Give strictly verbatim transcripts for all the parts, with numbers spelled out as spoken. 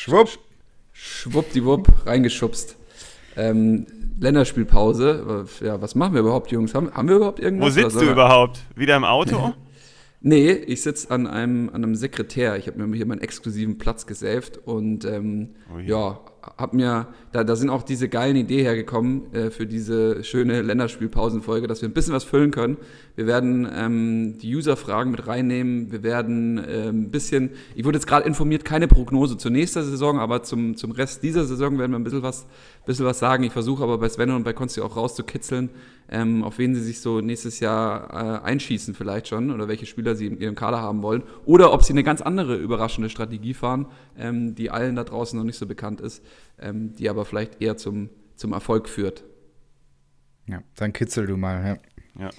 Schwupp. Schwuppdiwupp, reingeschubst. Ähm, Länderspielpause. Ja, was machen wir überhaupt, Jungs? Haben, haben wir überhaupt irgendwas? Wo sitzt du überhaupt? Wieder im Auto? Nee, ich sitze an einem, an einem Sekretär. Ich habe mir hier meinen exklusiven Platz gesaved und ähm, ja, hab mir, da, da sind auch diese geilen Ideen hergekommen äh, für diese schöne Länderspielpausenfolge, dass wir ein bisschen was füllen können. Wir werden ähm, die User-Fragen mit reinnehmen. Wir werden äh, ein bisschen, ich wurde jetzt gerade informiert, keine Prognose zur nächsten Saison, aber zum, zum Rest dieser Saison werden wir ein bisschen was, bisschen was sagen. Ich versuche aber bei Sven und bei Konsti auch rauszukitzeln, ähm, auf wen sie sich so nächstes Jahr äh, einschießen vielleicht schon oder welche Spieler sie in ihrem Kader haben wollen oder ob sie eine ganz andere überraschende Strategie fahren, ähm, die allen da draußen noch nicht so bekannt ist, ähm, die aber vielleicht eher zum, zum Erfolg führt. Ja, dann kitzel du mal, ja. Ja.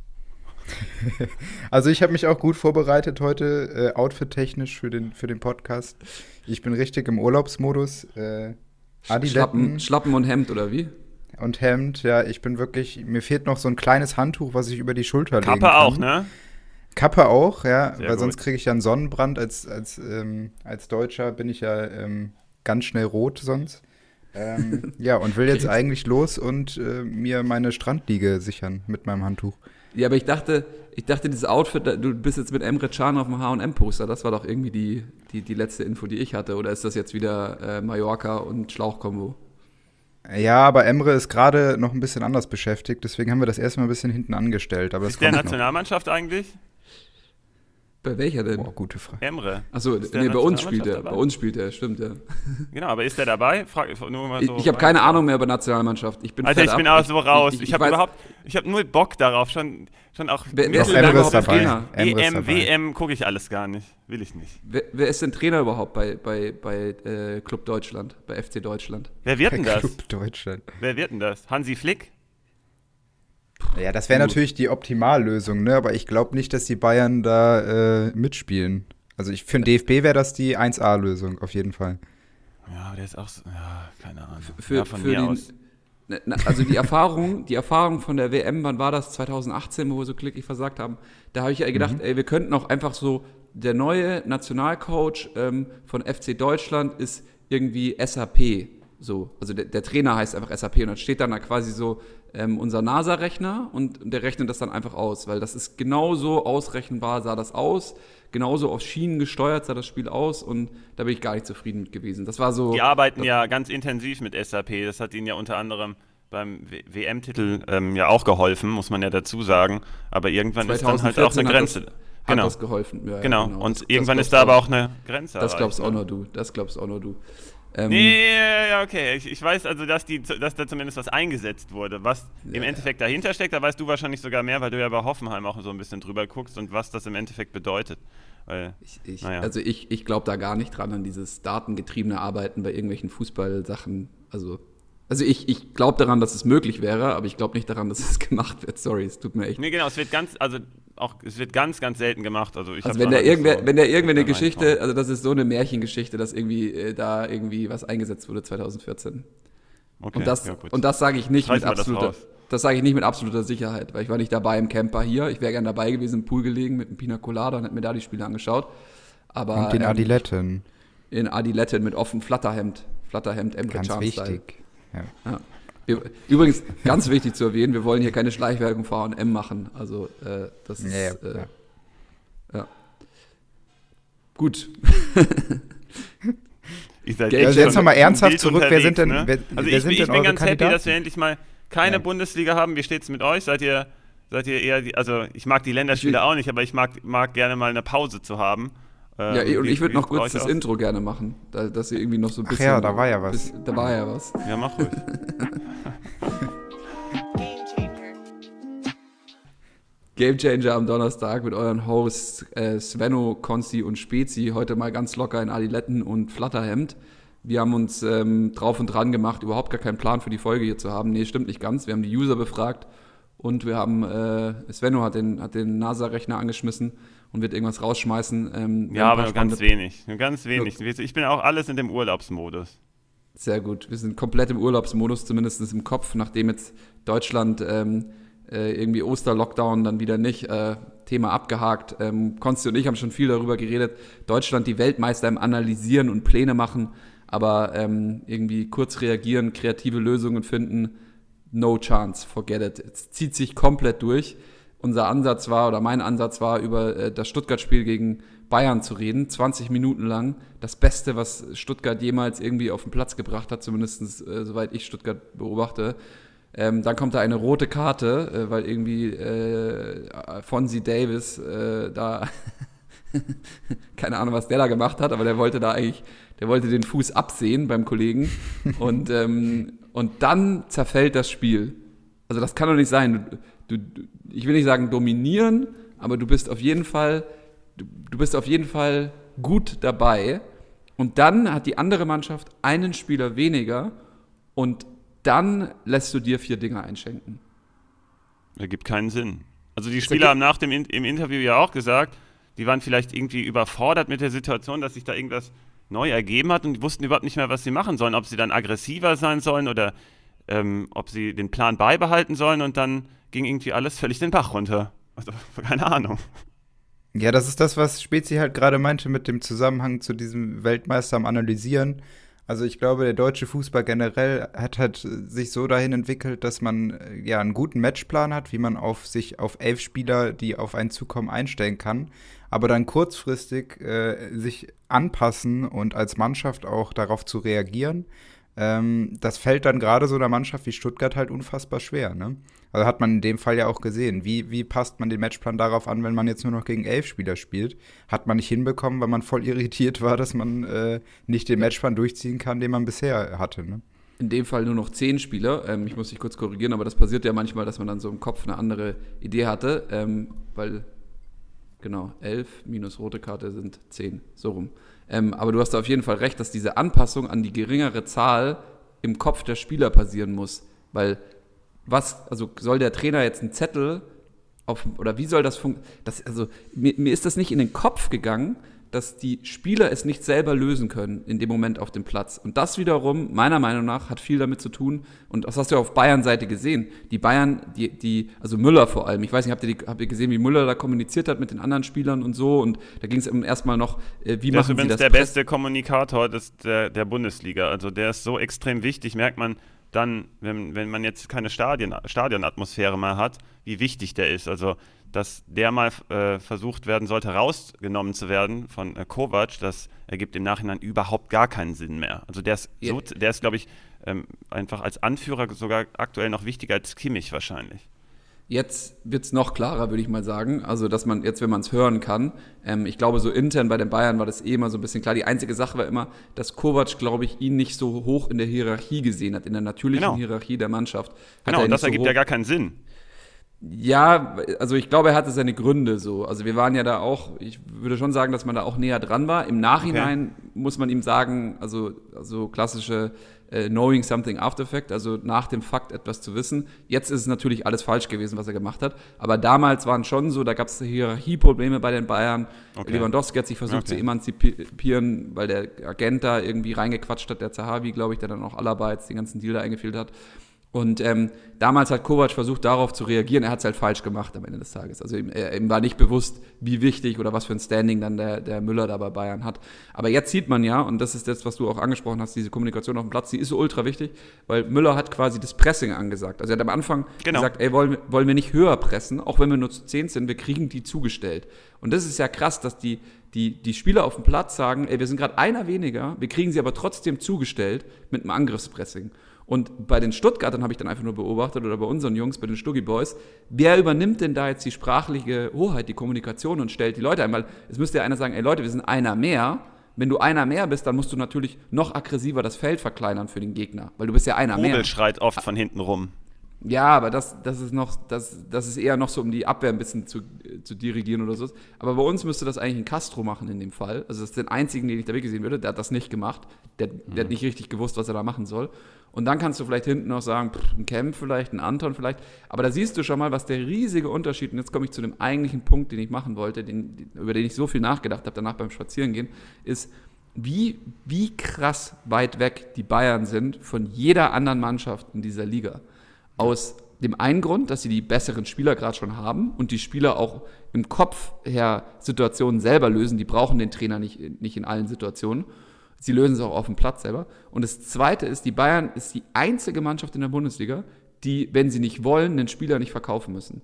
Also ich habe mich auch gut vorbereitet heute, äh, outfit-technisch für den, für den Podcast. Ich bin richtig im Urlaubsmodus. Äh, Schlappen, Schlappen und Hemd, oder wie? Und Hemd, ja, ich bin wirklich, mir fehlt noch so ein kleines Handtuch, was ich über die Schulter legen kann. Kappe auch, ne? Kappe auch, ja, Sehr weil gut. sonst kriege ich ja einen Sonnenbrand. Als, als, ähm, als Deutscher bin ich ja ähm, ganz schnell rot sonst. Ähm, ja, und will jetzt eigentlich los und äh, mir meine Strandliege sichern mit meinem Handtuch. Ja, aber ich dachte, ich dachte, dieses Outfit, du bist jetzt mit Emre Can auf dem H und M-Poster, das war doch irgendwie die, die, die letzte Info, die ich hatte. Oder ist das jetzt wieder äh, Mallorca und Schlauchkombo? Ja, aber Emre ist gerade noch ein bisschen anders beschäftigt, deswegen haben wir das erstmal ein bisschen hinten angestellt. Aber das Ist der kommt Nationalmannschaft eigentlich? Bei welcher denn? noch. Boah, gute Frage. Emre. Achso, Ist der nee, bei uns spielt Nationalmannschaft er. Bei dabei? uns spielt er, stimmt, ja. Genau, aber ist der dabei? Frag, nur mal so ich ich habe keine Ahnung mehr über Nationalmannschaft. Ich bin Alter, fett ich bin ab. auch so raus. Ich, ich, ich habe weiß- überhaupt, ich habe nur Bock darauf, schon, schon auch Wer- wer Doch, ist denn da Emre ist überhaupt dabei. Trainer? Emre ist E M, dabei. W M gucke ich alles gar nicht. Will ich nicht. Wer, wer ist denn Trainer überhaupt bei, bei, bei äh, Club Deutschland, bei F C Deutschland? Wer wird denn das? Club Deutschland. Wer wird denn das? Hansi Flick? Ja, das wäre natürlich die Optimallösung, ne? Aber ich glaube nicht, dass die Bayern da äh, mitspielen. Also ich für den D F B wäre das die eins A-Lösung, auf jeden Fall. Ja, der ist auch so, ja, keine Ahnung. Für, ja, von für mir den, aus. Na, na, also die Erfahrung, die Erfahrung von der W M, wann war das? zwanzig achtzehn, wo wir so glücklich versagt haben. Da habe ich ja gedacht, ey, wir könnten auch einfach so, der neue Nationalcoach ähm, von F C Deutschland ist irgendwie S A P. So, also der, der Trainer heißt einfach S A P und dann steht dann da quasi so ähm, unser NASA-Rechner und der rechnet das dann einfach aus, weil das ist genauso ausrechenbar, sah das aus, genauso auf Schienen gesteuert sah das Spiel aus und da bin ich gar nicht zufrieden mit gewesen. Das war so. Die arbeiten ja ganz intensiv mit S A P. Das hat ihnen ja unter anderem beim W M-Titel ähm, ja auch geholfen, muss man ja dazu sagen. Aber irgendwann ist dann halt auch eine Grenze. Hat das, genau. hat das geholfen. Ja, genau. ja, genau. Und Das- irgendwann das ist da aber glaubst auch eine Grenze. du- Das glaubst auch erreicht, ne? nur du. Das glaubst auch nur du. Ähm, Nee, ja, ja, okay. Ich, ich weiß also, dass, die, dass da zumindest was eingesetzt wurde. Was im Ja. Endeffekt dahinter steckt, da weißt du wahrscheinlich sogar mehr, weil du ja bei Hoffenheim auch so ein bisschen drüber guckst und was das im Endeffekt bedeutet. Weil, Ich, ich, Naja. Also ich, ich glaube da gar nicht dran, an dieses datengetriebene Arbeiten bei irgendwelchen Fußballsachen. Also, also ich, ich glaube daran, dass es möglich wäre, aber ich glaube nicht daran, dass es gemacht wird. Sorry, es tut mir echt. nee, genau, es wird ganz, also auch, es wird ganz, ganz selten gemacht. Also, ich Also hab's wenn auch der noch nicht irgendwer, so wenn der irgendwer eine da Geschichte, reingehauen. also das ist so eine Märchengeschichte, dass irgendwie äh, da irgendwie was eingesetzt wurde zwanzig vierzehn. Okay, Und das, ja, gut. und das sage ich nicht Reißen mit wir das absoluter, raus. das sage ich nicht mit absoluter Sicherheit, weil ich war nicht dabei im Camper hier. Ich wäre gern dabei gewesen, im Pool gelegen mit einem Pina Colada und hätte mir da die Spiele angeschaut. Aber Und den ähm, Adiletten, in Adiletten mit offenem Flatterhemd, Flatterhemd, Emre ganz Can Style. wichtig. Ja. Ja. Wir, übrigens, ganz wichtig zu erwähnen, wir wollen hier keine Schleichwerbung für H und M machen. Also äh, das ist Ja, ja, äh, ja. ja. Gut. Ich seid Ja, echt also schon jetzt noch mal im ernsthaft Bild zurück, wer sind denn- ne? wer- also wer ich, sind ich denn bin eure ganz happy, Kandidaten? dass wir endlich mal keine Ja. Bundesliga haben. Wie steht's mit euch? Seid ihr, seid ihr eher, die, also ich mag die Länderspiele auch nicht, aber ich mag, mag gerne mal eine Pause zu haben. Ja, Äh, und wie- ich würde wie noch sieht's bei kurz euch das aus? Intro gerne machen, da, dass ihr irgendwie noch so ein Ach bisschen. ja, da war ja was. Bisschen, da war ja was. Ja, mach ruhig. Game Changer am Donnerstag mit euren Hosts äh, Svenno, Konsti und Spezi. Heute mal ganz locker in Adiletten und Flatterhemd. Wir haben uns ähm, drauf und dran gemacht, überhaupt gar keinen Plan für die Folge hier zu haben. Nee, stimmt nicht ganz. Wir haben die User befragt und wir haben, äh, Svenno hat den, hat den NASA-Rechner angeschmissen und wird irgendwas rausschmeißen. Ähm, wir Ja, haben ein aber paar nur ganz spannende- wenig. Nur ganz wenig. Ich bin auch alles in dem Urlaubsmodus. Sehr gut. Wir sind komplett im Urlaubsmodus, zumindest im Kopf, nachdem jetzt Deutschland ähm, äh, irgendwie Oster-Lockdown, dann wieder nicht. Äh, Thema abgehakt. Ähm, Konsti und ich haben schon viel darüber geredet. Deutschland die Weltmeister im Analysieren und Pläne machen. aber ähm, irgendwie kurz reagieren, kreative Lösungen finden, no chance, forget it. Es zieht sich komplett durch. Unser Ansatz war, oder mein Ansatz war, über äh, das Stuttgart-Spiel gegen Bayern zu reden, zwanzig Minuten lang. Das Beste, was Stuttgart jemals irgendwie auf den Platz gebracht hat, zumindest äh, soweit ich Stuttgart beobachte. Ähm, dann kommt da eine rote Karte, äh, weil irgendwie äh, Fonzie Davis äh, da, keine Ahnung, was der da gemacht hat, aber der wollte da eigentlich, der wollte den Fuß absehen beim Kollegen. und, ähm, und dann zerfällt das Spiel. Also das kann doch nicht sein. Du, du, ich will nicht sagen dominieren, aber du bist auf jeden Fall, du, du bist auf jeden Fall gut dabei. Und dann hat die andere Mannschaft einen Spieler weniger und dann lässt du dir vier Dinger einschenken. Ergibt keinen Sinn. Also die Spieler haben nach dem In- im Interview ja auch gesagt, die waren vielleicht irgendwie überfordert mit der Situation, dass sich da irgendwas neu ergeben hat und die wussten überhaupt nicht mehr, was sie machen sollen. Ob sie dann aggressiver sein sollen oder ähm, ob sie den Plan beibehalten sollen und dann ging irgendwie alles völlig den Bach runter. Also keine Ahnung. Ja, das ist das, was Spezi halt gerade meinte mit dem Zusammenhang zu diesem Weltmeister am Analysieren. Also ich glaube, der deutsche Fußball generell hat halt sich so dahin entwickelt, dass man ja einen guten Matchplan hat, wie man auf sich auf elf Spieler, die auf einen zukommen, einstellen kann, aber dann kurzfristig äh, sich anpassen und als Mannschaft auch darauf zu reagieren. Ähm, das fällt dann gerade so einer Mannschaft wie Stuttgart halt unfassbar schwer, ne? Also hat man in dem Fall ja auch gesehen. Wie, wie passt man den Matchplan darauf an, wenn man jetzt nur noch gegen elf Spieler spielt? Hat man nicht hinbekommen, weil man voll irritiert war, dass man äh, nicht den Matchplan durchziehen kann, den man bisher hatte, ne? In dem Fall nur noch zehn Spieler. Ähm, ich muss dich kurz korrigieren, aber das passiert ja manchmal, dass man dann so im Kopf eine andere Idee hatte, ähm, weil, genau, elf minus rote Karte sind zehn, so rum. Ähm, aber du hast da auf jeden Fall recht, dass diese Anpassung an die geringere Zahl im Kopf der Spieler passieren muss, weil was, also soll der Trainer jetzt einen Zettel auf, oder wie soll das funktionieren? Also mir, mir ist das nicht in den Kopf gegangen, dass die Spieler es nicht selber lösen können in dem Moment auf dem Platz. Und das wiederum, meiner Meinung nach, hat viel damit zu tun, und das hast du ja auf Bayern-Seite gesehen, die Bayern, die, die, also Müller vor allem, ich weiß nicht, habt ihr, die, habt ihr gesehen, wie Müller da kommuniziert hat mit den anderen Spielern und so, und da ging es erstmal noch, äh, wie das machen sie das? Das ist der beste Kommunikator des, der, der Bundesliga, also der ist so extrem wichtig, merkt man dann, wenn, wenn man jetzt keine Stadion, Stadionatmosphäre mehr hat, wie wichtig der ist. Also, dass der mal äh, versucht werden sollte, rausgenommen zu werden von äh, Kovac, das ergibt im Nachhinein überhaupt gar keinen Sinn mehr. Also der ist, so, der ist glaube ich, ähm, einfach als Anführer sogar aktuell noch wichtiger als Kimmich wahrscheinlich. Jetzt wird es noch klarer, würde ich mal sagen. Also, dass man jetzt, wenn man es hören kann, ähm, ich glaube, so intern bei den Bayern war das eh immer so ein bisschen klar. Die einzige Sache war immer, dass Kovac, glaube ich, ihn nicht so hoch in der Hierarchie gesehen hat, in der natürlichen genau. Hierarchie der Mannschaft. Genau, und das so ergibt hoch- ja gar keinen Sinn. Ja, also ich glaube, er hatte seine Gründe so. Also wir waren ja da auch, ich würde schon sagen, dass man da auch näher dran war. Im Nachhinein okay. muss man ihm sagen, also, also klassische äh, Knowing Something After Effect, also nach dem Fakt etwas zu wissen. Jetzt ist es natürlich alles falsch gewesen, was er gemacht hat. Aber damals waren schon so, da gab es Hierarchieprobleme bei den Bayern. Okay. Lewandowski hat sich versucht okay. zu emanzipieren, weil der Agent da irgendwie reingequatscht hat, der Zahavi, glaube ich, der dann auch Alaba jetzt den ganzen Deal da eingefehlt hat. Und ähm, damals hat Kovac versucht, darauf zu reagieren. Er hat es halt falsch gemacht am Ende des Tages. Also ihm, er, ihm war nicht bewusst, wie wichtig oder was für ein Standing dann der, der Müller da bei Bayern hat. Aber jetzt sieht man ja, und das ist das, was du auch angesprochen hast, diese Kommunikation auf dem Platz, die ist so ultra wichtig, weil Müller hat quasi das Pressing angesagt. Also er hat am Anfang genau. gesagt, ey, wollen, wollen wir nicht höher pressen, auch wenn wir nur zu zehn sind, wir kriegen die zugestellt. Und das ist ja krass, dass die, die, die Spieler auf dem Platz sagen, ey, wir sind gerade einer weniger, wir kriegen sie aber trotzdem zugestellt mit einem Angriffspressing. Und bei den Stuttgartern habe ich dann einfach nur beobachtet, oder bei unseren Jungs, bei den Stuggy Boys, wer übernimmt denn da jetzt die sprachliche Hoheit, die Kommunikation und stellt die Leute ein? Weil es müsste ja einer sagen, ey Leute, wir sind einer mehr. Wenn du einer mehr bist, dann musst du natürlich noch aggressiver das Feld verkleinern für den Gegner, weil du bist ja einer Rubel mehr. Schreit oft von hinten rum. Ja, aber das, das ist noch, das, das ist eher noch so, um die Abwehr ein bisschen zu, zu dirigieren oder so. Aber bei uns müsste das eigentlich ein Castro machen in dem Fall. Also das ist den einzigen, den ich da wirklich sehen würde. Der hat das nicht gemacht. Der, der mhm. hat nicht richtig gewusst, was er da machen soll. Und dann kannst du vielleicht hinten noch sagen, pff, ein Kemp vielleicht, ein Anton vielleicht. Aber da siehst du schon mal, was der riesige Unterschied, und jetzt komme ich zu dem eigentlichen Punkt, den ich machen wollte, den, über den ich so viel nachgedacht habe, danach beim Spazierengehen, ist, wie, wie krass weit weg die Bayern sind von jeder anderen Mannschaft in dieser Liga. Aus dem einen Grund, dass sie die besseren Spieler gerade schon haben und die Spieler auch im Kopf her Situationen selber lösen. Die brauchen den Trainer nicht, nicht in allen Situationen. sie lösen es auch auf dem Platz selber. Und das Zweite ist, die Bayern ist die einzige Mannschaft in der Bundesliga, die, wenn sie nicht wollen, den Spieler nicht verkaufen müssen.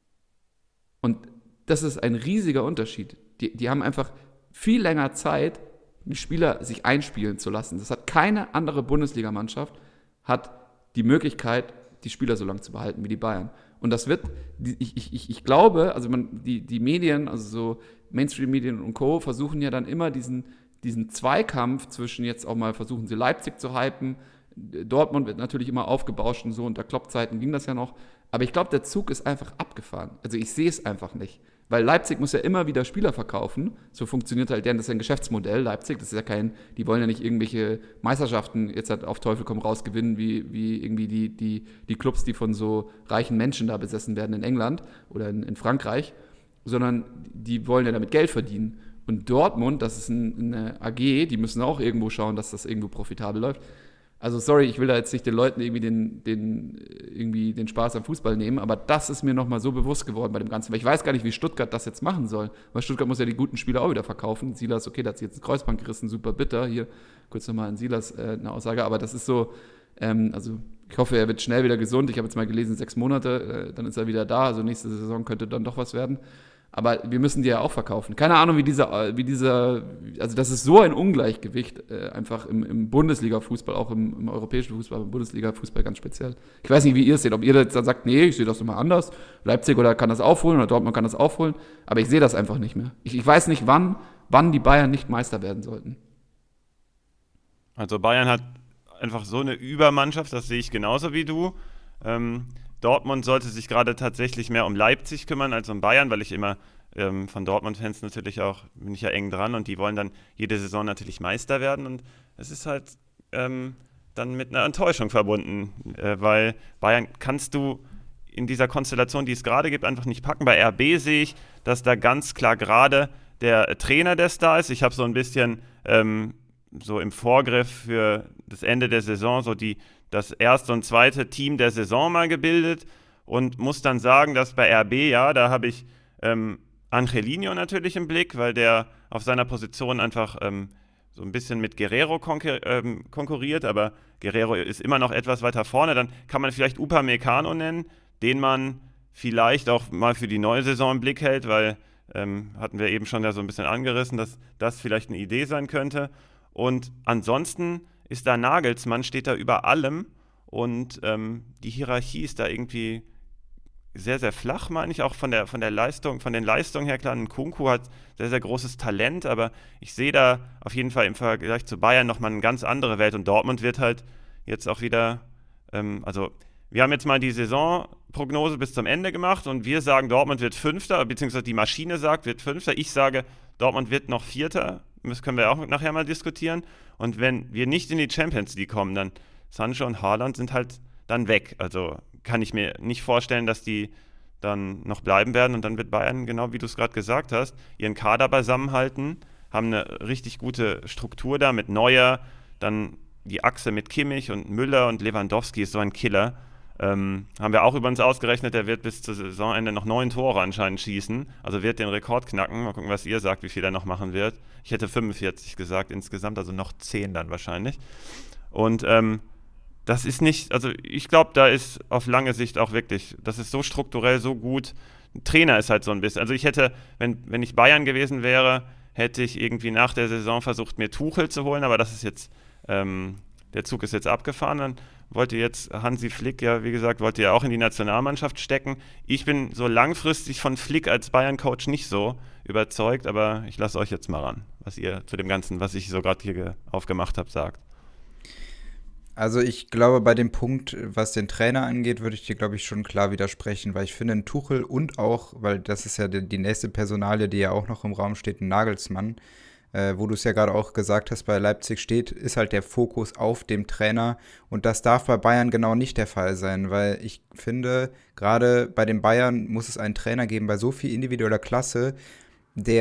Und das ist ein riesiger Unterschied. Die, die haben einfach viel länger Zeit, den Spieler sich einspielen zu lassen. Das hat keine andere Bundesligamannschaft, hat die Möglichkeit, die Spieler so lange zu behalten wie die Bayern. Und das wird, ich, ich, ich glaube, also man, die, die Medien, also so Mainstream-Medien und Co. versuchen ja dann immer diesen, diesen Zweikampf zwischen, jetzt auch mal versuchen sie Leipzig zu hypen, Dortmund wird natürlich immer aufgebauscht und so, unter Klopp-Zeiten ging das ja noch, aber ich glaube, der Zug ist einfach abgefahren. Also ich sehe es einfach nicht. Weil Leipzig muss ja immer wieder Spieler verkaufen. So funktioniert halt deren, das ist ja ein Geschäftsmodell. Leipzig, das ist ja kein, die wollen ja nicht irgendwelche Meisterschaften jetzt halt auf Teufel komm raus gewinnen, wie, wie irgendwie die, die, die Clubs, die von so reichen Menschen da besessen werden in England oder in, in Frankreich, sondern die wollen ja damit Geld verdienen. Und Dortmund, das ist ein, eine A G, die müssen auch irgendwo schauen, dass das irgendwo profitabel läuft. Also sorry, ich will da jetzt nicht den Leuten irgendwie den, den, irgendwie den Spaß am Fußball nehmen, aber das ist mir nochmal so bewusst geworden bei dem Ganzen, weil ich weiß gar nicht, wie Stuttgart das jetzt machen soll, weil Stuttgart muss ja die guten Spieler auch wieder verkaufen. Silas, okay, da hat sich jetzt ein Kreuzband gerissen, super bitter, hier kurz nochmal an Silas äh, eine Aussage, aber das ist so, ähm, also ich hoffe, er wird schnell wieder gesund, ich habe jetzt mal gelesen, sechs Monate, äh, dann ist er wieder da, also nächste Saison könnte dann doch was werden. Aber wir müssen die ja auch verkaufen. Keine Ahnung, wie dieser, wie dieser, also das ist so ein Ungleichgewicht äh, einfach im, im Bundesliga-Fußball, auch im, im europäischen Fußball, aber im Bundesliga-Fußball ganz speziell. Ich weiß nicht, wie ihr es seht, ob ihr jetzt dann sagt, nee, ich sehe das nochmal anders, Leipzig oder kann das aufholen oder Dortmund kann das aufholen, aber ich sehe das einfach nicht mehr. Ich, ich weiß nicht, wann, wann die Bayern nicht Meister werden sollten. Also Bayern hat einfach so eine Übermannschaft, das sehe ich genauso wie du. Ähm, Dortmund sollte sich gerade tatsächlich mehr um Leipzig kümmern als um Bayern, weil ich immer ähm, von Dortmund-Fans natürlich auch, bin ich ja eng dran und die wollen dann jede Saison natürlich Meister werden und es ist halt ähm, dann mit einer Enttäuschung verbunden, äh, weil Bayern kannst du in dieser Konstellation, die es gerade gibt, einfach nicht packen. Bei R B sehe ich, dass da ganz klar gerade der Trainer der Star ist. Ich habe so ein bisschen ähm, so im Vorgriff für das Ende der Saison so die das erste und zweite Team der Saison mal gebildet und muss dann sagen, dass bei R B, ja, da habe ich ähm, Angelino natürlich im Blick, weil der auf seiner Position einfach ähm, so ein bisschen mit Guerrero konkur- ähm, konkurriert, aber Guerrero ist immer noch etwas weiter vorne. Dann kann man vielleicht Upamecano nennen, den man vielleicht auch mal für die neue Saison im Blick hält, weil ähm, hatten wir eben schon ja so ein bisschen angerissen, dass das vielleicht eine Idee sein könnte. Und ansonsten ist da Nagelsmann, steht da über allem und ähm, die Hierarchie ist da irgendwie sehr, sehr flach, meine ich, auch von der, von der Leistung, von den Leistungen her. Klar, Nkunku hat sehr, sehr großes Talent, aber ich sehe da auf jeden Fall im Vergleich zu Bayern nochmal eine ganz andere Welt und Dortmund wird halt jetzt auch wieder, ähm, also wir haben jetzt mal die Saisonprognose bis zum Ende gemacht und wir sagen, Dortmund wird Fünfter, beziehungsweise die Maschine sagt, wird Fünfter. Ich sage, Dortmund wird noch Vierter. Das können wir auch nachher mal diskutieren. Und wenn wir nicht in die Champions League kommen, dann Sancho und Haaland sind halt dann weg. Also kann ich mir nicht vorstellen, dass die dann noch bleiben werden. Und dann wird Bayern, genau wie du es gerade gesagt hast, ihren Kader beisammenhalten, haben eine richtig gute Struktur da mit Neuer, dann die Achse mit Kimmich und Müller und Lewandowski ist so ein Killer. Ähm, haben wir auch übrigens ausgerechnet, der wird bis zum Saisonende noch neun Tore anscheinend schießen, also wird den Rekord knacken. Mal gucken, was ihr sagt, wie viel er noch machen wird. Ich hätte fünfundvierzig gesagt insgesamt, also noch zehn dann wahrscheinlich. Und ähm, das ist nicht, also ich glaube, da ist auf lange Sicht auch wirklich, das ist so strukturell so gut. Ein Trainer ist halt so ein bisschen, also ich hätte, wenn, wenn ich Bayern gewesen wäre, hätte ich irgendwie nach der Saison versucht, mir Tuchel zu holen, aber das ist jetzt, ähm, der Zug ist jetzt abgefahren, dann wollte jetzt Hansi Flick, ja, wie gesagt, wollte ja auch in die Nationalmannschaft stecken. Ich bin so langfristig von Flick als Bayern-Coach nicht so überzeugt, aber ich lasse euch jetzt mal ran, was ihr zu dem Ganzen, was ich so gerade hier aufgemacht habe, sagt. Also ich glaube, bei dem Punkt, was den Trainer angeht, würde ich dir, glaube ich, schon klar widersprechen, weil ich finde, ein Tuchel und auch, weil das ist ja die, die nächste Personalie, die ja auch noch im Raum steht, ein Nagelsmann, Äh, wo du es ja gerade auch gesagt hast, bei Leipzig steht, ist halt der Fokus auf dem Trainer und das darf bei Bayern genau nicht der Fall sein, weil ich finde, gerade bei den Bayern muss es einen Trainer geben, bei so viel individueller Klasse, der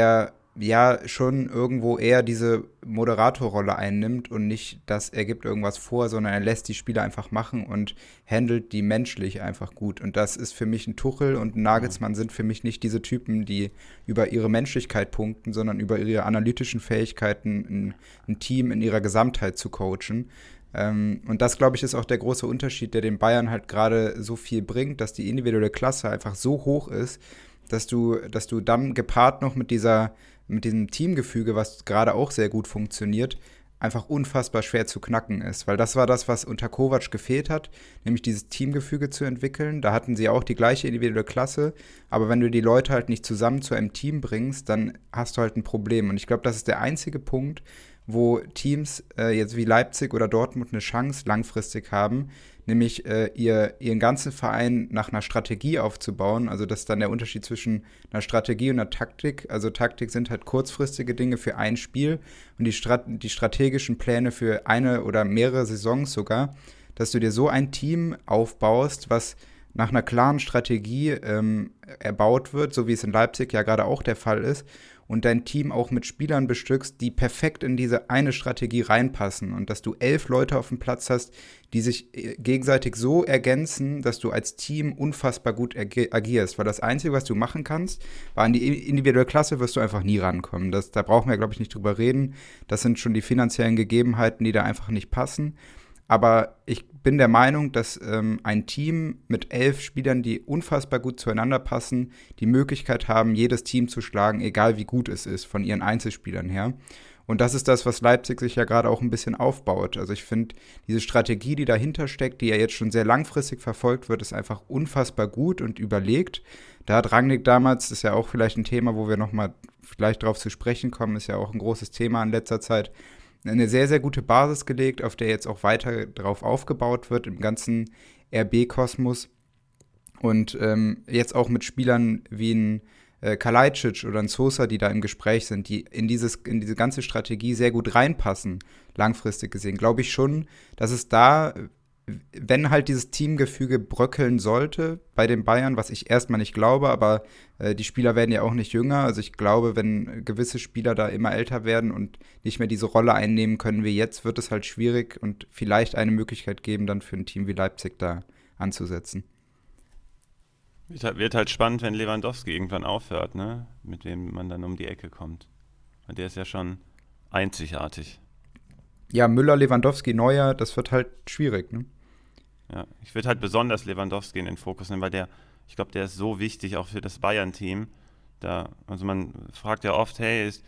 ja schon irgendwo eher diese Moderatorrolle einnimmt und nicht, dass er gibt irgendwas vor, sondern er lässt die Spieler einfach machen und handelt die menschlich einfach gut. Und das ist für mich ein Tuchel und ein Nagelsmann sind für mich nicht diese Typen, die über ihre Menschlichkeit punkten, sondern über ihre analytischen Fähigkeiten, ein, ein Team in ihrer Gesamtheit zu coachen. Ähm, und das, glaube ich, ist auch der große Unterschied, der den Bayern halt gerade so viel bringt, dass die individuelle Klasse einfach so hoch ist, dass du, dass du dann gepaart noch mit dieser, mit diesem Teamgefüge, was gerade auch sehr gut funktioniert, einfach unfassbar schwer zu knacken ist. Weil das war das, was unter Kovac gefehlt hat, nämlich dieses Teamgefüge zu entwickeln. Da hatten sie auch die gleiche individuelle Klasse, aber wenn du die Leute halt nicht zusammen zu einem Team bringst, dann hast du halt ein Problem. Und ich glaube, das ist der einzige Punkt, wo Teams äh, jetzt wie Leipzig oder Dortmund eine Chance langfristig haben, nämlich äh, ihr, ihren ganzen Verein nach einer Strategie aufzubauen. Also das ist dann der Unterschied zwischen einer Strategie und einer Taktik. Also Taktik sind halt kurzfristige Dinge für ein Spiel und die, Strat- die strategischen Pläne für eine oder mehrere Saisons sogar, dass du dir so ein Team aufbaust, was nach einer klaren Strategie ähm, erbaut wird, so wie es in Leipzig ja gerade auch der Fall ist, und dein Team auch mit Spielern bestückst, die perfekt in diese eine Strategie reinpassen und dass du elf Leute auf dem Platz hast, die sich gegenseitig so ergänzen, dass du als Team unfassbar gut ag- agierst, weil das Einzige, was du machen kannst, war an die individuelle Klasse wirst du einfach nie rankommen. Das, da brauchen wir, glaube ich, nicht drüber reden. Das sind schon die finanziellen Gegebenheiten, die da einfach nicht passen. Aber ich bin der Meinung, dass ähm, ein Team mit elf Spielern, die unfassbar gut zueinander passen, die Möglichkeit haben, jedes Team zu schlagen, egal wie gut es ist, von ihren Einzelspielern her. Und das ist das, was Leipzig sich ja gerade auch ein bisschen aufbaut. Also ich finde, diese Strategie, die dahinter steckt, die ja jetzt schon sehr langfristig verfolgt wird, ist einfach unfassbar gut und überlegt. Da hat Rangnick damals, das ist ja auch vielleicht ein Thema, wo wir nochmal vielleicht drauf zu sprechen kommen, ist ja auch ein großes Thema in letzter Zeit, eine sehr, sehr gute Basis gelegt, auf der jetzt auch weiter drauf aufgebaut wird im ganzen R B-Kosmos. Und ähm, jetzt auch mit Spielern wie ein äh, Kalajdzic oder ein Sosa, die da im Gespräch sind, die in, dieses, in diese ganze Strategie sehr gut reinpassen, langfristig gesehen, glaube ich schon, dass es da, wenn halt dieses Teamgefüge bröckeln sollte bei den Bayern, was ich erstmal nicht glaube, aber äh, die Spieler werden ja auch nicht jünger. Also ich glaube, wenn gewisse Spieler da immer älter werden und nicht mehr diese Rolle einnehmen können wie jetzt, wird es halt schwierig und vielleicht eine Möglichkeit geben, dann für ein Team wie Leipzig da anzusetzen. Wird halt, wird halt spannend, wenn Lewandowski irgendwann aufhört, ne? Mit wem man dann um die Ecke kommt. Und der ist ja schon einzigartig. Ja, Müller, Lewandowski, Neuer, das wird halt schwierig, ne? Ja, ich würde halt besonders Lewandowski in den Fokus nehmen, weil der, ich glaube, der ist so wichtig auch für das Bayern-Team. Da, also man fragt ja oft, hey, ist,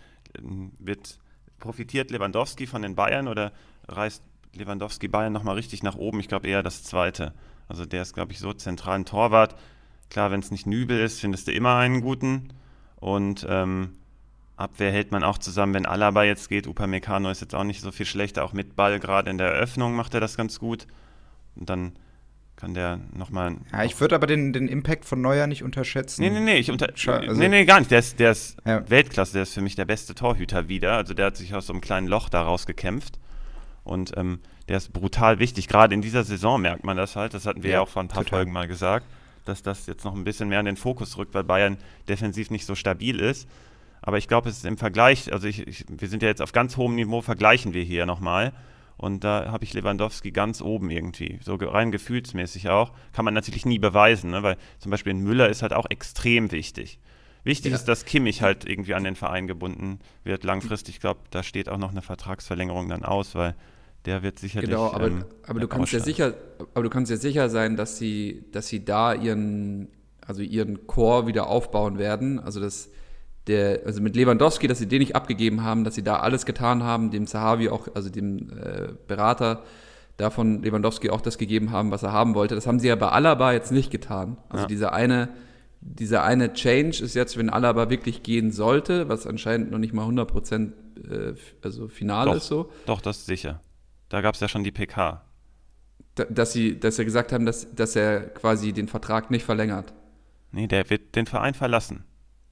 wird, profitiert Lewandowski von den Bayern oder reißt Lewandowski Bayern nochmal richtig nach oben? Ich glaube eher das Zweite. Also der ist, glaube ich, so zentral ein Torwart. Klar, wenn es nicht Nübel ist, findest du immer einen guten. Und ähm, Abwehr hält man auch zusammen, wenn Alaba jetzt geht. Upamecano ist jetzt auch nicht so viel schlechter, auch mit Ball, gerade in der Eröffnung macht er das ganz gut. Und dann kann der nochmal. Ja, ich würde aber den, den Impact von Neuer nicht unterschätzen. Nee, nee, nee, ich unter, also, nee, nee, gar nicht. Der ist, der ist ja. Weltklasse, der ist für mich der beste Torhüter wieder. Also der hat sich aus so einem kleinen Loch da rausgekämpft. Und ähm, der ist brutal wichtig. Gerade in dieser Saison merkt man das halt. Das hatten wir ja, ja auch vor ein paar total. Folgen mal gesagt, dass das jetzt noch ein bisschen mehr in den Fokus rückt, weil Bayern defensiv nicht so stabil ist. Aber ich glaube, es ist im Vergleich, also ich, ich, wir sind ja jetzt auf ganz hohem Niveau, vergleichen wir hier nochmal. Und da habe ich Lewandowski ganz oben irgendwie, so rein gefühlsmäßig auch. Kann man natürlich nie beweisen, ne? Weil zum Beispiel ein Müller ist halt auch extrem wichtig. Wichtig ja. ist, dass Kimmich halt irgendwie an den Verein gebunden wird langfristig. Ich glaube, da steht auch noch eine Vertragsverlängerung dann aus, weil der wird sicherlich Genau, aber, ähm, aber du kannst ja sicher, aber du kannst ja sicher sein, dass sie, dass sie da ihren, also ihren Core wieder aufbauen werden. Also das Der, also mit Lewandowski, dass sie den nicht abgegeben haben, dass sie da alles getan haben, dem Zahavi auch, also dem äh, Berater davon Lewandowski auch das gegeben haben, was er haben wollte. Das haben sie ja bei Alaba jetzt nicht getan. Also ja. dieser eine, dieser eine Change ist jetzt, wenn Alaba wirklich gehen sollte, was anscheinend noch nicht mal hundert Prozent äh, also final doch, ist so. Doch, das ist sicher. Da gab es ja schon die P K. Da, dass sie, dass sie gesagt haben, dass, dass er quasi den Vertrag nicht verlängert. Nee, der wird den Verein verlassen.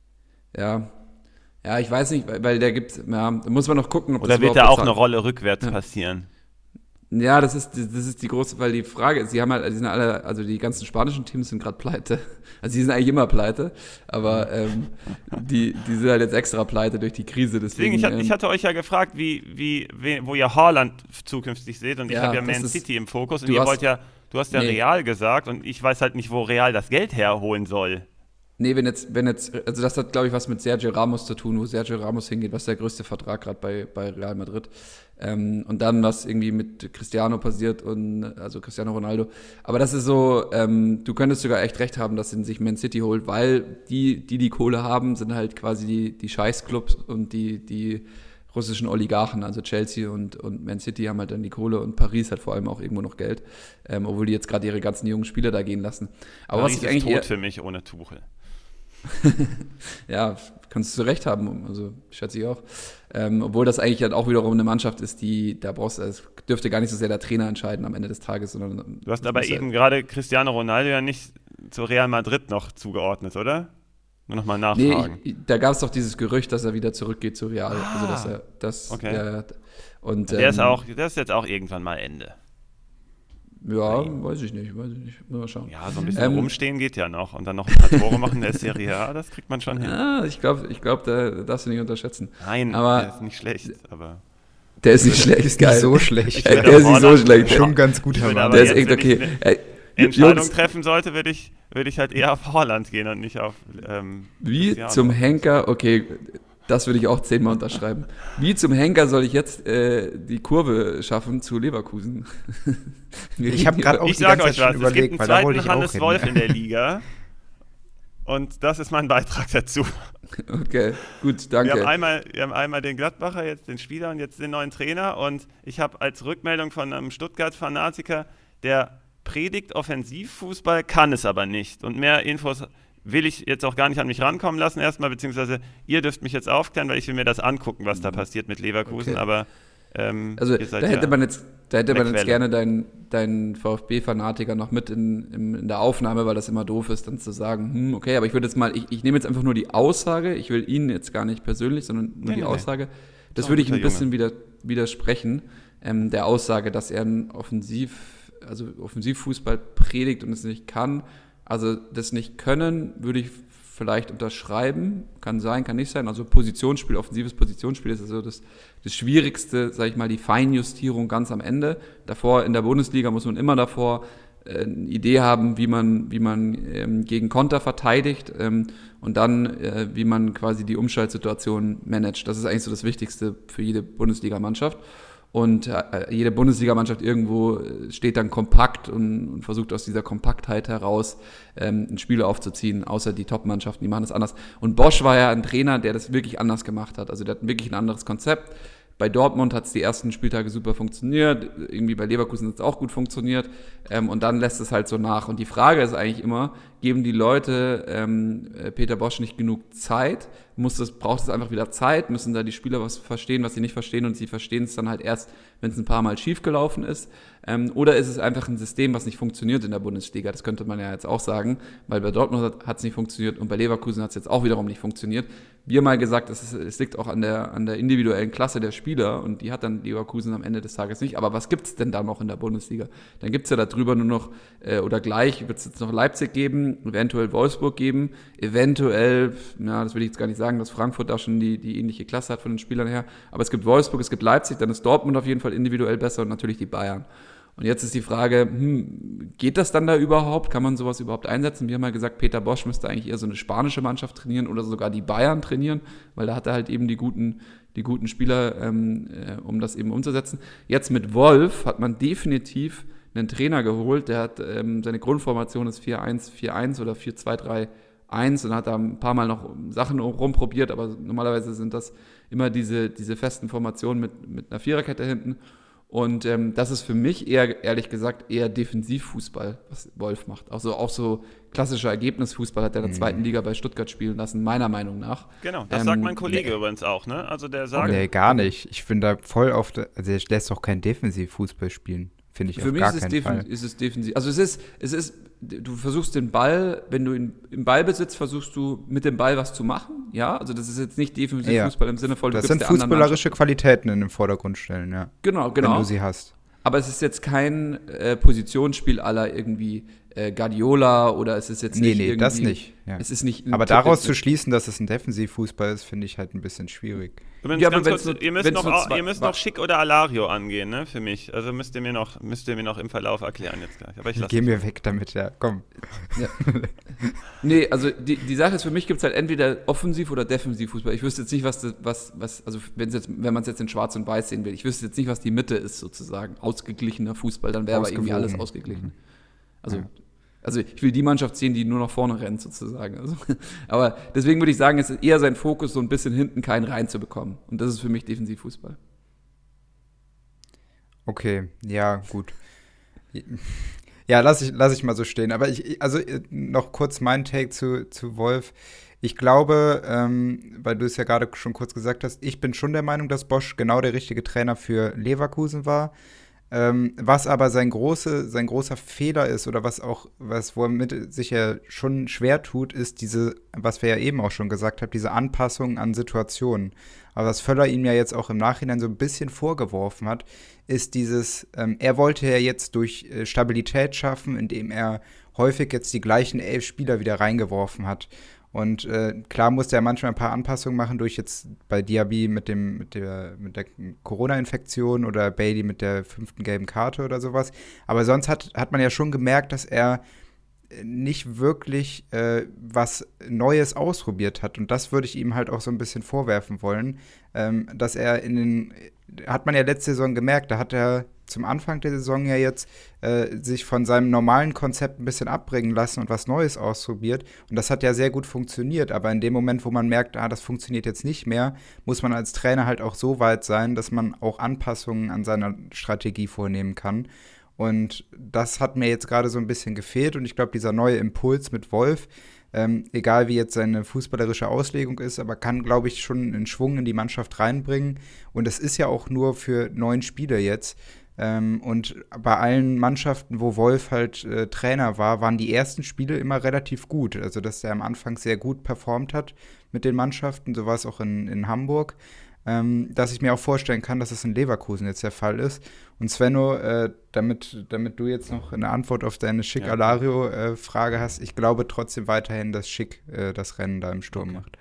Ja, ja, ich weiß nicht, weil, weil der gibt, ja, da muss man noch gucken, ob Oder das wird da auch eine Rolle rückwärts ja. passieren? Ja, das ist, das ist die große, weil die Frage ist, sie haben halt, die sind alle, also die ganzen spanischen Teams sind gerade pleite. Also die sind eigentlich immer pleite, aber ähm, die, die sind halt jetzt extra pleite durch die Krise. Deswegen, deswegen ich, ähm, ich hatte euch ja gefragt, wie, wie, wie wo ihr Haaland zukünftig seht und ich Ja, habe ja das Man ist- City im Fokus und du ihr hast- wollt ja, du hast ja Nee. Real gesagt und ich weiß halt nicht, wo Real das Geld herholen soll. Nee, wenn jetzt, wenn jetzt, also das hat, glaube ich, was mit Sergio Ramos zu tun, wo Sergio Ramos hingeht, was der größte Vertrag gerade bei, bei Real Madrid. Ähm, und dann, was irgendwie mit Cristiano passiert und also Cristiano Ronaldo. Aber das ist so, ähm, du könntest sogar echt recht haben, dass ihn sich Man City holt, weil die, die die Kohle haben, sind halt quasi die, die Scheißclubs und die, die russischen Oligarchen, also Chelsea und, und Man City haben halt dann die Kohle und Paris hat vor allem auch irgendwo noch Geld, ähm, obwohl die jetzt gerade ihre ganzen jungen Spieler da gehen lassen. Aber Paris was ich ist eigentlich tot eher, für mich ohne Tuchel. Ja, kannst du recht haben, also schätze ich auch. Ähm, obwohl das eigentlich halt auch wiederum eine Mannschaft ist, die, da brauchst du, es dürfte gar nicht so sehr der Trainer entscheiden am Ende des Tages, sondern. Du hast aber eben gerade Cristiano Ronaldo ja nicht zu Real Madrid noch zugeordnet, oder? Nur nochmal nachfragen. Nee, ich, da gab es doch dieses Gerücht, dass er wieder zurückgeht zu Real. Ah, also dass er das. okay. Ja, und, Der ist ähm, auch, der ist jetzt auch irgendwann mal Ende. Ja, weiß ich nicht, weiß ich nicht. Mal schauen. Ja, so ein bisschen Ähm, rumstehen geht ja noch und dann noch ein paar Tore machen in der Serie A, das kriegt man schon hin. Ja, ich glaube, ich glaub, da darfst du nicht unterschätzen. Nein, aber der ist nicht schlecht, aber Der ist nicht schlecht, Ist geil. nicht so schlecht. Ich Äh, würde der ist aber nicht so Holland- schlecht. Schon ganz gut, Ich würde Herr aber Der ist jetzt, echt wenn ich okay. eine Äh, Entscheidung Jungs, treffen sollte, würde ich, würde ich halt eher auf Holland gehen und nicht auf ähm, Wie Cristiano. zum Henker, okay, das würde ich auch zehnmal unterschreiben. Wie zum Henker soll ich jetzt äh, die Kurve schaffen zu Leverkusen? Ich habe gerade auch Ich die sage ganze euch Zeit was, schon es gibt überlegt, einen weil da wollte zweiten ich auch Hannes hin. Wolf in der Liga und das ist mein Beitrag dazu. Okay, gut, Wir haben, danke. einmal, wir haben einmal den Gladbacher, jetzt den Spieler und jetzt den neuen Trainer und ich habe als Rückmeldung von einem Stuttgart-Fanatiker, der predigt Offensivfußball, kann es aber nicht und mehr Infos will ich jetzt auch gar nicht an mich rankommen lassen erstmal, beziehungsweise ihr dürft mich jetzt aufklären, weil ich will mir das angucken, was da passiert mit Leverkusen, Okay. aber ähm, Also ihr seid da hätte ja man jetzt, da hätte man eine jetzt Quelle. gerne deinen deinen VfB-Fanatiker noch mit in, in, in der Aufnahme, weil das immer doof ist, dann zu sagen, hm, okay, aber ich würde jetzt mal, ich, ich nehme jetzt einfach nur die Aussage, ich will ihn jetzt gar nicht persönlich, sondern nur Nee, die nee, nee. Aussage. Das Ist auch würde ein ich ein guter bisschen wieder, widersprechen, ähm, der Aussage, dass er ein Offensiv, also Offensivfußball predigt und es nicht kann. Also das nicht können, würde ich vielleicht unterschreiben, kann sein, kann nicht sein. Also Positionsspiel, offensives Positionsspiel ist also das, das Schwierigste, sage ich mal, die Feinjustierung ganz am Ende. Davor in der Bundesliga muss man immer davor äh, eine Idee haben, wie man, wie man ähm, gegen Konter verteidigt ähm, und dann, äh, wie man quasi die Umschaltsituation managt. Das ist eigentlich so das Wichtigste für jede Bundesligamannschaft. Und äh, jede Bundesligamannschaft irgendwo äh, steht dann kompakt und, und versucht aus dieser Kompaktheit heraus ähm, ein Spiel aufzuziehen, außer die Top-Mannschaften, die machen das anders. Und Bosch war ja ein Trainer, der das wirklich anders gemacht hat. Also der hat wirklich ein anderes Konzept. Bei Dortmund hat es die ersten Spieltage super funktioniert, irgendwie bei Leverkusen hat es auch gut funktioniert ähm, und dann lässt es halt so nach. Und die Frage ist eigentlich immer, geben die Leute ähm, Peter Bosch nicht genug Zeit? Muss das, braucht es einfach wieder Zeit? Müssen da die Spieler was verstehen, was sie nicht verstehen und sie verstehen es dann halt erst, wenn es ein paar Mal schief gelaufen ist? Ähm, oder ist es einfach ein System, was nicht funktioniert in der Bundesliga? Das könnte man ja jetzt auch sagen, weil bei Dortmund hat es nicht funktioniert und bei Leverkusen hat es jetzt auch wiederum nicht funktioniert. Wir haben mal gesagt, es, ist, es liegt auch an der, an der individuellen Klasse der Spieler und die hat dann Leverkusen am Ende des Tages nicht. Aber was gibt es denn da noch in der Bundesliga? Dann gibt es ja da drüber nur noch, äh, oder gleich wird es jetzt noch Leipzig geben, eventuell Wolfsburg geben, eventuell, ja, das will ich jetzt gar nicht sagen, dass Frankfurt da schon die, die ähnliche Klasse hat von den Spielern her, aber es gibt Wolfsburg, es gibt Leipzig, dann ist Dortmund auf jeden Fall individuell besser und natürlich die Bayern. Und jetzt ist die Frage, hm, geht das dann da überhaupt? Kann man sowas überhaupt einsetzen? Wir haben ja gesagt, Peter Bosch müsste eigentlich eher so eine spanische Mannschaft trainieren oder sogar die Bayern trainieren, weil da hat er halt eben die guten, die guten Spieler, ähm, äh, um das eben umzusetzen. Jetzt mit Wolf hat man definitiv einen Trainer geholt, der hat, ähm, seine Grundformation ist vier eins vier eins oder vier zwei drei eins und hat da ein paar Mal noch Sachen rumprobiert, aber normalerweise sind das immer diese, diese festen Formationen mit, mit einer Viererkette hinten. Und ähm, das ist für mich eher, ehrlich gesagt, eher Defensivfußball, was Wolf macht. Also auch so klassischer Ergebnisfußball hat er in der Mhm. zweiten Liga bei Stuttgart spielen lassen, meiner Meinung nach. Genau, das Ähm, sagt mein Kollege nee. übrigens auch, ne? Also der sagt, Nee, gar nicht. Ich finde da voll auf der, also der lässt doch kein Defensivfußball spielen. Finde ich Für auf mich gar ist es, keinen defen- Fall. ist es defensiv. Also es ist, es ist, du versuchst den Ball, wenn du in, im Ballbesitz versuchst du mit dem Ball was zu machen, ja. Also das ist jetzt nicht Defensivfußball Ja. im Sinne von, du Das gibst sind der anderen fußballerische Qualitäten in den Vordergrund stellen, ja. Mannschaft- Genau, Wenn genau. du sie hast. aber es ist jetzt kein äh, Positionsspiel aller irgendwie äh, Guardiola oder es ist jetzt nee, nicht nee, irgendwie... das nicht. Ja. Es ist nicht aber daraus zu schließen, dass es ein Defensivfußball ist, finde ich halt ein bisschen schwierig. Übrigens, ja, ganz aber kurz, nur, ihr müsst, noch, zwei, ihr müsst noch Schick oder Alario angehen, ne, für mich. Also müsst ihr mir noch, müsst ihr mir noch im Verlauf erklären jetzt gleich. Aber ich Geh mir weg damit, ja, komm. Ja. Nee, also die, die Sache ist, für mich gibt es halt entweder Offensiv- oder Defensivfußball. Ich wüsste jetzt nicht, was, das, was, was also wenn's jetzt, wenn man es jetzt in Schwarz und Weiß sehen will, ich wüsste jetzt nicht, was die Mitte ist sozusagen. Ausgeglichener Fußball, dann wäre aber irgendwie alles ausgeglichen. Also, ja. also ich will die Mannschaft sehen, die nur nach vorne rennt sozusagen. Also, aber deswegen würde ich sagen, es ist eher sein Fokus, so ein bisschen hinten keinen reinzubekommen. Und das ist für mich Defensivfußball. Okay, ja, gut. Ja, lass ich, lass ich mal so stehen. Aber ich, also noch kurz mein Take zu, zu Wolf. Ich glaube, ähm, weil du es ja gerade schon kurz gesagt hast, ich bin schon der Meinung, dass Bosz genau der richtige Trainer für Leverkusen war. Ähm, was aber sein, große, sein großer Fehler ist oder was auch, was womit sich ja schon schwer tut, ist diese, was wir ja eben auch schon gesagt haben, diese Anpassung an Situationen. Aber was Völler ihm ja jetzt auch im Nachhinein so ein bisschen vorgeworfen hat, ist dieses, ähm, er wollte ja jetzt durch äh, Stabilität schaffen, indem er häufig jetzt die gleichen elf Spieler wieder reingeworfen hat. Und äh, klar musste er manchmal ein paar Anpassungen machen durch jetzt bei Diaby mit dem mit der mit der Corona-Infektion oder Bailey mit der fünften gelben Karte oder sowas. Aber sonst hat hat man ja schon gemerkt, dass er nicht wirklich äh, was Neues ausprobiert hat. Und das würde ich ihm halt auch so ein bisschen vorwerfen wollen, ähm, dass er in den, hat man ja letzte Saison gemerkt, da hat er zum Anfang der Saison ja jetzt äh, sich von seinem normalen Konzept ein bisschen abbringen lassen und was Neues ausprobiert. Und das hat ja sehr gut funktioniert. Aber in dem Moment, wo man merkt, ah, das funktioniert jetzt nicht mehr, muss man als Trainer halt auch so weit sein, dass man auch Anpassungen an seiner Strategie vornehmen kann. Und das hat mir jetzt gerade so ein bisschen gefehlt. Und ich glaube, dieser neue Impuls mit Wolf, ähm, egal wie jetzt seine fußballerische Auslegung ist, aber kann, glaube ich, schon einen Schwung in die Mannschaft reinbringen. Und es ist ja auch nur für neun Spiele jetzt. Ähm, und bei allen Mannschaften, wo Wolf halt äh, Trainer war, waren die ersten Spiele immer relativ gut. Also, dass er am Anfang sehr gut performt hat mit den Mannschaften. So war es auch in, in Hamburg. Ähm, dass ich mir auch vorstellen kann, dass es in Leverkusen jetzt der Fall ist. Und Svenno, äh, damit, damit du jetzt noch eine Antwort auf deine Schick-Alario-Frage äh, hast, ich glaube trotzdem weiterhin, dass Schick äh, das Rennen da im Sturm okay. macht.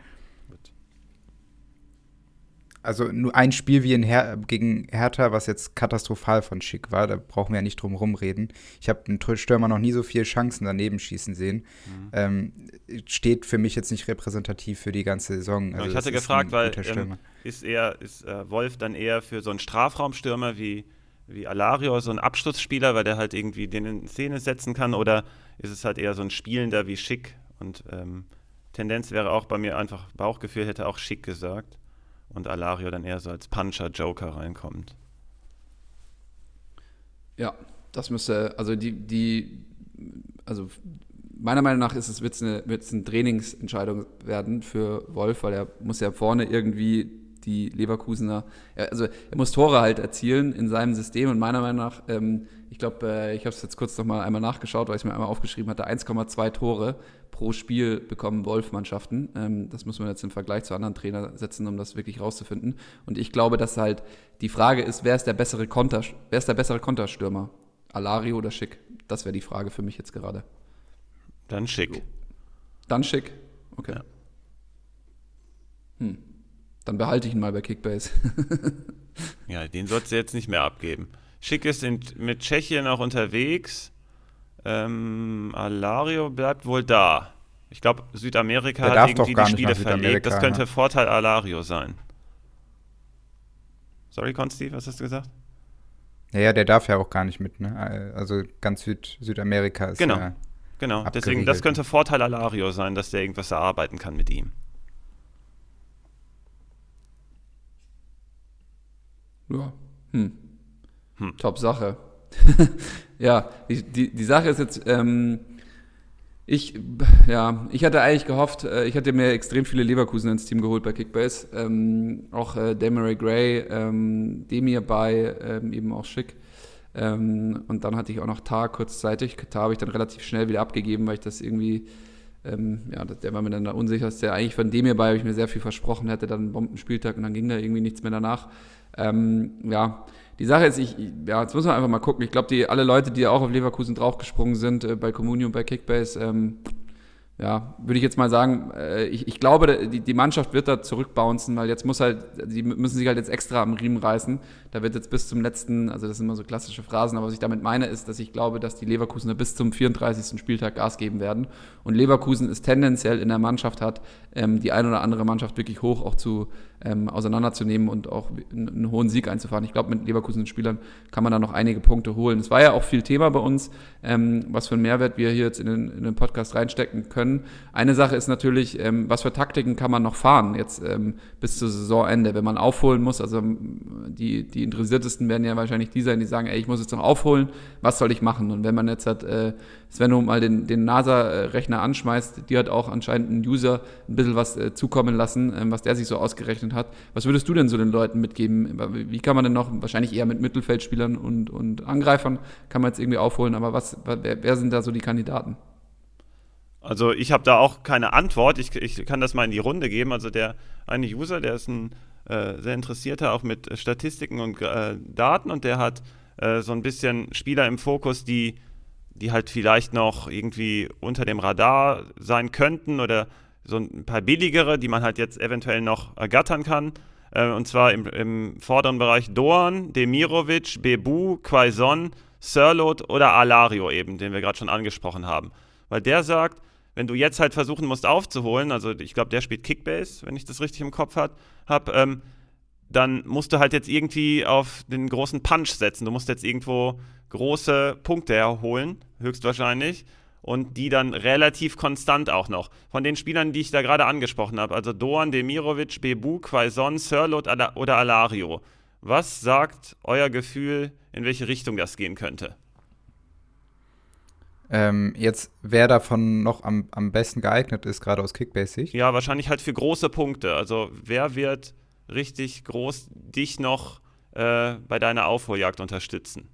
Also nur ein Spiel wie in Her- gegen Hertha, was jetzt katastrophal von Schick war, da brauchen wir ja nicht drum rumreden. Ich habe einen Stürmer noch nie so viele Chancen daneben schießen sehen. Mhm. Ähm, steht für mich jetzt nicht repräsentativ für die ganze Saison. Also ich hatte gefragt, weil ähm, ist, eher, ist äh, Wolf dann eher für so einen Strafraumstürmer wie, wie Alario, so ein Abschlussspieler, weil der halt irgendwie den in Szene setzen kann, oder ist es halt eher so ein Spielender wie Schick? Und ähm, Tendenz wäre auch bei mir einfach, Bauchgefühl hätte auch Schick gesagt. Und Alario dann eher so als Puncher-Joker reinkommt. Ja, das müsste, also die, die, also meiner Meinung nach ist es, wird es eine, wird's eine Trainingsentscheidung werden für Wolf, weil er muss ja vorne irgendwie die Leverkusener, also er muss Tore halt erzielen in seinem System und meiner Meinung nach, ähm, ich glaube, äh, ich habe es jetzt kurz noch mal einmal nachgeschaut, weil ich es mir einmal aufgeschrieben hatte, eins Komma zwei Tore pro Spiel bekommen Wolf-Mannschaften. Ähm, das muss man jetzt im Vergleich zu anderen Trainern setzen, um das wirklich rauszufinden. Und ich glaube, dass halt die Frage ist, wer ist der bessere Konter, wer ist der bessere Konterstürmer? Alario oder Schick? Das wäre die Frage für mich jetzt gerade. Dann Schick. So. Dann Schick? Okay. Ja. Hm. Dann behalte ich ihn mal bei Kickbase. Ja, den sollst du jetzt nicht mehr abgeben. Schick ist in, mit Tschechien auch unterwegs. Ähm, Alario bleibt wohl da. Ich glaube, Südamerika der hat irgendwie die Spiele verlegt. Das könnte ne? Vorteil Alario sein. Sorry, Konsti, was hast du gesagt? Naja, der darf ja auch gar nicht mit, ne? Also ganz Süd- Südamerika ist genau. ja Genau, deswegen, das könnte Vorteil Alario sein, dass der irgendwas erarbeiten kann mit ihm. Ja, hm. hm. Top Sache. Ja, die, die, die Sache ist jetzt, ähm, ich, ja, ich hatte eigentlich gehofft, äh, ich hatte mir extrem viele Leverkusen ins Team geholt bei Kickbase, ähm, auch äh, Demarai Gray, ähm, Demir bei, ähm, eben auch Schick, ähm, und dann hatte ich auch noch Tar kurzzeitig. Tar habe ich dann relativ schnell wieder abgegeben, weil ich das irgendwie ähm, ja, der war mir dann da unsicherste. Eigentlich von dem hierbei habe ich mir sehr viel versprochen, hätte dann einen Bombenspieltag und dann ging da irgendwie nichts mehr danach. Ähm, ja, die Sache ist, ich, ja, jetzt muss man einfach mal gucken. Ich glaube, die alle Leute, die auch auf Leverkusen draufgesprungen sind, äh, bei Comunio und bei Kickbase, ähm, ja, würde ich jetzt mal sagen, äh, ich, ich glaube, die, die Mannschaft wird da zurückbouncen, weil jetzt muss halt, die müssen sich halt jetzt extra am Riemen reißen. Da wird jetzt bis zum letzten, also das sind immer so klassische Phrasen, aber was ich damit meine, ist, dass ich glaube, dass die Leverkusener bis zum vierunddreißigsten Spieltag Gas geben werden. Und Leverkusen ist tendenziell in der Mannschaft hat, ähm, die ein oder andere Mannschaft wirklich hoch auch zu ähm, auseinanderzunehmen und auch einen, einen hohen Sieg einzufahren. Ich glaube, mit Leverkusen-Spielern kann man da noch einige Punkte holen. Es war ja auch viel Thema bei uns, ähm, was für einen Mehrwert wir hier jetzt in den, in den Podcast reinstecken können. Eine Sache ist natürlich, ähm, was für Taktiken kann man noch fahren jetzt ähm, bis zum Saisonende, wenn man aufholen muss. Also die, die Interessiertesten werden ja wahrscheinlich die sein, die sagen, ey, ich muss jetzt noch aufholen, was soll ich machen? Und wenn man jetzt hat, äh, Svenno mal den, den NASA-Rechner anschmeißt, die hat auch anscheinend ein User ein bisschen was äh, zukommen lassen, ähm, was der sich so ausgerechnet hat. Was würdest du denn so den Leuten mitgeben? Wie kann man denn noch, wahrscheinlich eher mit Mittelfeldspielern und, und Angreifern, kann man jetzt irgendwie aufholen, aber was, wer, wer sind da so die Kandidaten? Also ich habe da auch keine Antwort, ich, ich kann das mal in die Runde geben. Also der eine User, der ist ein äh, sehr interessierter, auch mit Statistiken und äh, Daten, und der hat äh, so ein bisschen Spieler im Fokus, die, die halt vielleicht noch irgendwie unter dem Radar sein könnten oder so ein paar billigere, die man halt jetzt eventuell noch ergattern kann. Äh, und zwar im, im vorderen Bereich Doğan, Demirovic, Bebu, Quaison, Sørloth oder Alario eben, den wir gerade schon angesprochen haben. Weil der sagt, wenn du jetzt halt versuchen musst aufzuholen, also ich glaube, der spielt Kickbase, wenn ich das richtig im Kopf habe, ähm, dann musst du halt jetzt irgendwie auf den großen Punch setzen. Du musst jetzt irgendwo große Punkte erholen, höchstwahrscheinlich, und die dann relativ konstant auch noch. Von den Spielern, die ich da gerade angesprochen habe, also Doğan, Demirovic, Bebu, Quaison, Sørloth oder Alario. Was sagt euer Gefühl, in welche Richtung das gehen könnte? Ähm, jetzt, wer davon noch am, am besten geeignet ist, gerade aus Kickbase-Sicht? Ja, wahrscheinlich halt für große Punkte. Also wer wird richtig groß dich noch äh, bei deiner Aufholjagd unterstützen?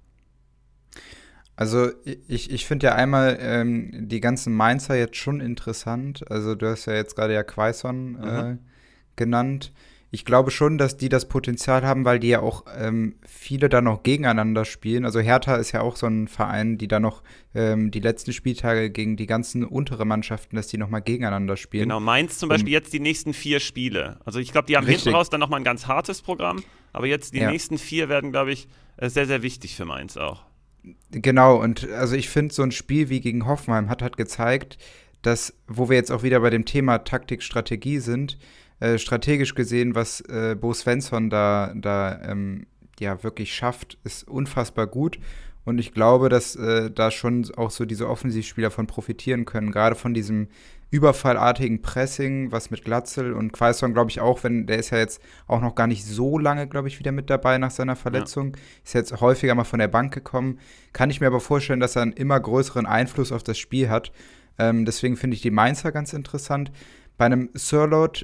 Also ich, ich finde ja einmal ähm, die ganzen Mainzer jetzt schon interessant. Also du hast ja jetzt gerade ja Quaison äh, genannt. Ich glaube schon, dass die das Potenzial haben, weil die ja auch ähm, viele da noch gegeneinander spielen. Also Hertha ist ja auch so ein Verein, die da noch ähm, die letzten Spieltage gegen die ganzen untere Mannschaften, dass die noch mal gegeneinander spielen. Genau, Mainz zum Beispiel um, jetzt die nächsten vier Spiele. Also ich glaube, die haben richtig. hinten raus dann noch mal ein ganz hartes Programm. Aber jetzt die ja. nächsten vier werden, glaube ich, sehr, sehr wichtig für Mainz auch. Genau, und also ich finde, so ein Spiel wie gegen Hoffenheim hat halt gezeigt, dass, wo wir jetzt auch wieder bei dem Thema Taktik, Strategie sind, Äh, strategisch gesehen, was äh, Bo Svensson da, da ähm, ja wirklich schafft, ist unfassbar gut. Und ich glaube, dass äh, da schon auch so diese Offensivspieler von profitieren können, gerade von diesem überfallartigen Pressing, was mit Glatzel und Quaison, glaube ich, auch, wenn der ist ja jetzt auch noch gar nicht so lange, glaube ich, wieder mit dabei nach seiner Verletzung. Ja. Ist jetzt häufiger mal von der Bank gekommen. Kann ich mir aber vorstellen, dass er einen immer größeren Einfluss auf das Spiel hat. Ähm, deswegen finde ich die Mainzer ganz interessant. Bei einem Sørloth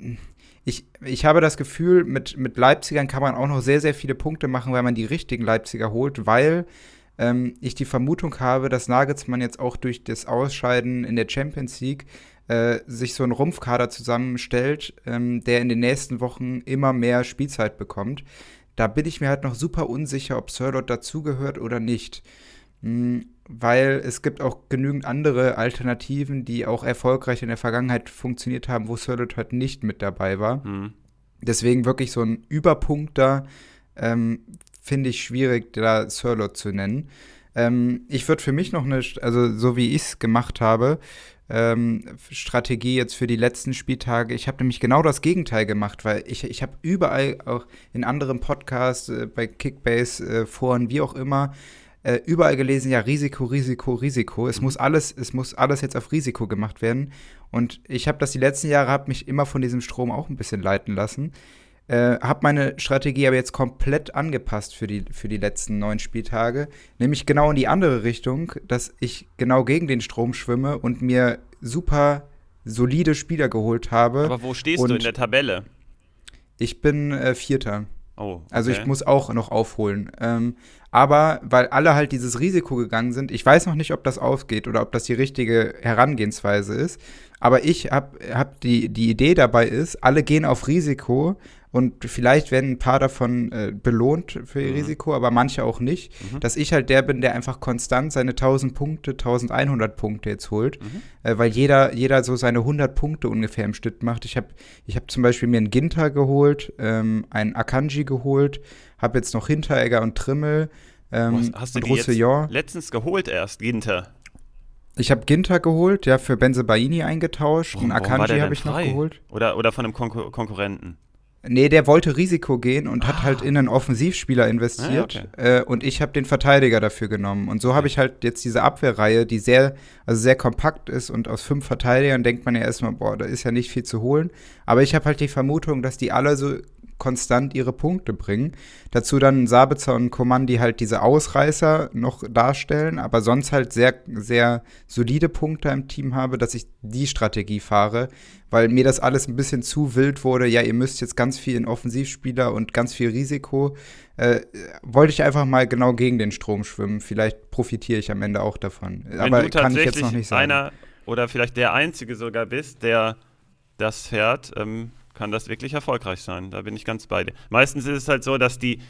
Ich, ich habe das Gefühl, mit, mit Leipzigern kann man auch noch sehr, sehr viele Punkte machen, weil man die richtigen Leipziger holt, weil ähm, ich die Vermutung habe, dass Nagelsmann jetzt auch durch das Ausscheiden in der Champions League äh, sich so einen Rumpfkader zusammenstellt, ähm, der in den nächsten Wochen immer mehr Spielzeit bekommt. Da bin ich mir halt noch super unsicher, ob Sørloth dazugehört oder nicht. Mhm. Weil es gibt auch genügend andere Alternativen, die auch erfolgreich in der Vergangenheit funktioniert haben, wo Sørloth halt nicht mit dabei war. Mhm. Deswegen wirklich so ein Überpunkt da, ähm, finde ich schwierig, da Sørloth zu nennen. Ähm, ich würde für mich noch eine, also so wie ich es gemacht habe, ähm, Strategie jetzt für die letzten Spieltage, ich habe nämlich genau das Gegenteil gemacht, weil ich, ich habe überall, auch in anderen Podcasts, äh, bei Kickbase, äh, Foren, wie auch immer, Äh, überall gelesen, ja, Risiko, Risiko, Risiko. Es muss alles, es muss alles jetzt auf Risiko gemacht werden. Und ich habe das die letzten Jahre, habe mich immer von diesem Strom auch ein bisschen leiten lassen. Äh, habe meine Strategie aber jetzt komplett angepasst für die, für die letzten neun Spieltage. Nämlich genau in die andere Richtung, dass ich genau gegen den Strom schwimme und mir super solide Spieler geholt habe. Aber wo stehst du in der Tabelle? Ich bin äh, Vierter. Oh, okay. Also ich muss auch noch aufholen. Ähm, aber weil alle halt dieses Risiko gegangen sind, ich weiß noch nicht, ob das aufgeht oder ob das die richtige Herangehensweise ist, aber ich habe hab die, die Idee dabei ist, alle gehen auf Risiko und vielleicht werden ein paar davon äh, belohnt für ihr Mhm. Risiko, aber manche auch nicht, Mhm. dass ich halt der bin, der einfach konstant seine tausend Punkte, eintausendeinhundert Punkte jetzt holt, Mhm. äh, weil jeder, jeder so seine hundert Punkte ungefähr im Schnitt macht. Ich habe ich hab zum Beispiel mir einen Ginter geholt, ähm, einen Akanji geholt, habe jetzt noch Hinteregger und Trimmel ähm, Hast, hast du und die jetzt Roussillon. letztens geholt erst, Ginter? Ich habe Ginter geholt, ja, für Benzebaini eingetauscht. Warum, Einen warum war Akanji der habe denn ich noch frei? geholt. Oder, oder von einem Konkur Konkurrenten? Nee, der wollte Risiko gehen und hat Ah. halt in einen Offensivspieler investiert. Ah, okay. äh, und ich habe den Verteidiger dafür genommen. Und so habe ich halt jetzt diese Abwehrreihe, die sehr, also sehr kompakt ist und aus fünf Verteidigern denkt man ja erstmal, boah, da ist ja nicht viel zu holen. Aber ich habe halt die Vermutung, dass die alle so konstant ihre Punkte bringen. Dazu dann Sabitzer und Coman, die halt diese Ausreißer noch darstellen, aber sonst halt sehr, sehr solide Punkte im Team habe, dass ich die Strategie fahre, weil mir das alles ein bisschen zu wild wurde. Ja, ihr müsst jetzt ganz viel in Offensivspieler und ganz viel Risiko. Äh, wollte ich einfach mal genau gegen den Strom schwimmen. Vielleicht profitiere ich am Ende auch davon. Wenn aber du kann ich jetzt tatsächlich noch nicht sagen. einer oder vielleicht der Einzige sogar bist, der das fährt, ähm, kann das wirklich erfolgreich sein. Da bin ich ganz bei dir. Meistens ist es halt so, dass die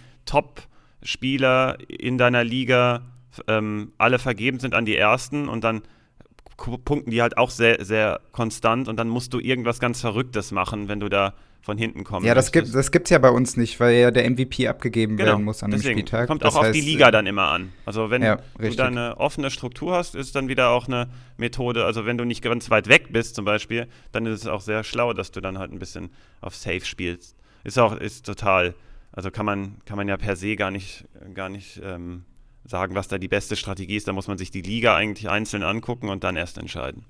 Top-Spieler in deiner Liga ähm, alle vergeben sind an die Ersten und dann k- punkten die halt auch sehr, sehr konstant und dann musst du irgendwas ganz Verrücktes machen, wenn du da von hinten kommen Ja, das möchtest. gibt das gibt's ja bei uns nicht, weil ja der M V P abgegeben Genau, werden muss an dem deswegen. Spieltag. Kommt Das auch auf die heißt, Liga äh, dann immer an. Also wenn Ja, du richtig. da eine offene Struktur hast, ist dann wieder auch eine Methode, also wenn du nicht ganz weit weg bist zum Beispiel, dann ist es auch sehr schlau, dass du dann halt ein bisschen auf Safe spielst. Ist auch, ist total, also kann man, kann man ja per se gar nicht, gar nicht ähm, sagen, was da die beste Strategie ist. Da muss man sich die Liga eigentlich einzeln angucken und dann erst entscheiden.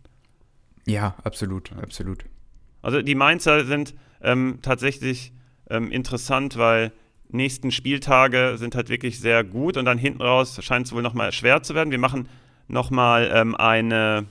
Ja, absolut, absolut. Also die Mainzer sind ähm, tatsächlich ähm, interessant, weil nächsten Spieltage sind halt wirklich sehr gut und dann hinten raus scheint es wohl nochmal schwer zu werden. Wir machen nochmal ähm, eine,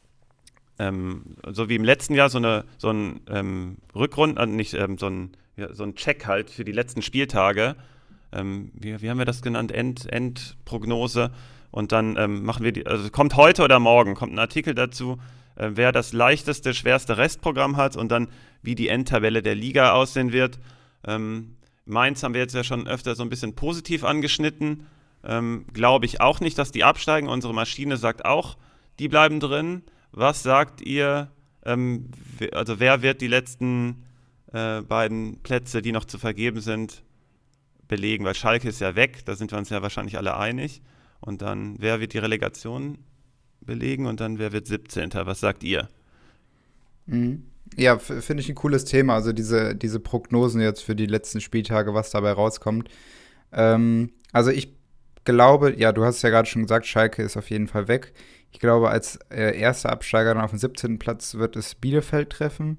ähm, so wie im letzten Jahr, so eine so ein ähm, Rückrund, also nicht ähm, so ein ja, so ein Check halt für die letzten Spieltage. Ähm, wie, wie haben wir das genannt? End, Endprognose. Und dann ähm, machen wir die, also kommt heute oder morgen, kommt ein Artikel dazu, äh, wer das leichteste, schwerste Restprogramm hat und dann wie die Endtabelle der Liga aussehen wird. Ähm, Mainz haben wir jetzt ja schon öfter so ein bisschen positiv angeschnitten. Ähm, Glaube ich auch nicht, dass die absteigen. Unsere Maschine sagt auch, die bleiben drin. Was sagt ihr? Ähm, we- also wer wird die letzten äh, beiden Plätze, die noch zu vergeben sind, belegen? Weil Schalke ist ja weg, da sind wir uns ja wahrscheinlich alle einig. Und dann, wer wird die Relegation belegen und dann wer wird siebzehnter? Was sagt ihr? Mhm. Ja, f- finde ich ein cooles Thema. Also diese, diese Prognosen jetzt für die letzten Spieltage, was dabei rauskommt. Ähm, also ich glaube, ja, du hast es ja gerade schon gesagt, Schalke ist auf jeden Fall weg. Ich glaube, als äh, erster Absteiger dann auf dem siebzehnten Platz wird es Bielefeld treffen.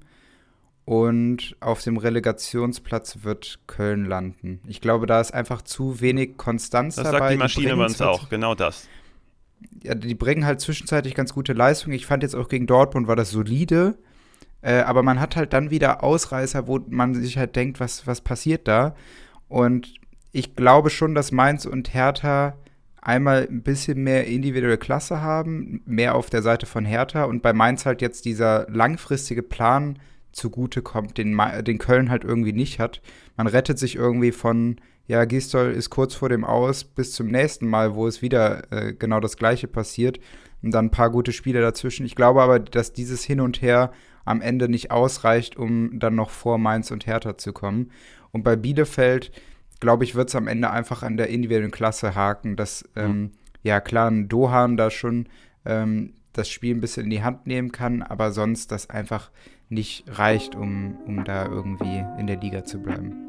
Und auf dem Relegationsplatz wird Köln landen. Ich glaube, da ist einfach zu wenig Konstanz Das dabei. sagt die Die Maschine bringen bei uns zwar auch, genau das. ja, die bringen halt zwischenzeitlich ganz gute Leistung. Ich fand jetzt auch gegen Dortmund war das solide. Äh, aber man hat halt dann wieder Ausreißer, wo man sich halt denkt, was, was passiert da? Und ich glaube schon, dass Mainz und Hertha einmal ein bisschen mehr individuelle Klasse haben, mehr auf der Seite von Hertha und bei Mainz halt jetzt dieser langfristige Plan zugutekommt, den, Ma- den Köln halt irgendwie nicht hat. Man rettet sich irgendwie von, ja, Gistol ist kurz vor dem Aus bis zum nächsten Mal, wo es wieder äh, genau das Gleiche passiert und dann ein paar gute Spiele dazwischen. Ich glaube aber, dass dieses Hin und Her am Ende nicht ausreicht, um dann noch vor Mainz und Hertha zu kommen. Und bei Bielefeld, glaube ich, wird es am Ende einfach an der individuellen Klasse haken, dass, ähm, ja klar, ein Dohan da schon ähm, das Spiel ein bisschen in die Hand nehmen kann, aber sonst das einfach nicht reicht, um, um da irgendwie in der Liga zu bleiben.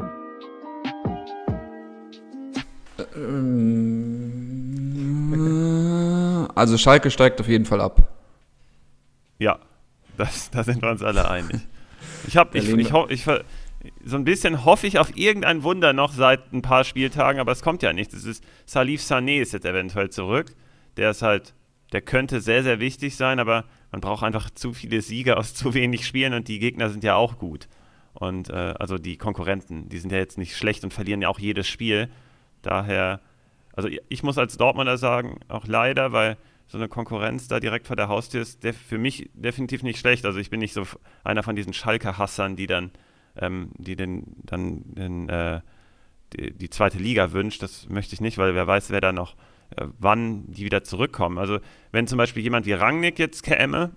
Ähm, Also Schalke steigt auf jeden Fall ab. Ja, das, da sind wir uns alle einig. Ich habe, ich, Berlin- ich, ho- ich, ver- so ein bisschen hoffe ich auf irgendein Wunder noch seit ein paar Spieltagen, aber es kommt ja nichts. Es ist Salif Sané ist jetzt eventuell zurück. Der ist halt, der könnte sehr, sehr wichtig sein, aber man braucht einfach zu viele Siege aus zu wenig Spielen und die Gegner sind ja auch gut. Und äh, also die Konkurrenten, die sind ja jetzt nicht schlecht und verlieren ja auch jedes Spiel. Daher, also ich muss als Dortmunder sagen, auch leider, weil so eine Konkurrenz da direkt vor der Haustür ist def- für mich definitiv nicht schlecht. Also ich bin nicht so f- einer von diesen Schalke-Hassern, die dann, ähm, die den, dann den, äh, die, die zweite Liga wünscht. Das möchte ich nicht, weil wer weiß, wer da noch, äh, wann die wieder zurückkommen. Also wenn zum Beispiel jemand wie Rangnick jetzt käme,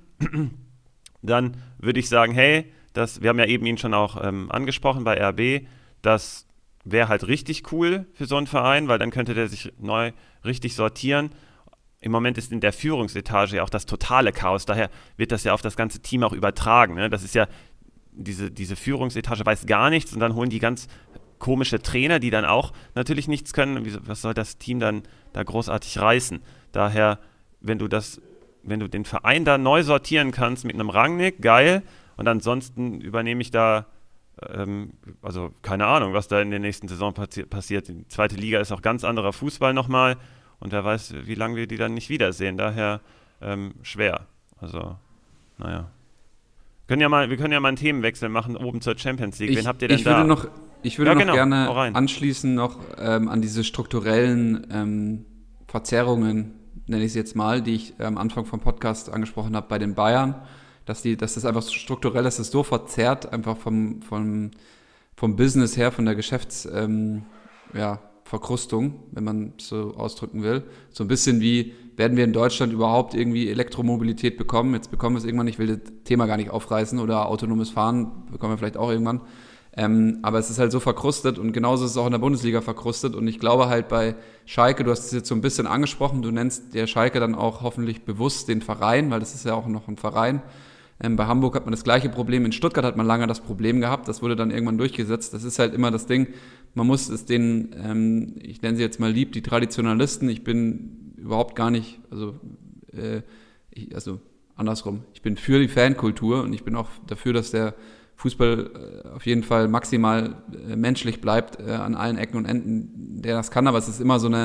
dann würde ich sagen, hey, das, wir haben ja eben ihn schon auch ähm, angesprochen bei R B, das wäre halt richtig cool für so einen Verein, weil dann könnte der sich neu richtig sortieren. Im Moment ist in der Führungsetage ja auch das totale Chaos, daher wird das ja auf das ganze Team auch übertragen. Ne? Das ist ja, diese, diese Führungsetage weiß gar nichts und dann holen die ganz komische Trainer, die dann auch natürlich nichts können. Wie, was soll das Team dann da großartig reißen? Daher, wenn du das, wenn du den Verein da neu sortieren kannst mit einem Rangnick, geil. Und ansonsten übernehme ich da, ähm, also keine Ahnung, was da in der nächsten Saison passi- passiert. Die zweite Liga ist auch ganz anderer Fußball nochmal. Und wer weiß, wie lange wir die dann nicht wiedersehen. Daher ähm, schwer. Also, naja. Können ja mal, wir können ja mal einen Themenwechsel machen, oben zur Champions League. Ich, Wen habt ihr denn ich würde da? noch, ich würde Ja, noch genau, hau gerne rein. anschließen noch ähm, an diese strukturellen ähm, Verzerrungen, nenne ich es jetzt mal, die ich am Anfang vom Podcast angesprochen habe bei den Bayern, dass die, dass das einfach so strukturell ist, das ist so verzerrt, einfach vom, vom, vom Business her, von der Geschäfts, ähm, ja, Verkrustung, wenn man so ausdrücken will. So ein bisschen wie, werden wir in Deutschland überhaupt irgendwie Elektromobilität bekommen? Jetzt bekommen wir es irgendwann, ich will das Thema gar nicht aufreißen, oder autonomes Fahren bekommen wir vielleicht auch irgendwann. Ähm, aber es ist halt so verkrustet und genauso ist es auch in der Bundesliga verkrustet und ich glaube halt bei Schalke, du hast es jetzt so ein bisschen angesprochen, du nennst der Schalke dann auch hoffentlich bewusst den Verein, weil das ist ja auch noch ein Verein. Ähm, bei Hamburg hat man das gleiche Problem, in Stuttgart hat man lange das Problem gehabt, das wurde dann irgendwann durchgesetzt. Das ist halt immer das Ding, man muss es den, ähm, ich nenne sie jetzt mal lieb, die Traditionalisten, ich bin überhaupt gar nicht, also, äh, ich, also andersrum, ich bin für die Fankultur und ich bin auch dafür, dass der Fußball äh, auf jeden Fall maximal äh, menschlich bleibt äh, an allen Ecken und Enden, der das kann, aber es ist immer so eine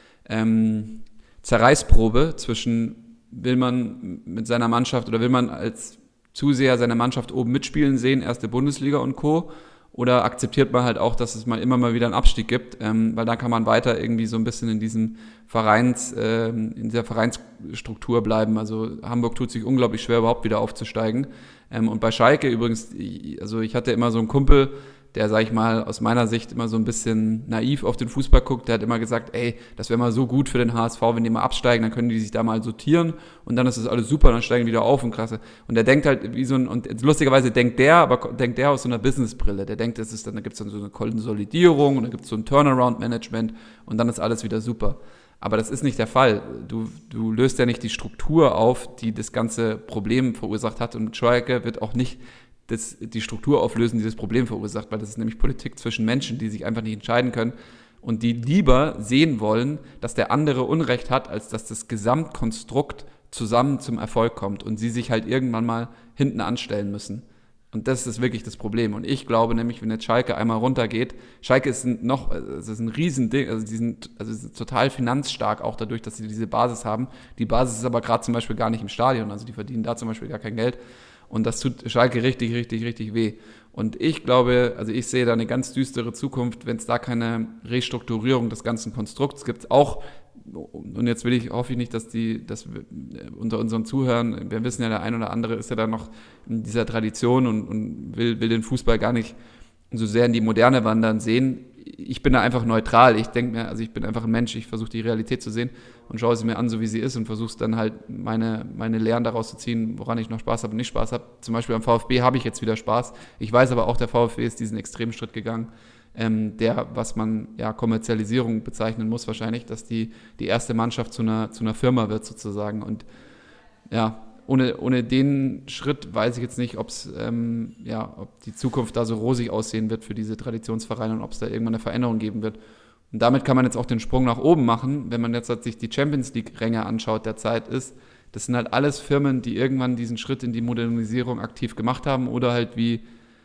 ähm, Zerreißprobe zwischen, will man mit seiner Mannschaft oder will man als Zuseher seine Mannschaft oben mitspielen sehen, erste Bundesliga und Co., oder akzeptiert man halt auch, dass es mal immer mal wieder einen Abstieg gibt, ähm, weil dann kann man weiter irgendwie so ein bisschen in diesem Vereins, ähm, in dieser Vereinsstruktur bleiben. Also Hamburg tut sich unglaublich schwer, überhaupt wieder aufzusteigen. Ähm, und bei Schalke übrigens, also ich hatte immer so einen Kumpel, der, sag ich mal, aus meiner Sicht immer so ein bisschen naiv auf den Fußball guckt, der hat immer gesagt, ey, das wäre mal so gut für den H S V, wenn die mal absteigen, dann können die sich da mal sortieren und dann ist das alles super, dann steigen die wieder auf und krasse. Und der denkt halt wie so ein, und lustigerweise denkt der, aber denkt der aus so einer Businessbrille, der denkt, das ist dann, da gibt's dann so eine Konsolidierung und da gibt's so ein Turnaround-Management und dann ist alles wieder super. Aber das ist nicht der Fall. Du, du löst ja nicht die Struktur auf, die das ganze Problem verursacht hat und Schalke wird auch nicht das, die Struktur auflösen, die das Problem verursacht, weil das ist nämlich Politik zwischen Menschen, die sich einfach nicht entscheiden können und die lieber sehen wollen, dass der andere Unrecht hat, als dass das Gesamtkonstrukt zusammen zum Erfolg kommt und sie sich halt irgendwann mal hinten anstellen müssen. Und das ist wirklich das Problem. Und ich glaube nämlich, wenn jetzt Schalke einmal runtergeht, Schalke ist ein noch, es ist ein Riesending, also die sind, also die sind total finanzstark, auch dadurch, dass sie diese Basis haben. Die Basis ist aber gerade zum Beispiel gar nicht im Stadion, also die verdienen da zum Beispiel gar kein Geld. Und das tut Schalke richtig, richtig, richtig weh. Und ich glaube, also ich sehe da eine ganz düstere Zukunft, wenn es da keine Restrukturierung des ganzen Konstrukts gibt. Auch, und jetzt will ich, hoffe ich nicht, dass die, dass wir unter unseren Zuhörern, wir wissen ja, der ein oder andere ist ja da noch in dieser Tradition und, und will, will den Fußball gar nicht so sehr in die Moderne wandern sehen. Ich bin da einfach neutral. Ich denke mir, also ich bin einfach ein Mensch, ich versuche die Realität zu sehen und schaue sie mir an, so wie sie ist und versuche dann halt meine, meine Lehren daraus zu ziehen, woran ich noch Spaß habe und nicht Spaß habe. Zum Beispiel am VfB habe ich jetzt wieder Spaß. Ich weiß aber auch, der VfB ist diesen extremen Schritt gegangen, ähm, der, was man ja Kommerzialisierung bezeichnen muss wahrscheinlich, dass die, die erste Mannschaft zu einer, zu einer Firma wird sozusagen und ja, Ohne, ohne den Schritt weiß ich jetzt nicht, ob's, ähm, ja, ob die Zukunft da so rosig aussehen wird für diese Traditionsvereine und ob es da irgendwann eine Veränderung geben wird. Und damit kann man jetzt auch den Sprung nach oben machen, wenn man jetzt halt sich die Champions League-Ränge anschaut, der Zeit ist. Das sind halt alles Firmen, die irgendwann diesen Schritt in die Modernisierung aktiv gemacht haben oder halt wie,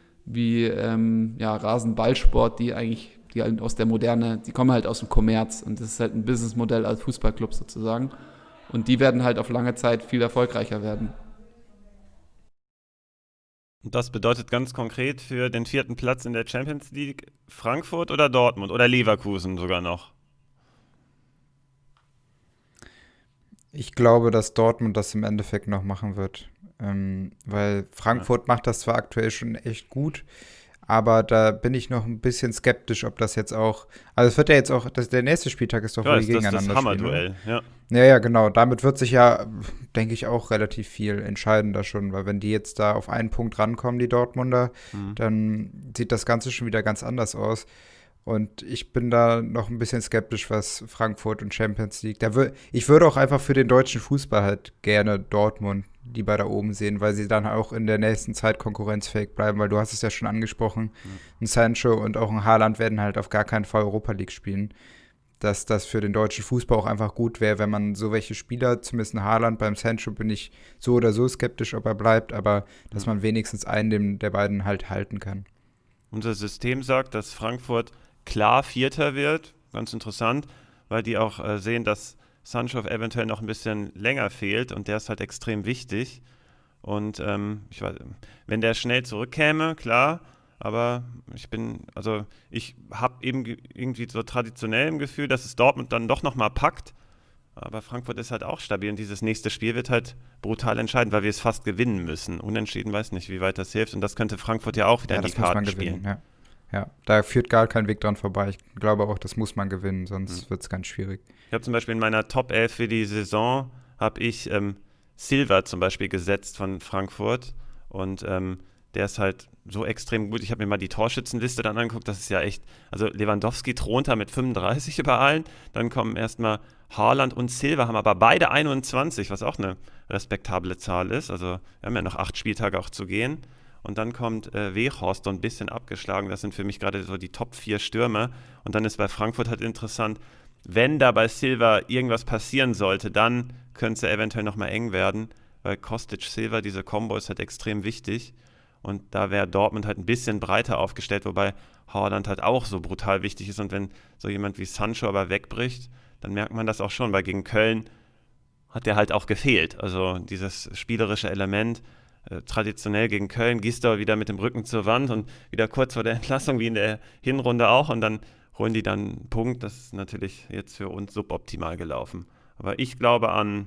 wie ähm, ja, Rasenballsport, die eigentlich die halt aus der Moderne, die kommen halt aus dem Kommerz und das ist halt ein Businessmodell als Fußballclub sozusagen. Und die werden halt auf lange Zeit viel erfolgreicher werden. Und das bedeutet ganz konkret für den vierten Platz in der Champions League Frankfurt oder Dortmund oder Leverkusen sogar noch? Ich glaube, dass Dortmund das im Endeffekt noch machen wird. Ähm, weil Frankfurt ja. macht das zwar aktuell schon echt gut, aber da bin ich noch ein bisschen skeptisch, ob das jetzt auch. Also, es wird ja jetzt auch. Das, der nächste Spieltag ist doch, ja, wo die gegeneinander spielen. Das Hammerduell, ja. Ja, ja, genau. Damit wird sich ja, denke ich, auch relativ viel entscheiden da schon, weil wenn die jetzt da auf einen Punkt rankommen, die Dortmunder, mhm. dann sieht das Ganze schon wieder ganz anders aus. Und ich bin da noch ein bisschen skeptisch, was Frankfurt und Champions League. Da wür- ich würde auch einfach für den deutschen Fußball halt gerne Dortmund lieber da oben sehen, weil sie dann auch in der nächsten Zeit konkurrenzfähig bleiben, weil du hast es ja schon angesprochen, mhm. ein Sancho und auch ein Haaland werden halt auf gar keinen Fall Europa League spielen. Dass das für den deutschen Fußball auch einfach gut wäre, wenn man so welche Spieler, zumindest ein Haaland, beim Sancho bin ich so oder so skeptisch, ob er bleibt, aber dass man wenigstens einen der beiden halt halten kann. Unser System sagt, dass Frankfurt klar Vierter wird, ganz interessant, weil die auch äh, sehen, dass Sancho eventuell noch ein bisschen länger fehlt und der ist halt extrem wichtig. Und ähm, ich weiß, wenn der schnell zurückkäme, klar, aber ich bin, also ich habe eben irgendwie so traditionell im Gefühl, dass es Dortmund dann doch nochmal packt. Aber Frankfurt ist halt auch stabil und dieses nächste Spiel wird halt brutal entscheidend, weil wir es fast gewinnen müssen. Unentschieden, weiß nicht, wie weit das hilft. Und das könnte Frankfurt ja auch wieder ja, in die Karten spielen. Ja. ja, da führt gar kein Weg dran vorbei. Ich glaube auch, das muss man gewinnen, sonst hm. wird es ganz schwierig. Ich habe zum Beispiel in meiner Top elf für die Saison, habe ich ähm, Silva zum Beispiel gesetzt von Frankfurt. Und ähm, der ist halt so extrem gut. Ich habe mir mal die Torschützenliste dann angeguckt, das ist ja echt, also Lewandowski thront da mit fünfunddreißig über allen, dann kommen erstmal Haaland und Silva, haben aber beide einundzwanzig, was auch eine respektable Zahl ist, also wir haben ja noch acht Spieltage auch zu gehen und dann kommt äh, Weghorst so ein bisschen abgeschlagen, das sind für mich gerade so die Top vier Stürmer und dann ist bei Frankfurt halt interessant, wenn da bei Silva irgendwas passieren sollte, dann könnte es ja eventuell nochmal eng werden, weil Kostic-Silva, diese Kombo ist halt extrem wichtig. Und da wäre Dortmund halt ein bisschen breiter aufgestellt, wobei Haaland halt auch so brutal wichtig ist. Und wenn so jemand wie Sancho aber wegbricht, dann merkt man das auch schon, weil gegen Köln hat der halt auch gefehlt. Also dieses spielerische Element, äh, traditionell gegen Köln, Gisdol wieder mit dem Rücken zur Wand und wieder kurz vor der Entlassung, wie in der Hinrunde auch. Und dann holen die dann einen Punkt. Das ist natürlich jetzt für uns suboptimal gelaufen. Aber ich glaube an,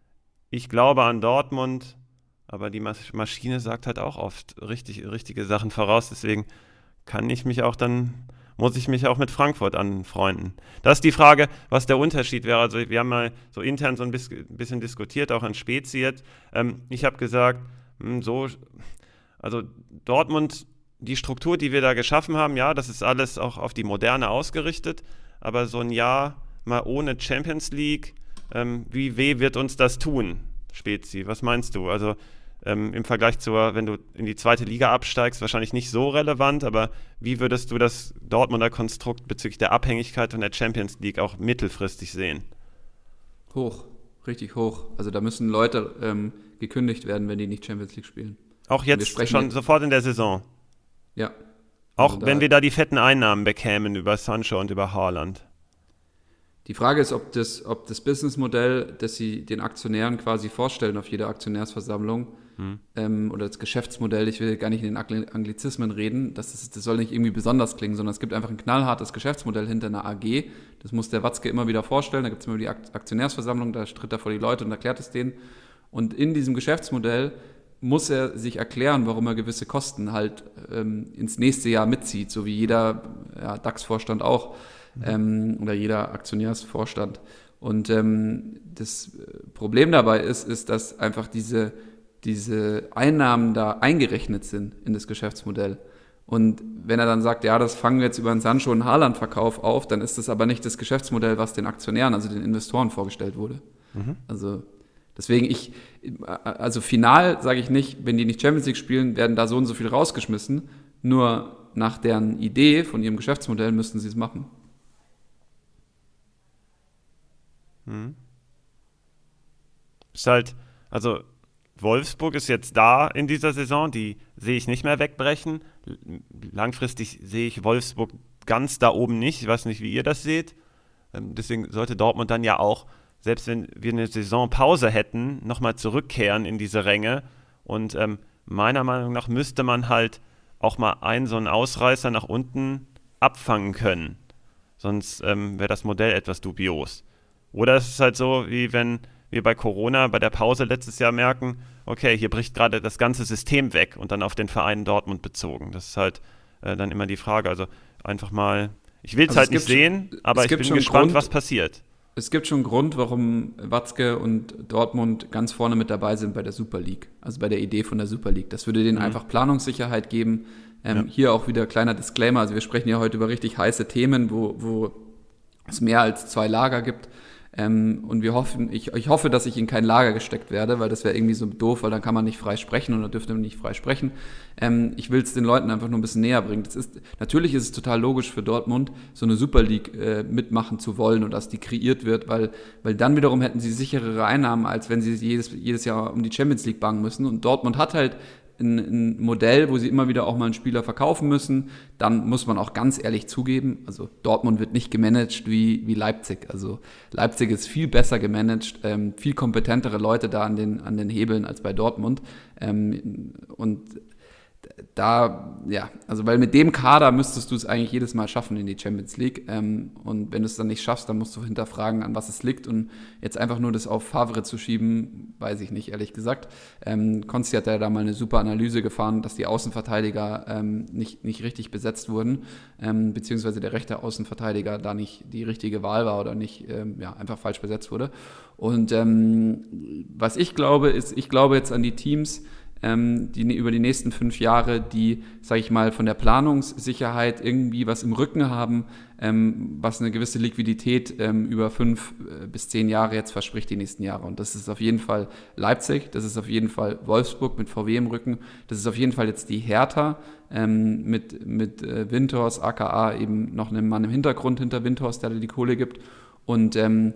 ich glaube an Dortmund. Aber die Maschine sagt halt auch oft richtig, richtige Sachen voraus. Deswegen kann ich mich auch dann, muss ich mich auch mit Frankfurt anfreunden. Das ist die Frage, was der Unterschied wäre. Also wir haben mal so intern so ein bisschen diskutiert, auch an Speziet. Ähm, ich habe gesagt, so, also Dortmund, die Struktur, die wir da geschaffen haben, ja, das ist alles auch auf die Moderne ausgerichtet. Aber so ein Jahr mal ohne Champions League, ähm, wie weh wird uns das tun? Spezi, was meinst du? Also ähm, im Vergleich zu, wenn du in die zweite Liga absteigst, wahrscheinlich nicht so relevant, aber wie würdest du das Dortmunder Konstrukt bezüglich der Abhängigkeit von der Champions League auch mittelfristig sehen? Hoch, richtig hoch. Also da müssen Leute ähm, gekündigt werden, wenn die nicht Champions League spielen. Auch jetzt schon sofort in der Saison? Ja. Auch also wenn wir da die fetten Einnahmen bekämen über Sancho und über Haaland? Die Frage ist, ob das, ob das Businessmodell, das sie den Aktionären quasi vorstellen auf jeder Aktionärsversammlung, hm. ähm, oder das Geschäftsmodell, ich will gar nicht in den Anglizismen reden, das, ist, das soll nicht irgendwie besonders klingen, sondern es gibt einfach ein knallhartes Geschäftsmodell hinter einer A G. Das muss der Watzke immer wieder vorstellen. Da gibt es immer die Aktionärsversammlung, da tritt er vor die Leute und erklärt es denen. Und in diesem Geschäftsmodell muss er sich erklären, warum er gewisse Kosten halt ähm, ins nächste Jahr mitzieht, so wie jeder ja, DAX-Vorstand auch. Ähm, oder jeder Aktionärsvorstand. Und ähm, das Problem dabei ist, ist, dass einfach diese, diese Einnahmen da eingerechnet sind in das Geschäftsmodell. Und wenn er dann sagt, ja, das fangen wir jetzt über einen Sancho- und Haaland-Verkauf auf, dann ist das aber nicht das Geschäftsmodell, was den Aktionären, also den Investoren vorgestellt wurde. Mhm. Also deswegen ich, also final sage ich nicht, wenn die nicht Champions League spielen, werden da so und so viel rausgeschmissen. Nur nach deren Idee von ihrem Geschäftsmodell müssten sie es machen. Hm. Ist halt, also Wolfsburg ist jetzt da in dieser Saison, die sehe ich nicht mehr wegbrechen. Langfristig sehe ich Wolfsburg ganz da oben nicht. Ich weiß nicht, wie ihr das seht. Deswegen sollte Dortmund dann ja auch, selbst wenn wir eine Saisonpause hätten, nochmal zurückkehren in diese Ränge und ähm, meiner Meinung nach müsste man halt auch mal einen so einen Ausreißer nach unten abfangen können. Sonst ähm, wäre das Modell etwas dubios. Oder es ist halt so, wie wenn wir bei Corona, bei der Pause letztes Jahr merken, okay, hier bricht gerade das ganze System weg und dann auf den Verein Dortmund bezogen. Das ist halt äh, dann immer die Frage. Also einfach mal, ich will also es halt nicht sehen, aber ich bin gespannt, Grund, was passiert. Es gibt schon einen Grund, warum Watzke und Dortmund ganz vorne mit dabei sind bei der Super League, also bei der Idee von der Super League. Das würde denen mhm. einfach Planungssicherheit geben. Ähm, ja. Hier auch wieder kleiner Disclaimer, also wir sprechen ja heute über richtig heiße Themen, wo, wo es mehr als zwei Lager gibt. Ähm, und wir hoffen, ich, ich hoffe, dass ich in kein Lager gesteckt werde, weil das wäre irgendwie so doof, weil dann kann man nicht frei sprechen und dann dürfte man nicht frei sprechen. Ähm, ich will es den Leuten einfach nur ein bisschen näher bringen. Das ist, natürlich ist es total logisch für Dortmund, so eine Super League äh, mitmachen zu wollen und dass die kreiert wird, weil, weil dann wiederum hätten sie sicherere Einnahmen, als wenn sie jedes, jedes Jahr um die Champions League bangen müssen. Und Dortmund hat halt Ein, ein Modell, wo sie immer wieder auch mal einen Spieler verkaufen müssen, dann muss man auch ganz ehrlich zugeben, also Dortmund wird nicht gemanagt wie, wie Leipzig. Also Leipzig ist viel besser gemanagt, ähm, viel kompetentere Leute da an den, an den Hebeln als bei Dortmund. Ähm, und da, ja, also weil mit dem Kader müsstest du es eigentlich jedes Mal schaffen in die Champions League. Ähm, und wenn du es dann nicht schaffst, dann musst du hinterfragen, an was es liegt. Und jetzt einfach nur das auf Favre zu schieben, weiß ich nicht, ehrlich gesagt. Ähm, Konsti hat ja da mal eine super Analyse gefahren, dass die Außenverteidiger ähm, nicht, nicht richtig besetzt wurden, ähm, beziehungsweise der rechte Außenverteidiger da nicht die richtige Wahl war oder nicht, ähm, ja, einfach falsch besetzt wurde. Und ähm, was ich glaube, ist, ich glaube jetzt an die Teams, Ähm, die über die nächsten fünf Jahre, die, sage ich mal, von der Planungssicherheit irgendwie was im Rücken haben, ähm, was eine gewisse Liquidität ähm, über fünf äh, bis zehn Jahre jetzt verspricht, die nächsten Jahre. Und das ist auf jeden Fall Leipzig, das ist auf jeden Fall Wolfsburg mit V W im Rücken, das ist auf jeden Fall jetzt die Hertha ähm, mit, mit äh, Windhorst, aka eben noch einem Mann im Hintergrund hinter Windhorst, der da die Kohle gibt. Und ähm,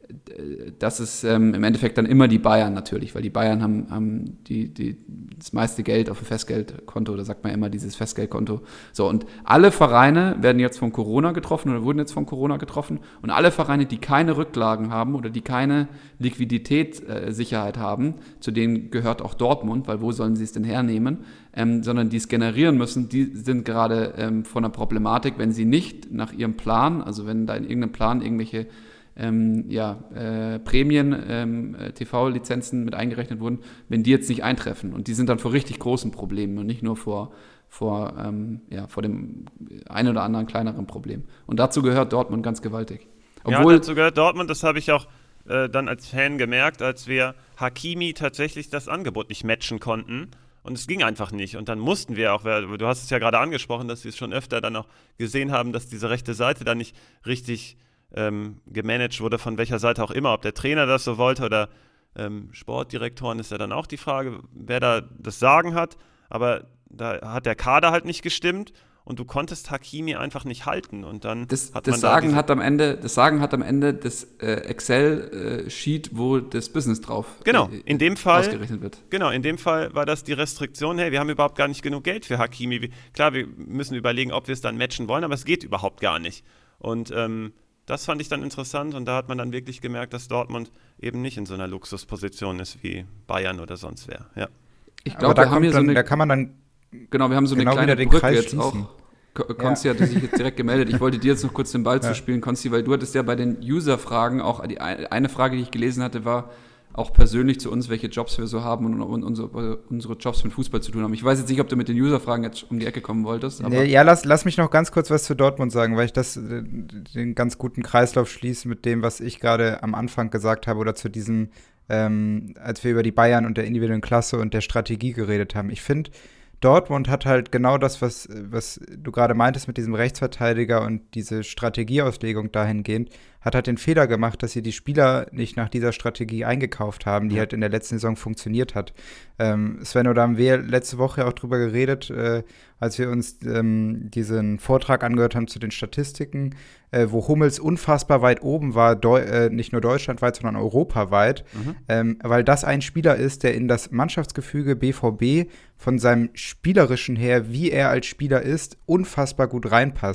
das ist ähm, im Endeffekt dann immer die Bayern natürlich, weil die Bayern haben, haben die, die, das meiste Geld auf dem Festgeldkonto, da sagt man immer dieses Festgeldkonto. So, und alle Vereine werden jetzt von Corona getroffen oder wurden jetzt von Corona getroffen und alle Vereine, die keine Rücklagen haben oder die keine Liquiditätssicherheit äh, haben, zu denen gehört auch Dortmund, weil wo sollen sie es denn hernehmen, ähm, sondern die es generieren müssen, die sind gerade ähm, von einer Problematik, wenn sie nicht nach ihrem Plan, also wenn da in irgendeinem Plan irgendwelche Ähm, ja, äh, Prämien, ähm, T V-Lizenzen mit eingerechnet wurden, wenn die jetzt nicht eintreffen. Und die sind dann vor richtig großen Problemen und nicht nur vor, vor, ähm, ja, vor dem ein oder anderen kleineren Problem. Und dazu gehört Dortmund ganz gewaltig. Obwohl, ja, dazu gehört Dortmund, das habe ich auch äh, dann als Fan gemerkt, als wir Hakimi tatsächlich das Angebot nicht matchen konnten. Und es ging einfach nicht. Und dann mussten wir auch, du hast es ja gerade angesprochen, dass wir es schon öfter dann auch gesehen haben, dass diese rechte Seite da nicht richtig Ähm, gemanagt wurde, von welcher Seite auch immer, ob der Trainer das so wollte oder ähm, Sportdirektoren, ist ja dann auch die Frage, wer da das Sagen hat, aber da hat der Kader halt nicht gestimmt und du konntest Hakimi einfach nicht halten und dann das, hat das man Sagen da hat am Ende das Sagen hat am Ende das äh, Excel-Sheet, wo das Business drauf genau, äh, in dem Fall, ausgerechnet wird. Genau, in dem Fall war das die Restriktion, hey, wir haben überhaupt gar nicht genug Geld für Hakimi. Wir, klar, wir müssen überlegen, ob wir es dann matchen wollen, aber es geht überhaupt gar nicht. Und ähm, das fand ich dann interessant und da hat man dann wirklich gemerkt, dass Dortmund eben nicht in so einer Luxusposition ist wie Bayern oder sonst wer. Ja. Ich glaube, da, haben wir so eine, da kann man dann genau, wir haben so eine genau kleine den Brücke Kreis jetzt schließen. auch. Konsti ja. hatte sich jetzt direkt gemeldet. Ich wollte dir jetzt noch kurz den Ball ja. zuspielen, Konsti, weil du hattest ja bei den User-Fragen auch, die eine Frage, die ich gelesen hatte, war auch persönlich zu uns, welche Jobs wir so haben und, und unsere, unsere Jobs mit Fußball zu tun haben. Ich weiß jetzt nicht, ob du mit den User-Fragen jetzt um die Ecke kommen wolltest. Aber nee, ja, lass, lass mich noch ganz kurz was zu Dortmund sagen, weil ich das den ganz guten Kreislauf schließe mit dem, was ich gerade am Anfang gesagt habe oder zu diesem, ähm, als wir über die Bayern und der individuellen Klasse und der Strategie geredet haben. Ich finde, Dortmund hat halt genau das, was, was du gerade meintest mit diesem Rechtsverteidiger und diese Strategieauslegung dahingehend, hat halt den Fehler gemacht, dass sie die Spieler nicht nach dieser Strategie eingekauft haben, die ja. halt in der letzten Saison funktioniert hat. Ähm, Sven, oder haben wir letzte Woche auch drüber geredet, äh, als wir uns ähm, diesen Vortrag angehört haben zu den Statistiken, äh, wo Hummels unfassbar weit oben war, Deu- äh, nicht nur deutschlandweit, sondern europaweit, mhm. ähm, weil das ein Spieler ist, der in das Mannschaftsgefüge B V B von seinem Spielerischen her, wie er als Spieler ist, unfassbar gut reinpasst.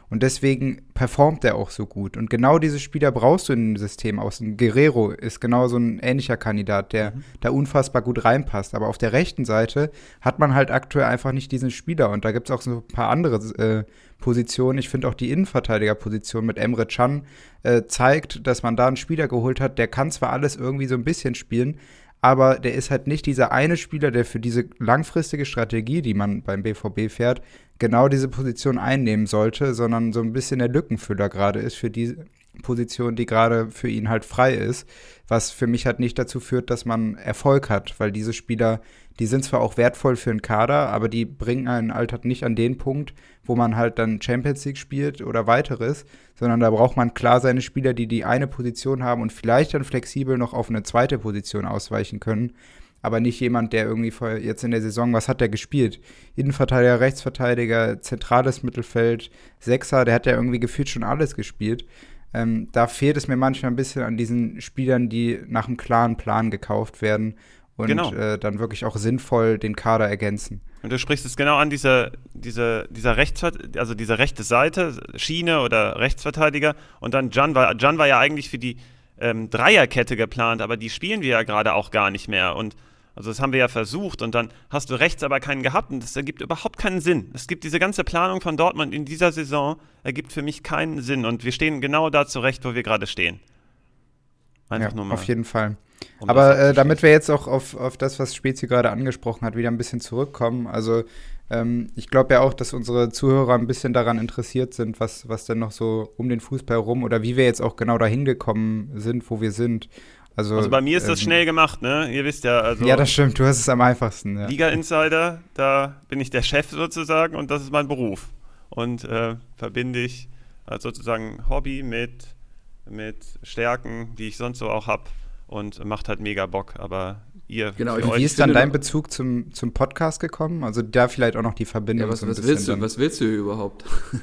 Und deswegen performt er auch so gut. Und genau diese Spieler brauchst du in dem System aus. Ein Guerrero ist genau so ein ähnlicher Kandidat, der mhm. da unfassbar gut reinpasst. Aber auf der rechten Seite hat man halt aktuell einfach nicht diesen Spieler. Und da gibt es auch so ein paar andere äh, Positionen. Ich finde auch die Innenverteidigerposition mit Emre Can äh, zeigt, dass man da einen Spieler geholt hat, der kann zwar alles irgendwie so ein bisschen spielen, aber der ist halt nicht dieser eine Spieler, der für diese langfristige Strategie, die man beim B V B fährt, genau diese Position einnehmen sollte, sondern so ein bisschen der Lückenfüller gerade ist für die Position, die gerade für ihn halt frei ist, was für mich halt nicht dazu führt, dass man Erfolg hat, weil diese Spieler, die sind zwar auch wertvoll für einen Kader, aber die bringen einen halt nicht an den Punkt, wo man halt dann Champions League spielt oder weiteres, sondern da braucht man klar seine Spieler, die die eine Position haben und vielleicht dann flexibel noch auf eine zweite Position ausweichen können, aber nicht jemand, der irgendwie vor, jetzt in der Saison, was hat der gespielt? Innenverteidiger, Rechtsverteidiger, zentrales Mittelfeld, Sechser, der hat ja irgendwie gefühlt schon alles gespielt. Ähm, da fehlt es mir manchmal ein bisschen an diesen Spielern, die nach einem klaren Plan gekauft werden und genau. äh, dann wirklich auch sinnvoll den Kader ergänzen. Und du sprichst es genau an, diese, diese, dieser Rechtsver- also diese rechte Seite, Schiene oder Rechtsverteidiger und dann Can war, Can war ja eigentlich für die ähm, Dreierkette geplant, aber die spielen wir ja gerade auch gar nicht mehr und also das haben wir ja versucht und dann hast du rechts aber keinen gehabt und das ergibt überhaupt keinen Sinn. Es gibt diese ganze Planung von Dortmund in dieser Saison, ergibt für mich keinen Sinn und wir stehen genau da zurecht, wo wir gerade stehen. Einfach ja, nur mal. Auf jeden Fall. Um aber äh, damit wir jetzt auch auf, auf das, was Spezi gerade angesprochen hat, wieder ein bisschen zurückkommen. Also ähm, ich glaube ja auch, dass unsere Zuhörer ein bisschen daran interessiert sind, was, was denn noch so um den Fußball herum oder wie wir jetzt auch genau dahin gekommen sind, wo wir sind. Also, also bei mir ist das ähm, schnell gemacht, ne? Ihr wisst ja, also ja, das stimmt, du hast es am einfachsten. Ja. Liga-Insider, da bin ich der Chef sozusagen und das ist mein Beruf. Und äh, verbinde ich äh, sozusagen Hobby mit, mit Stärken, die ich sonst so auch habe und macht halt mega Bock. Aber ihr, genau, wie ist dann dein Bezug zum, zum Podcast gekommen? Also da vielleicht auch noch die Verbindung. Ja, was, so ein was bisschen willst du? dann. Was willst du überhaupt?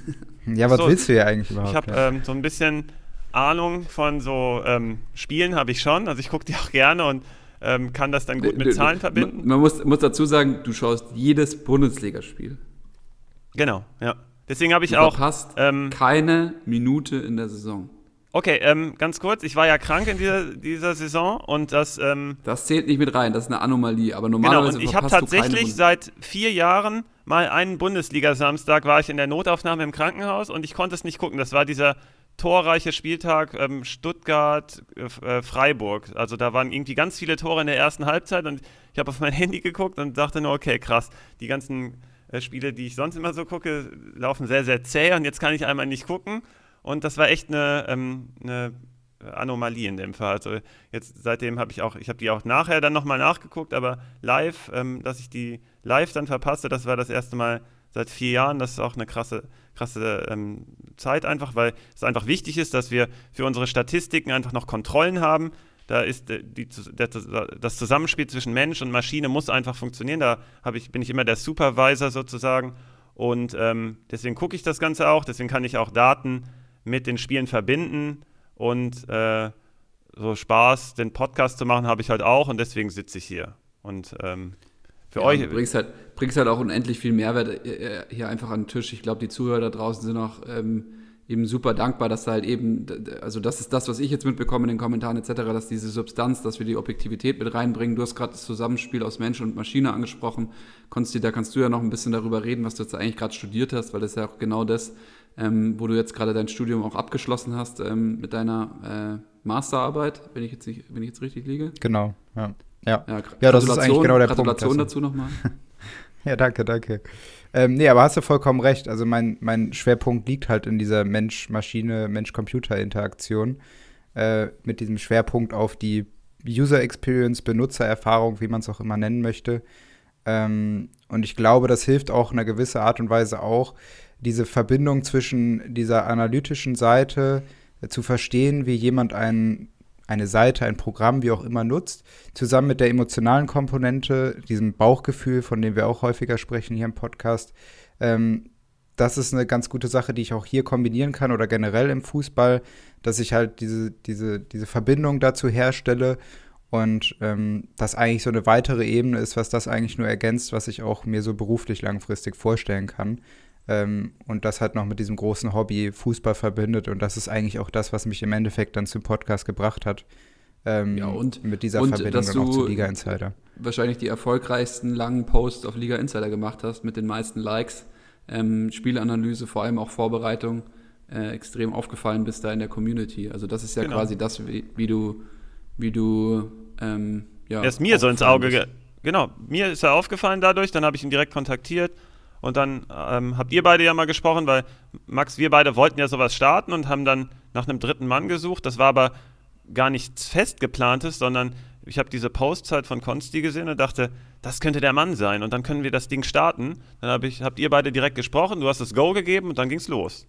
Ja, was so, willst du ja eigentlich überhaupt? Ich habe ja. ähm, so ein bisschen Ahnung von so ähm, Spielen habe ich schon, also ich gucke die auch gerne und ähm, kann das dann gut mit Zahlen verbinden. Man, man muss, muss dazu sagen, du schaust jedes Bundesligaspiel. Genau, ja. Deswegen habe ich du auch verpasst ähm, keine Minute in der Saison. Okay, ähm, ganz kurz, ich war ja krank in dieser, dieser Saison und das ähm, Das zählt nicht mit rein, das ist eine Anomalie, aber normalerweise genau, und ich habe tatsächlich seit vier Jahren mal einen Bundesliga-Samstag war ich in der Notaufnahme im Krankenhaus und ich konnte es nicht gucken, das war dieser torreiche Spieltag ähm, Stuttgart, äh, Freiburg. Also da waren irgendwie ganz viele Tore in der ersten Halbzeit und ich habe auf mein Handy geguckt und dachte nur, okay, krass, die ganzen äh, Spiele, die ich sonst immer so gucke, laufen sehr, sehr zäh und jetzt kann ich einmal nicht gucken. Und das war echt eine, ähm, eine Anomalie in dem Fall. Also jetzt seitdem habe ich auch, ich habe die auch nachher dann nochmal nachgeguckt, aber live, ähm, dass ich die live dann verpasste, das war das erste Mal seit vier Jahren. Das ist auch eine krasse krasse ähm, Zeit einfach, weil es einfach wichtig ist, dass wir für unsere Statistiken einfach noch Kontrollen haben. Da ist äh, die, der, das Zusammenspiel zwischen Mensch und Maschine muss einfach funktionieren. Da hab ich, bin ich immer der Supervisor sozusagen und ähm, deswegen gucke ich das Ganze auch. Deswegen kann ich auch Daten mit den Spielen verbinden und äh, so Spaß, den Podcast zu machen, habe ich halt auch und deswegen sitze ich hier. Und ähm, für ja, euch. Du bringst halt, bringst halt auch unendlich viel Mehrwert hier einfach an den Tisch. Ich glaube, die Zuhörer da draußen sind auch ähm, eben super dankbar, dass da halt eben, also das ist das, was ich jetzt mitbekomme in den Kommentaren et cetera, dass diese Substanz, dass wir die Objektivität mit reinbringen. Du hast gerade das Zusammenspiel aus Mensch und Maschine angesprochen. Konsti, da kannst du ja noch ein bisschen darüber reden, was du jetzt eigentlich gerade studiert hast, weil das ist ja auch genau das, ähm, wo du jetzt gerade dein Studium auch abgeschlossen hast ähm, mit deiner äh, Masterarbeit, wenn ich jetzt nicht, wenn ich jetzt richtig liege. Genau, ja. Ja, ja, ja das ist eigentlich genau der Gratulation Punkt. dazu nochmal. Ja, danke, danke. Ähm, nee, aber hast du vollkommen recht. Also mein, mein Schwerpunkt liegt halt in dieser Mensch-Maschine, Mensch-Computer-Interaktion äh, mit diesem Schwerpunkt auf die User-Experience, Benutzererfahrung, wie man es auch immer nennen möchte. Ähm, und ich glaube, das hilft auch in einer gewissen Art und Weise auch, diese Verbindung zwischen dieser analytischen Seite äh, zu verstehen, wie jemand einen eine Seite, ein Programm, wie auch immer nutzt, zusammen mit der emotionalen Komponente, diesem Bauchgefühl, von dem wir auch häufiger sprechen hier im Podcast. Ähm, das ist eine ganz gute Sache, die ich auch hier kombinieren kann oder generell im Fußball, dass ich halt diese, diese, diese Verbindung dazu herstelle und ähm, das eigentlich so eine weitere Ebene ist, was das eigentlich nur ergänzt, was ich auch mir so beruflich langfristig vorstellen kann. Ähm, und das halt noch mit diesem großen Hobby Fußball verbindet. Und das ist eigentlich auch das, was mich im Endeffekt dann zum Podcast gebracht hat. Ähm, Ja, und, mit dieser und Verbindung dass dann auch du zu Liga Insider. wahrscheinlich die erfolgreichsten langen Posts auf Liga Insider gemacht hast, mit den meisten Likes, ähm, Spielanalyse, vor allem auch Vorbereitung, äh, extrem aufgefallen bist da in der Community. Also das ist ja Genau. quasi das, wie, wie du, wie du ähm, ja, Er ist mir so ins Auge, bist. ge- genau, mir ist er aufgefallen dadurch, dann habe ich ihn direkt kontaktiert und dann ähm, habt ihr beide ja mal gesprochen, weil Max, wir beide wollten ja sowas starten und haben dann nach einem dritten Mann gesucht, das war aber gar nichts fest geplantes, sondern ich habe diese Posts halt von Konsti gesehen und dachte, das könnte der Mann sein und dann können wir das Ding starten. Dann hab ich, habt ihr beide direkt gesprochen, du hast das Go gegeben und dann ging's los.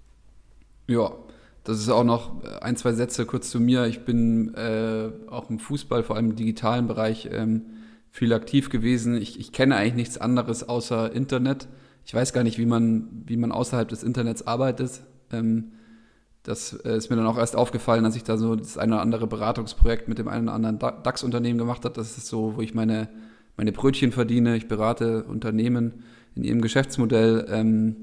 Ja, das ist auch noch ein, zwei Sätze kurz zu mir. Ich bin äh, auch im Fußball, vor allem im digitalen Bereich, ähm, viel aktiv gewesen. Ich, ich kenne eigentlich nichts anderes außer Internet. Ich weiß gar nicht, wie man, wie man außerhalb des Internets arbeitet. Ähm, das äh, ist mir dann auch erst aufgefallen, als ich da so das eine oder andere Beratungsprojekt mit dem einen oder anderen DAX-Unternehmen gemacht habe. Das ist so, wo ich meine, meine Brötchen verdiene. Ich berate Unternehmen in ihrem Geschäftsmodell. Ähm,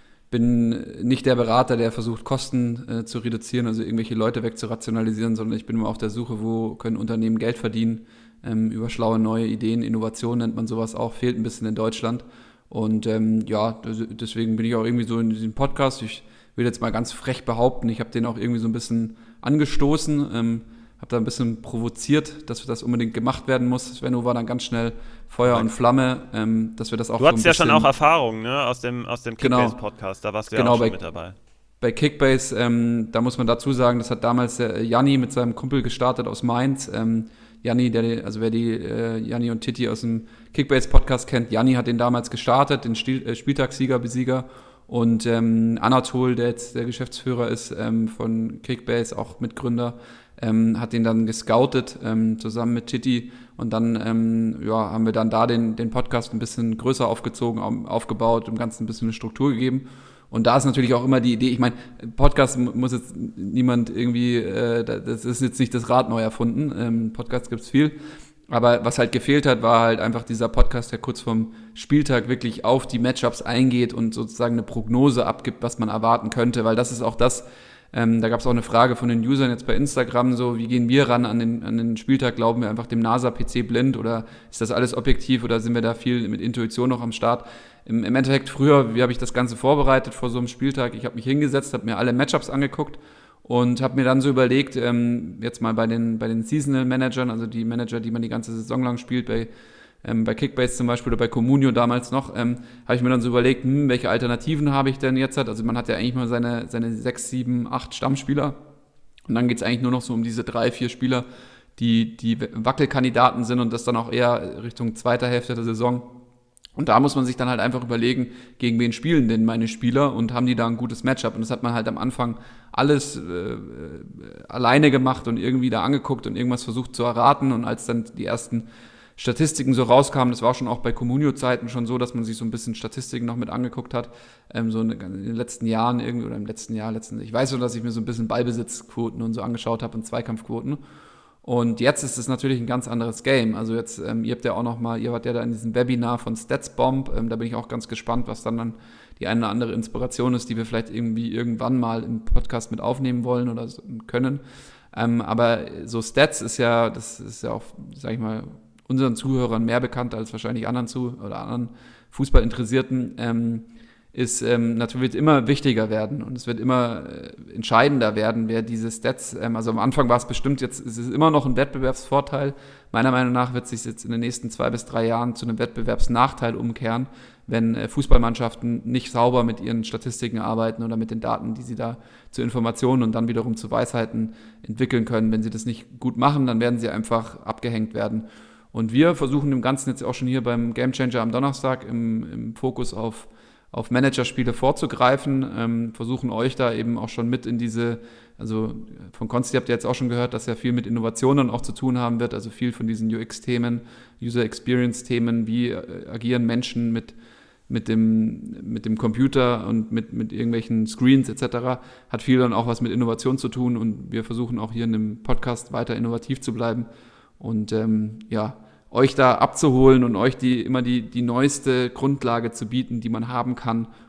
bin nicht der Berater, der versucht, Kosten äh, zu reduzieren, also irgendwelche Leute wegzurationalisieren, sondern ich bin immer auf der Suche, wo können Unternehmen Geld verdienen, ähm, über schlaue neue Ideen, Innovation nennt man sowas auch, fehlt ein bisschen in Deutschland. Und ähm, ja, deswegen bin ich auch irgendwie so in diesem Podcast. Ich will jetzt mal ganz frech behaupten, ich habe den auch irgendwie so ein bisschen angestoßen, ähm, habe da ein bisschen provoziert, dass das unbedingt gemacht werden muss. Svenno war dann ganz schnell Feuer und Flamme, ähm, dass wir das auch Du so ein hattest ja bisschen, schon auch Erfahrung, ne, aus dem, aus dem Genau. Kickbase-Podcast, da warst du ja Genau, auch schon bei- mit dabei. Bei Kickbase, ähm, da muss man dazu sagen, das hat damals der Janni mit seinem Kumpel gestartet aus Mainz. Ähm, Janni, der, also wer die äh, Janni und Titti aus dem Kickbase-Podcast kennt, Janni hat den damals gestartet, den Stil, äh, Spieltagssieger, Besieger. Und ähm, Anatol, der jetzt der Geschäftsführer ist ähm, von Kickbase, auch Mitgründer, ähm, hat den dann gescoutet ähm, zusammen mit Titti. Und dann ähm, ja, haben wir dann da den, den Podcast ein bisschen größer aufgezogen, au- aufgebaut, dem Ganzen ein bisschen eine Struktur gegeben. Und da ist natürlich auch immer die Idee, ich meine, Podcast mu- muss jetzt niemand irgendwie, äh, da- das ist jetzt nicht das Rad neu erfunden, ähm, Podcast gibt's viel, aber was halt gefehlt hat, war halt einfach dieser Podcast, der kurz vorm Spieltag wirklich auf die Matchups eingeht und sozusagen eine Prognose abgibt, was man erwarten könnte, weil das ist auch das, ähm, da gab es auch eine Frage von den Usern jetzt bei Instagram, so wie gehen wir ran an den, an den Spieltag, glauben wir einfach dem NASA-P C blind oder ist das alles objektiv oder sind wir da viel mit Intuition noch am Start? Im, im Endeffekt früher, wie habe ich das Ganze vorbereitet vor so einem Spieltag? Ich habe mich hingesetzt, habe mir alle Matchups angeguckt und habe mir dann so überlegt, ähm, jetzt mal bei den, bei den Seasonal Managern, also die Manager, die man die ganze Saison lang spielt, bei, ähm, bei Kickbase zum Beispiel oder bei Comunio damals noch, ähm, habe ich mir dann so überlegt, hm, welche Alternativen habe ich denn jetzt? Also man hat ja eigentlich mal seine, seine sechs, sieben, acht Stammspieler und dann geht es eigentlich nur noch so um diese drei, vier Spieler, die, die Wackelkandidaten sind und das dann auch eher Richtung zweiter Hälfte der Saison. Und da muss man sich dann halt einfach überlegen, gegen wen spielen denn meine Spieler und haben die da ein gutes Matchup. Und das hat man halt am Anfang alles äh, alleine gemacht und irgendwie da angeguckt und irgendwas versucht zu erraten. Und als dann die ersten Statistiken so rauskamen, das war schon auch bei Comunio-Zeiten schon so, dass man sich so ein bisschen Statistiken noch mit angeguckt hat, ähm, so in den letzten Jahren irgendwie, oder im letzten Jahr, letzten, ich weiß so, dass ich mir so ein bisschen Ballbesitzquoten und so angeschaut habe und Zweikampfquoten. Und jetzt ist es natürlich ein ganz anderes Game. Also jetzt, ähm, ihr habt ja auch noch mal, ihr wart ja da in diesem Webinar von StatsBomb, ähm, da bin ich auch ganz gespannt, was dann, dann die eine oder andere Inspiration ist, die wir vielleicht irgendwie irgendwann mal im Podcast mit aufnehmen wollen oder so, können. Ähm, aber so Stats ist ja, das ist ja auch, sag ich mal, unseren Zuhörern mehr bekannt als wahrscheinlich anderen zu oder anderen Fußballinteressierten. Ähm, ist ähm, natürlich wird immer wichtiger werden und es wird immer äh, entscheidender werden, wer diese Stats, ähm, also am Anfang war es bestimmt, jetzt ist es immer noch ein Wettbewerbsvorteil. Meiner Meinung nach wird es sich jetzt in den nächsten zwei bis drei Jahren zu einem Wettbewerbsnachteil umkehren, wenn äh, Fußballmannschaften nicht sauber mit ihren Statistiken arbeiten oder mit den Daten, die sie da zu Informationen und dann wiederum zu Weisheiten entwickeln können. Wenn sie das nicht gut machen, dann werden sie einfach abgehängt werden. Und wir versuchen dem Ganzen jetzt auch schon hier beim Game Changer am Donnerstag im, im Fokus auf auf Managerspiele vorzugreifen, ähm, versuchen euch da eben auch schon mit in diese, also von Konsti habt ihr jetzt auch schon gehört, dass ja viel mit Innovationen auch zu tun haben wird, also viel von diesen U X-Themen, User Experience-Themen, wie äh, agieren Menschen mit, mit, dem, mit dem Computer und mit, mit irgendwelchen Screens et cetera, hat viel dann auch was mit Innovation zu tun und wir versuchen auch hier in dem Podcast weiter innovativ zu bleiben und ähm, ja, euch da abzuholen und euch die immer die, die neueste Grundlage zu bieten, die man haben kann,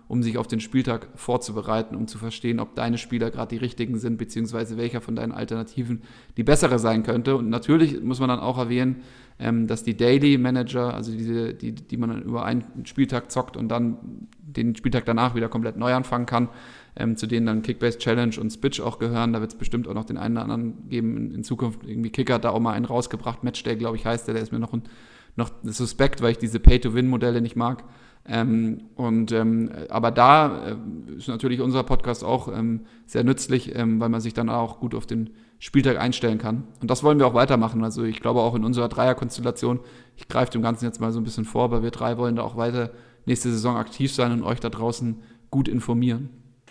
um sich auf den Spieltag vorzubereiten, um zu verstehen, ob deine Spieler gerade die richtigen sind, beziehungsweise welcher von deinen Alternativen die bessere sein könnte. Und natürlich muss man dann auch erwähnen, ähm, dass die Daily Manager, also diese, die, die man dann über einen Spieltag zockt und dann den Spieltag danach wieder komplett neu anfangen kann, ähm, zu denen dann Kickbase Challenge und Spitch auch gehören. Da wird es bestimmt auch noch den einen oder anderen geben in, in Zukunft. Irgendwie Kicker hat da auch mal einen rausgebracht, Matchday, glaube ich, heißt der, der ist mir noch, ein, noch suspekt, weil ich diese Pay-to-Win-Modelle nicht mag. Ähm, und ähm, aber da äh, ist natürlich unser Podcast auch ähm, sehr nützlich, ähm, weil man sich dann auch gut auf den Spieltag einstellen kann. Und das wollen wir auch weitermachen. Also ich glaube auch in unserer Dreierkonstellation, ich greife dem Ganzen jetzt mal so ein bisschen vor, aber wir drei wollen da auch weiter nächste Saison aktiv sein und euch da draußen gut informieren.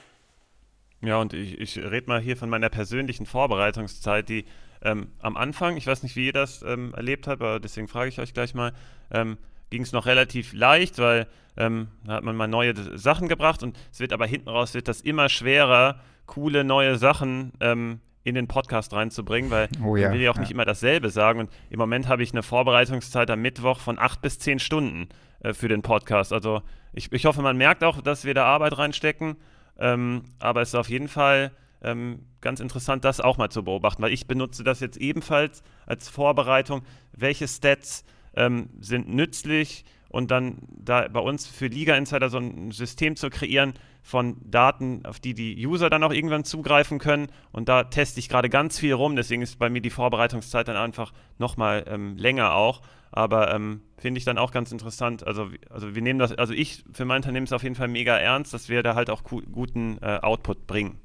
Ja, und ich, ich rede mal hier von meiner persönlichen Vorbereitungszeit, die ähm, am Anfang, ich weiß nicht, wie ihr das ähm, erlebt habt, aber deswegen frage ich euch gleich mal, ähm, ging es noch relativ leicht, weil ähm, da hat man mal neue Sachen gebracht und es wird aber hinten raus, wird das immer schwerer, coole neue Sachen ähm, in den Podcast reinzubringen, weil oh ja, man will ja auch ja. nicht immer dasselbe sagen und im Moment habe ich eine Vorbereitungszeit am Mittwoch von acht bis zehn Stunden äh, für den Podcast. Also ich, ich hoffe, man merkt auch, dass wir da Arbeit reinstecken, ähm, aber es ist auf jeden Fall ähm, ganz interessant, das auch mal zu beobachten, weil ich benutze das jetzt ebenfalls als Vorbereitung, welche Stats ähm, sind nützlich und dann da bei uns für Liga Insider so ein System zu kreieren von Daten, auf die die User dann auch irgendwann zugreifen können und da teste ich gerade ganz viel rum, deswegen ist bei mir die Vorbereitungszeit dann einfach nochmal ähm, länger auch, aber ähm, finde ich dann auch ganz interessant, also, also wir nehmen das, also ich für mein Unternehmen ist auf jeden Fall mega ernst, dass wir da halt auch ku- guten äh, Output bringen.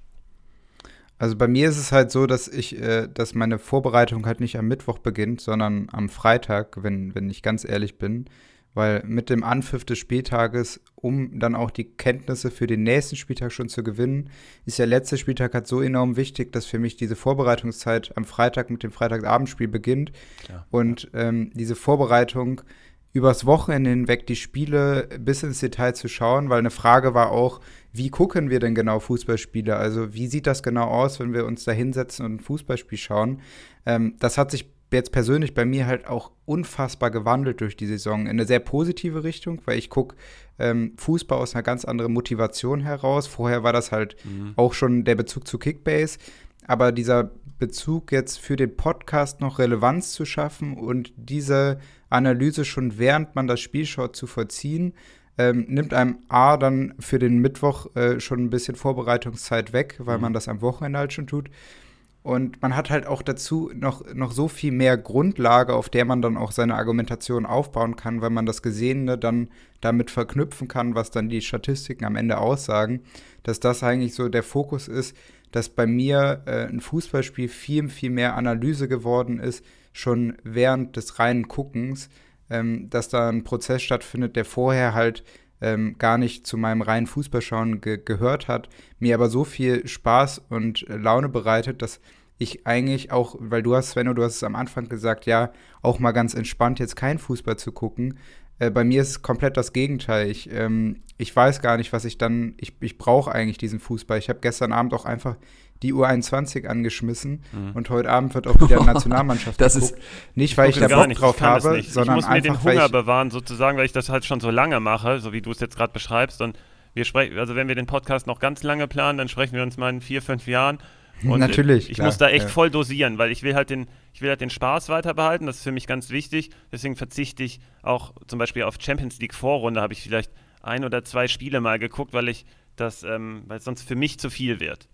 Also bei mir ist es halt so, dass ich, äh, dass meine Vorbereitung halt nicht am Mittwoch beginnt, sondern am Freitag, wenn, wenn ich ganz ehrlich bin. Weil mit dem Anpfiff des Spieltages, um dann auch die Kenntnisse für den nächsten Spieltag schon zu gewinnen, ist der letzte Spieltag halt so enorm wichtig, dass für mich diese Vorbereitungszeit am Freitag mit dem Freitagabendspiel beginnt. Klar. Und ähm, diese Vorbereitung übers Wochenende hinweg die Spiele bis ins Detail zu schauen, weil eine Frage war auch, wie gucken wir denn genau Fußballspiele? Also wie sieht das genau aus, wenn wir uns da hinsetzen und ein Fußballspiel schauen? Ähm, das hat sich jetzt persönlich bei mir halt auch unfassbar gewandelt durch die Saison in eine sehr positive Richtung, weil ich gucke ähm, Fußball aus einer ganz anderen Motivation heraus. Vorher war das halt mhm. auch schon der Bezug zu Kickbase, aber dieser Bezug jetzt für den Podcast noch Relevanz zu schaffen und diese Analyse schon während man das Spiel schaut zu vollziehen, ähm, nimmt einem A dann für den Mittwoch äh, schon ein bisschen Vorbereitungszeit weg, weil mhm. man das am Wochenende halt schon tut. Und man hat halt auch dazu noch, noch so viel mehr Grundlage, auf der man dann auch seine Argumentation aufbauen kann, weil man das Gesehene dann damit verknüpfen kann, was dann die Statistiken am Ende aussagen, dass das eigentlich so der Fokus ist, dass bei mir äh, ein Fußballspiel viel, viel mehr Analyse geworden ist, schon während des reinen Guckens, ähm, dass da ein Prozess stattfindet, der vorher halt ähm, gar nicht zu meinem reinen Fußballschauen ge- gehört hat, mir aber so viel Spaß und äh, Laune bereitet, dass ich eigentlich auch, weil du hast, Svenno, du hast es am Anfang gesagt, ja, auch mal ganz entspannt jetzt kein Fußball zu gucken. Äh, bei mir ist es komplett das Gegenteil. Ich, ähm, ich weiß gar nicht, was ich dann, ich, ich brauche eigentlich diesen Fußball. Ich habe gestern Abend auch einfach die U einundzwanzig angeschmissen mhm. und heute Abend wird auch wieder eine Nationalmannschaft das geguckt. Ist, nicht, weil ich da Bock nicht, drauf habe, ich sondern muss mir einfach, den Hunger ich, bewahren, sozusagen, weil ich das halt schon so lange mache, so wie du es jetzt gerade beschreibst. Und wir sprechen, also wenn wir den Podcast noch ganz lange planen, dann sprechen wir uns mal in vier, fünf Jahren. Und natürlich. Ich klar, muss da echt ja. voll dosieren, weil ich will halt den, ich will halt den Spaß weiter behalten. Das ist für mich ganz wichtig. Deswegen verzichte ich auch zum Beispiel auf Champions League Vorrunde, habe ich vielleicht ein oder zwei Spiele mal geguckt, weil ich das, ähm, weil es sonst für mich zu viel wird.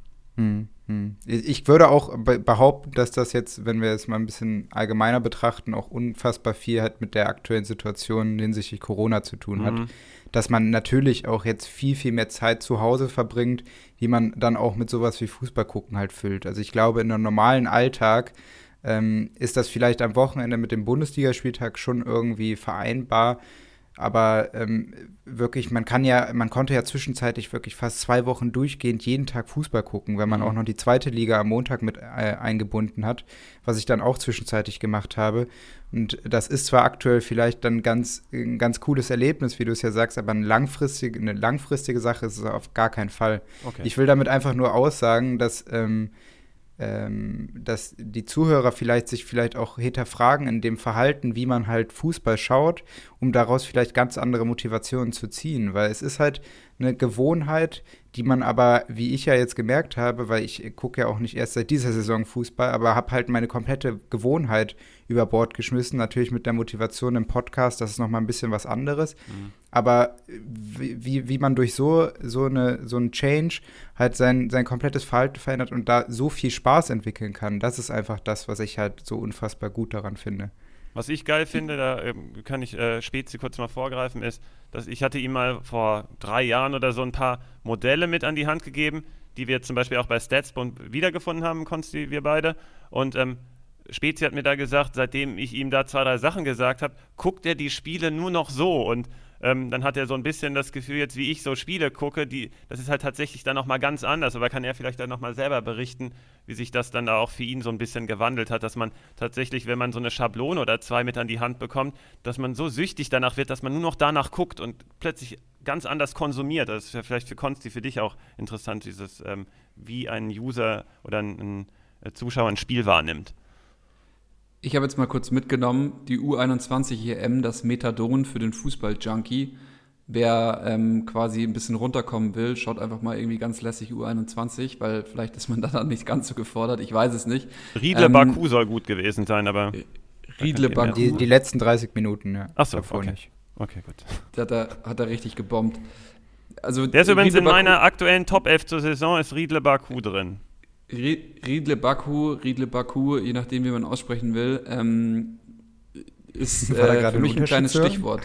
Hm, hm. Ich würde auch be- behaupten, dass das jetzt, wenn wir es mal ein bisschen allgemeiner betrachten, auch unfassbar viel halt mit der aktuellen Situation hinsichtlich Corona zu tun hat. Mhm. Dass man natürlich auch jetzt viel, viel mehr Zeit zu Hause verbringt, die man dann auch mit sowas wie Fußball gucken halt füllt. Also ich glaube, in einem normalen Alltag ähm, ist das vielleicht am Wochenende mit dem Bundesligaspieltag schon irgendwie vereinbar. Aber ähm, wirklich, man kann ja, man konnte ja zwischenzeitlich wirklich fast zwei Wochen durchgehend jeden Tag Fußball gucken, wenn man auch noch die zweite Liga am Montag mit äh, eingebunden hat, was ich dann auch zwischenzeitlich gemacht habe. Und das ist zwar aktuell vielleicht dann ganz, ein ganz cooles Erlebnis, wie du es ja sagst, aber eine langfristige, eine langfristige Sache ist es auf gar keinen Fall. Okay. Ich will damit einfach nur aussagen, dass ähm, ähm, dass die Zuhörer vielleicht sich vielleicht auch hinterfragen in dem Verhalten, wie man halt Fußball schaut, um daraus vielleicht ganz andere Motivationen zu ziehen. Weil es ist halt eine Gewohnheit, die man aber, wie ich ja jetzt gemerkt habe, weil ich gucke ja auch nicht erst seit dieser Saison Fußball, aber habe halt meine komplette Gewohnheit über Bord geschmissen, natürlich mit der Motivation im Podcast, das ist nochmal ein bisschen was anderes, mhm. aber wie, wie man durch so, so, eine, so einen Change halt sein, sein komplettes Verhalten verändert und da so viel Spaß entwickeln kann, das ist einfach das, was ich halt so unfassbar gut daran finde. Was ich geil finde, da äh, kann ich äh, Spezi kurz mal vorgreifen, ist, dass ich hatte ihm mal vor drei Jahren oder so ein paar Modelle mit an die Hand gegeben, die wir zum Beispiel auch bei Statsbomb wiedergefunden haben, Konsti, wir beide. Und ähm, Spezi hat mir da gesagt, seitdem ich ihm da zwei, drei Sachen gesagt habe, guckt er die Spiele nur noch so. Und ähm, dann hat er so ein bisschen das Gefühl, jetzt wie ich so Spiele gucke, die, das ist halt tatsächlich dann nochmal ganz anders. Aber kann er vielleicht dann nochmal selber berichten, wie sich das dann da auch für ihn so ein bisschen gewandelt hat, dass man tatsächlich, wenn man so eine Schablone oder zwei mit an die Hand bekommt, dass man so süchtig danach wird, dass man nur noch danach guckt und plötzlich ganz anders konsumiert. Das ist ja vielleicht für Konsti, für dich auch interessant, dieses, ähm, wie ein User oder ein, ein Zuschauer ein Spiel wahrnimmt. Ich habe jetzt mal kurz mitgenommen, die U einundzwanzig E M, das Methadon für den Fußball-Junkie. Wer ähm, quasi ein bisschen runterkommen will, schaut einfach mal irgendwie ganz lässig U einundzwanzig, weil vielleicht ist man da dann nicht ganz so gefordert, ich weiß es nicht. Riedle ähm, Baku soll gut gewesen sein, aber... Riedle Baku. Die, die letzten dreißig Minuten, ja. Ach so, okay. Nicht. Okay, gut. Der hat er, hat er richtig gebombt. Also, der ist übrigens Riedle in Baku, meiner aktuellen Top elf zur Saison, ist Riedle Baku drin. Riedle Baku, Riedle Baku, je nachdem, wie man aussprechen will, ähm, ist äh, für mich ein kleines Stichwort.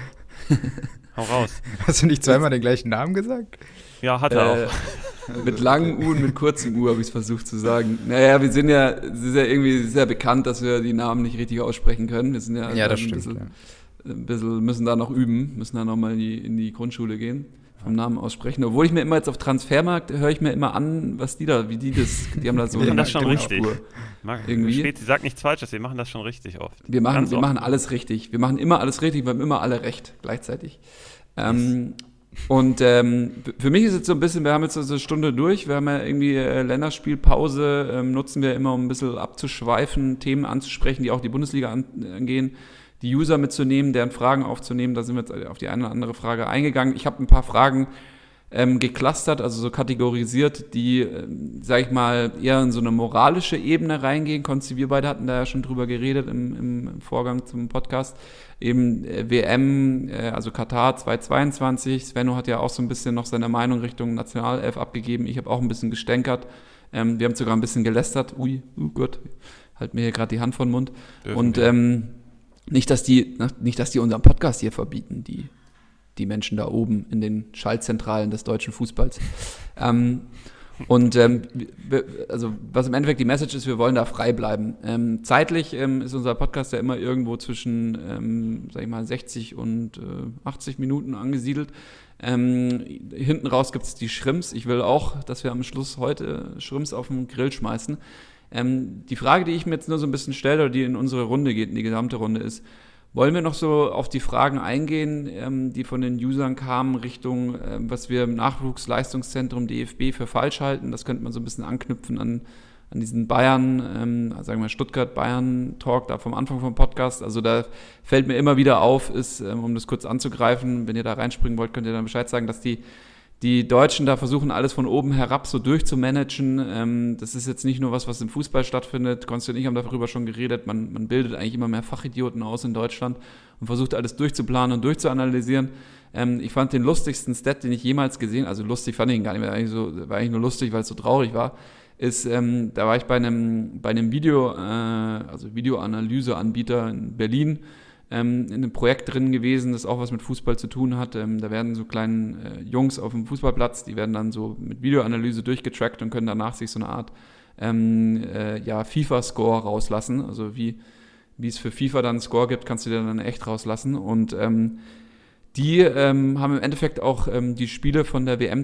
Hau raus. Hast du nicht zweimal den gleichen Namen gesagt? Ja, hat er äh, auch. Mit langen U und mit kurzem U habe ich es versucht zu sagen. Naja, wir sind ja, es ist ja irgendwie sehr bekannt, dass wir die Namen nicht richtig aussprechen können. Wir sind ja, ja das ein, stimmt, bisschen, ja. ein bisschen, müssen da noch üben, müssen da nochmal in die, in die Grundschule gehen. Vom Namen aussprechen. Obwohl ich mir immer jetzt auf Transfermarkt höre ich mir immer an, was die da, wie die das, die haben da so wir eine machen das schon richtig. Irgendwie. Spät, sie sagt nichts Falsches, wir machen das schon richtig oft. Wir machen, wir machen alles richtig. Wir machen immer alles richtig, wir haben immer alle recht gleichzeitig. Ähm, und ähm, für mich ist jetzt so ein bisschen, wir haben jetzt so eine Stunde durch, wir haben ja irgendwie äh, Länderspielpause, ähm, nutzen wir immer, um ein bisschen abzuschweifen, Themen anzusprechen, die auch die Bundesliga an, angehen. Die User mitzunehmen, deren Fragen aufzunehmen. Da sind wir jetzt auf die eine oder andere Frage eingegangen. Ich habe ein paar Fragen ähm, geclustert, also so kategorisiert, die, ähm, sag ich mal, eher in so eine moralische Ebene reingehen. Konsti, wir beide hatten da ja schon drüber geredet im, im Vorgang zum Podcast. Eben äh, W M, äh, also Katar zweitausendzweiundzwanzig. Svenno hat ja auch so ein bisschen noch seine Meinung Richtung Nationalelf abgegeben. Ich habe auch ein bisschen gestänkert. Ähm, wir haben sogar ein bisschen gelästert. Ui, oh Gott, halt mir hier gerade die Hand vor den Mund. Dürfen Und ähm, Nicht, dass die, nicht, dass die unseren Podcast hier verbieten, die, die Menschen da oben in den Schaltzentralen des deutschen Fußballs. Ähm, und ähm, also was im Endeffekt die Message ist, wir wollen da frei bleiben. Ähm, zeitlich ähm, ist unser Podcast ja immer irgendwo zwischen, ähm, sag ich mal, sechzig und äh, achtzig Minuten angesiedelt. Ähm, hinten raus gibt es die Shrimps. Ich will auch, dass wir am Schluss heute Shrimps auf den Grill schmeißen. Ähm, die Frage, die ich mir jetzt nur so ein bisschen stelle, oder die in unsere Runde geht, in die gesamte Runde ist, wollen wir noch so auf die Fragen eingehen, ähm, die von den Usern kamen, Richtung, ähm, was wir im Nachwuchsleistungszentrum D F B für falsch halten? Das könnte man so ein bisschen anknüpfen an, an diesen Bayern, ähm, sagen wir Stuttgart-Bayern-Talk da vom Anfang vom Podcast. Also da fällt mir immer wieder auf, ist, ähm, um das kurz anzugreifen, wenn ihr da reinspringen wollt, könnt ihr dann Bescheid sagen, dass die Die Deutschen da versuchen, alles von oben herab so durchzumanagen. Ähm, das ist jetzt nicht nur was, was im Fußball stattfindet. Konsti und ich haben darüber schon geredet. Man, man bildet eigentlich immer mehr Fachidioten aus in Deutschland und versucht alles durchzuplanen und durchzuanalysieren. Ähm, ich fand den lustigsten Stat, den ich jemals gesehen habe, also lustig fand ich ihn gar nicht mehr, eigentlich so, war eigentlich nur lustig, weil es so traurig war, ist, ähm, da war ich bei einem, bei einem Video, äh, also Videoanalyseanbieter in Berlin, Ähm, in einem Projekt drin gewesen, das auch was mit Fußball zu tun hat. Ähm, da werden so kleine äh, Jungs auf dem Fußballplatz, die werden dann so mit Videoanalyse durchgetrackt und können danach sich so eine Art ähm, äh, ja, FIFA-Score rauslassen. Also wie, wie es für FIFA dann einen Score gibt, kannst du dir dann echt rauslassen. Und ähm, die ähm, haben im Endeffekt auch ähm, die Spiele von der W M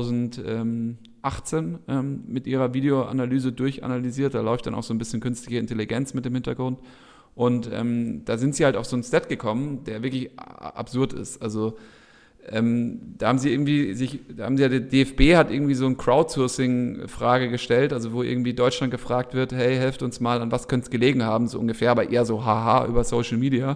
zweitausendachtzehn ähm, mit ihrer Videoanalyse durchanalysiert. Da läuft dann auch so ein bisschen künstliche Intelligenz mit im Hintergrund. Und ähm, da sind sie halt auf so einen Stat gekommen, der wirklich absurd ist. Also Ähm, da haben sie irgendwie sich, da haben sie ja, der D F B hat irgendwie so eine Crowdsourcing-Frage gestellt, also wo irgendwie Deutschland gefragt wird, hey, helft uns mal, an was könnte es gelegen haben, so ungefähr, aber eher so haha über Social Media.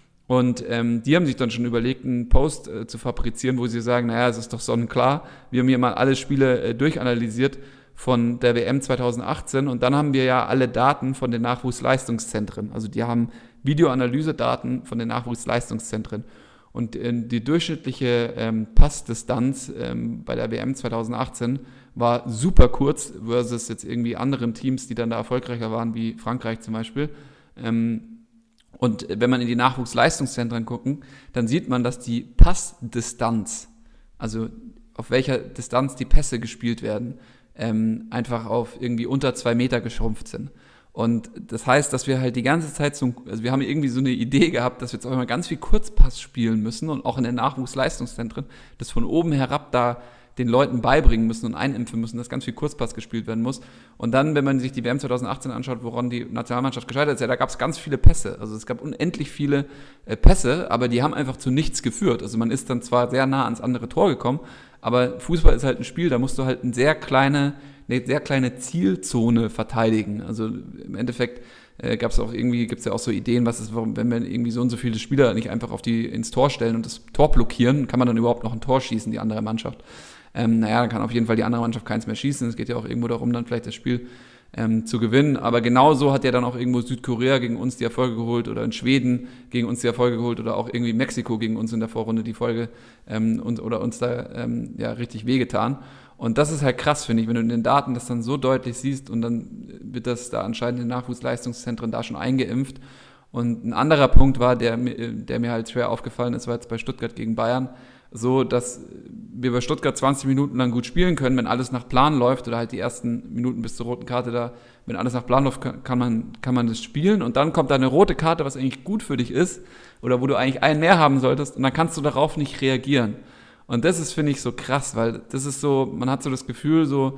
Und ähm, die haben sich dann schon überlegt, einen Post äh, zu fabrizieren, wo sie sagen, naja, es ist doch sonnenklar, wir haben hier mal alle Spiele äh, durchanalysiert von der W M zwanzig achtzehn und dann haben wir ja alle Daten von den Nachwuchsleistungszentren, also die haben Videoanalysedaten von den Nachwuchsleistungszentren. Und äh, die durchschnittliche ähm, Passdistanz ähm, bei der W M zwanzig achtzehn war super kurz versus jetzt irgendwie anderen Teams, die dann da erfolgreicher waren, wie Frankreich zum Beispiel. Ähm, und wenn man in die Nachwuchsleistungszentren gucken, dann sieht man, dass die Passdistanz, also auf welcher Distanz die Pässe gespielt werden, ähm, einfach auf irgendwie unter zwei Meter geschrumpft sind. Und das heißt, dass wir halt die ganze Zeit so, also wir haben irgendwie so eine Idee gehabt, dass wir jetzt auch immer ganz viel Kurzpass spielen müssen und auch in den Nachwuchsleistungszentren das von oben herab da den Leuten beibringen müssen und einimpfen müssen, dass ganz viel Kurzpass gespielt werden muss. Und dann, wenn man sich die W M zwanzig achtzehn anschaut, woran die Nationalmannschaft gescheitert ist, ja, da gab es ganz viele Pässe. Also es gab unendlich viele äh, Pässe, aber die haben einfach zu nichts geführt. Also man ist dann zwar sehr nah ans andere Tor gekommen, aber Fußball ist halt ein Spiel, da musst du halt eine sehr kleine eine sehr kleine Zielzone verteidigen. Also im Endeffekt äh, gab es auch irgendwie, gibt es ja auch so Ideen, was ist, warum, wenn wir irgendwie so und so viele Spieler nicht einfach auf die ins Tor stellen und das Tor blockieren, kann man dann überhaupt noch ein Tor schießen, die andere Mannschaft. Ähm, naja, dann kann auf jeden Fall die andere Mannschaft keins mehr schießen. Es geht ja auch irgendwo darum, dann vielleicht das Spiel ähm, zu gewinnen. Aber genauso hat ja dann auch irgendwo Südkorea gegen uns die Erfolge geholt oder in Schweden gegen uns die Erfolge geholt oder auch irgendwie Mexiko gegen uns in der Vorrunde die Folge ähm, und, oder uns da ähm, ja richtig wehgetan. Und das ist halt krass, finde ich, wenn du in den Daten das dann so deutlich siehst und dann wird das da anscheinend in den Nachwuchsleistungszentren da schon eingeimpft. Und ein anderer Punkt war, der, der mir halt schwer aufgefallen ist, war jetzt bei Stuttgart gegen Bayern, so, dass wir bei Stuttgart zwanzig Minuten lang gut spielen können, wenn alles nach Plan läuft oder halt die ersten Minuten bis zur roten Karte da, wenn alles nach Plan läuft, kann man, kann man das spielen und dann kommt da eine rote Karte, was eigentlich gut für dich ist oder wo du eigentlich einen mehr haben solltest und dann kannst du darauf nicht reagieren. Und das ist, finde ich, so krass, weil das ist so, man hat so das Gefühl, so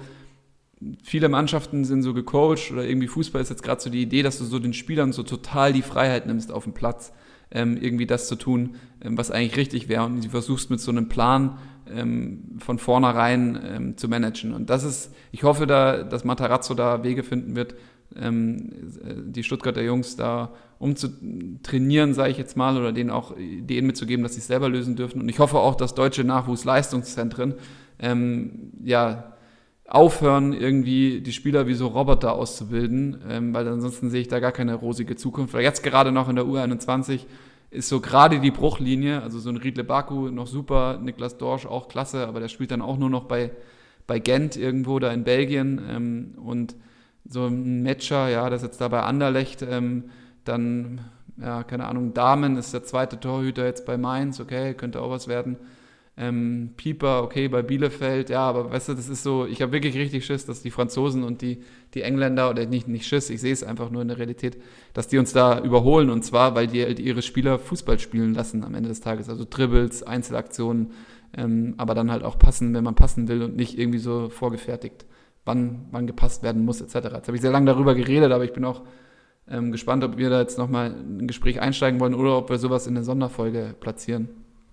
viele Mannschaften sind so gecoacht oder irgendwie Fußball ist jetzt gerade so die Idee, dass du so den Spielern so total die Freiheit nimmst auf dem Platz, ähm, irgendwie das zu tun, ähm, was eigentlich richtig wäre und du versuchst mit so einem Plan ähm, von vornherein ähm, zu managen. Und das ist, ich hoffe da, dass Matarazzo da Wege finden wird, ähm, die Stuttgarter Jungs da umzutrainieren, sage ich jetzt mal, oder denen auch Ideen mitzugeben, dass sie es selber lösen dürfen. Und ich hoffe auch, dass deutsche Nachwuchsleistungszentren ähm, ja, aufhören, irgendwie die Spieler wie so Roboter auszubilden, ähm, weil ansonsten sehe ich da gar keine rosige Zukunft. Weil jetzt gerade noch in der U einundzwanzig ist so gerade die Bruchlinie, also so ein Riedle Baku noch super, Niklas Dorsch auch klasse, aber der spielt dann auch nur noch bei, bei Gent irgendwo da in Belgien ähm, und so ein Metscher, ja, das ist jetzt da bei Anderlecht, ähm, dann, ja, keine Ahnung, Dahmen ist der zweite Torhüter jetzt bei Mainz, okay, könnte auch was werden. Ähm, Pieper, okay, bei Bielefeld, ja, aber weißt du, das ist so, ich habe wirklich richtig Schiss, dass die Franzosen und die, die Engländer, oder nicht, nicht Schiss, ich sehe es einfach nur in der Realität, dass die uns da überholen und zwar, weil die halt ihre Spieler Fußball spielen lassen am Ende des Tages, also Dribbles, Einzelaktionen, ähm, aber dann halt auch passen, wenn man passen will und nicht irgendwie so vorgefertigt, wann, wann gepasst werden muss, et cetera. Jetzt habe ich sehr lange darüber geredet, aber ich bin auch ähm, gespannt, ob wir da jetzt nochmal in ein Gespräch einsteigen wollen oder ob wir sowas in eine Sonderfolge platzieren.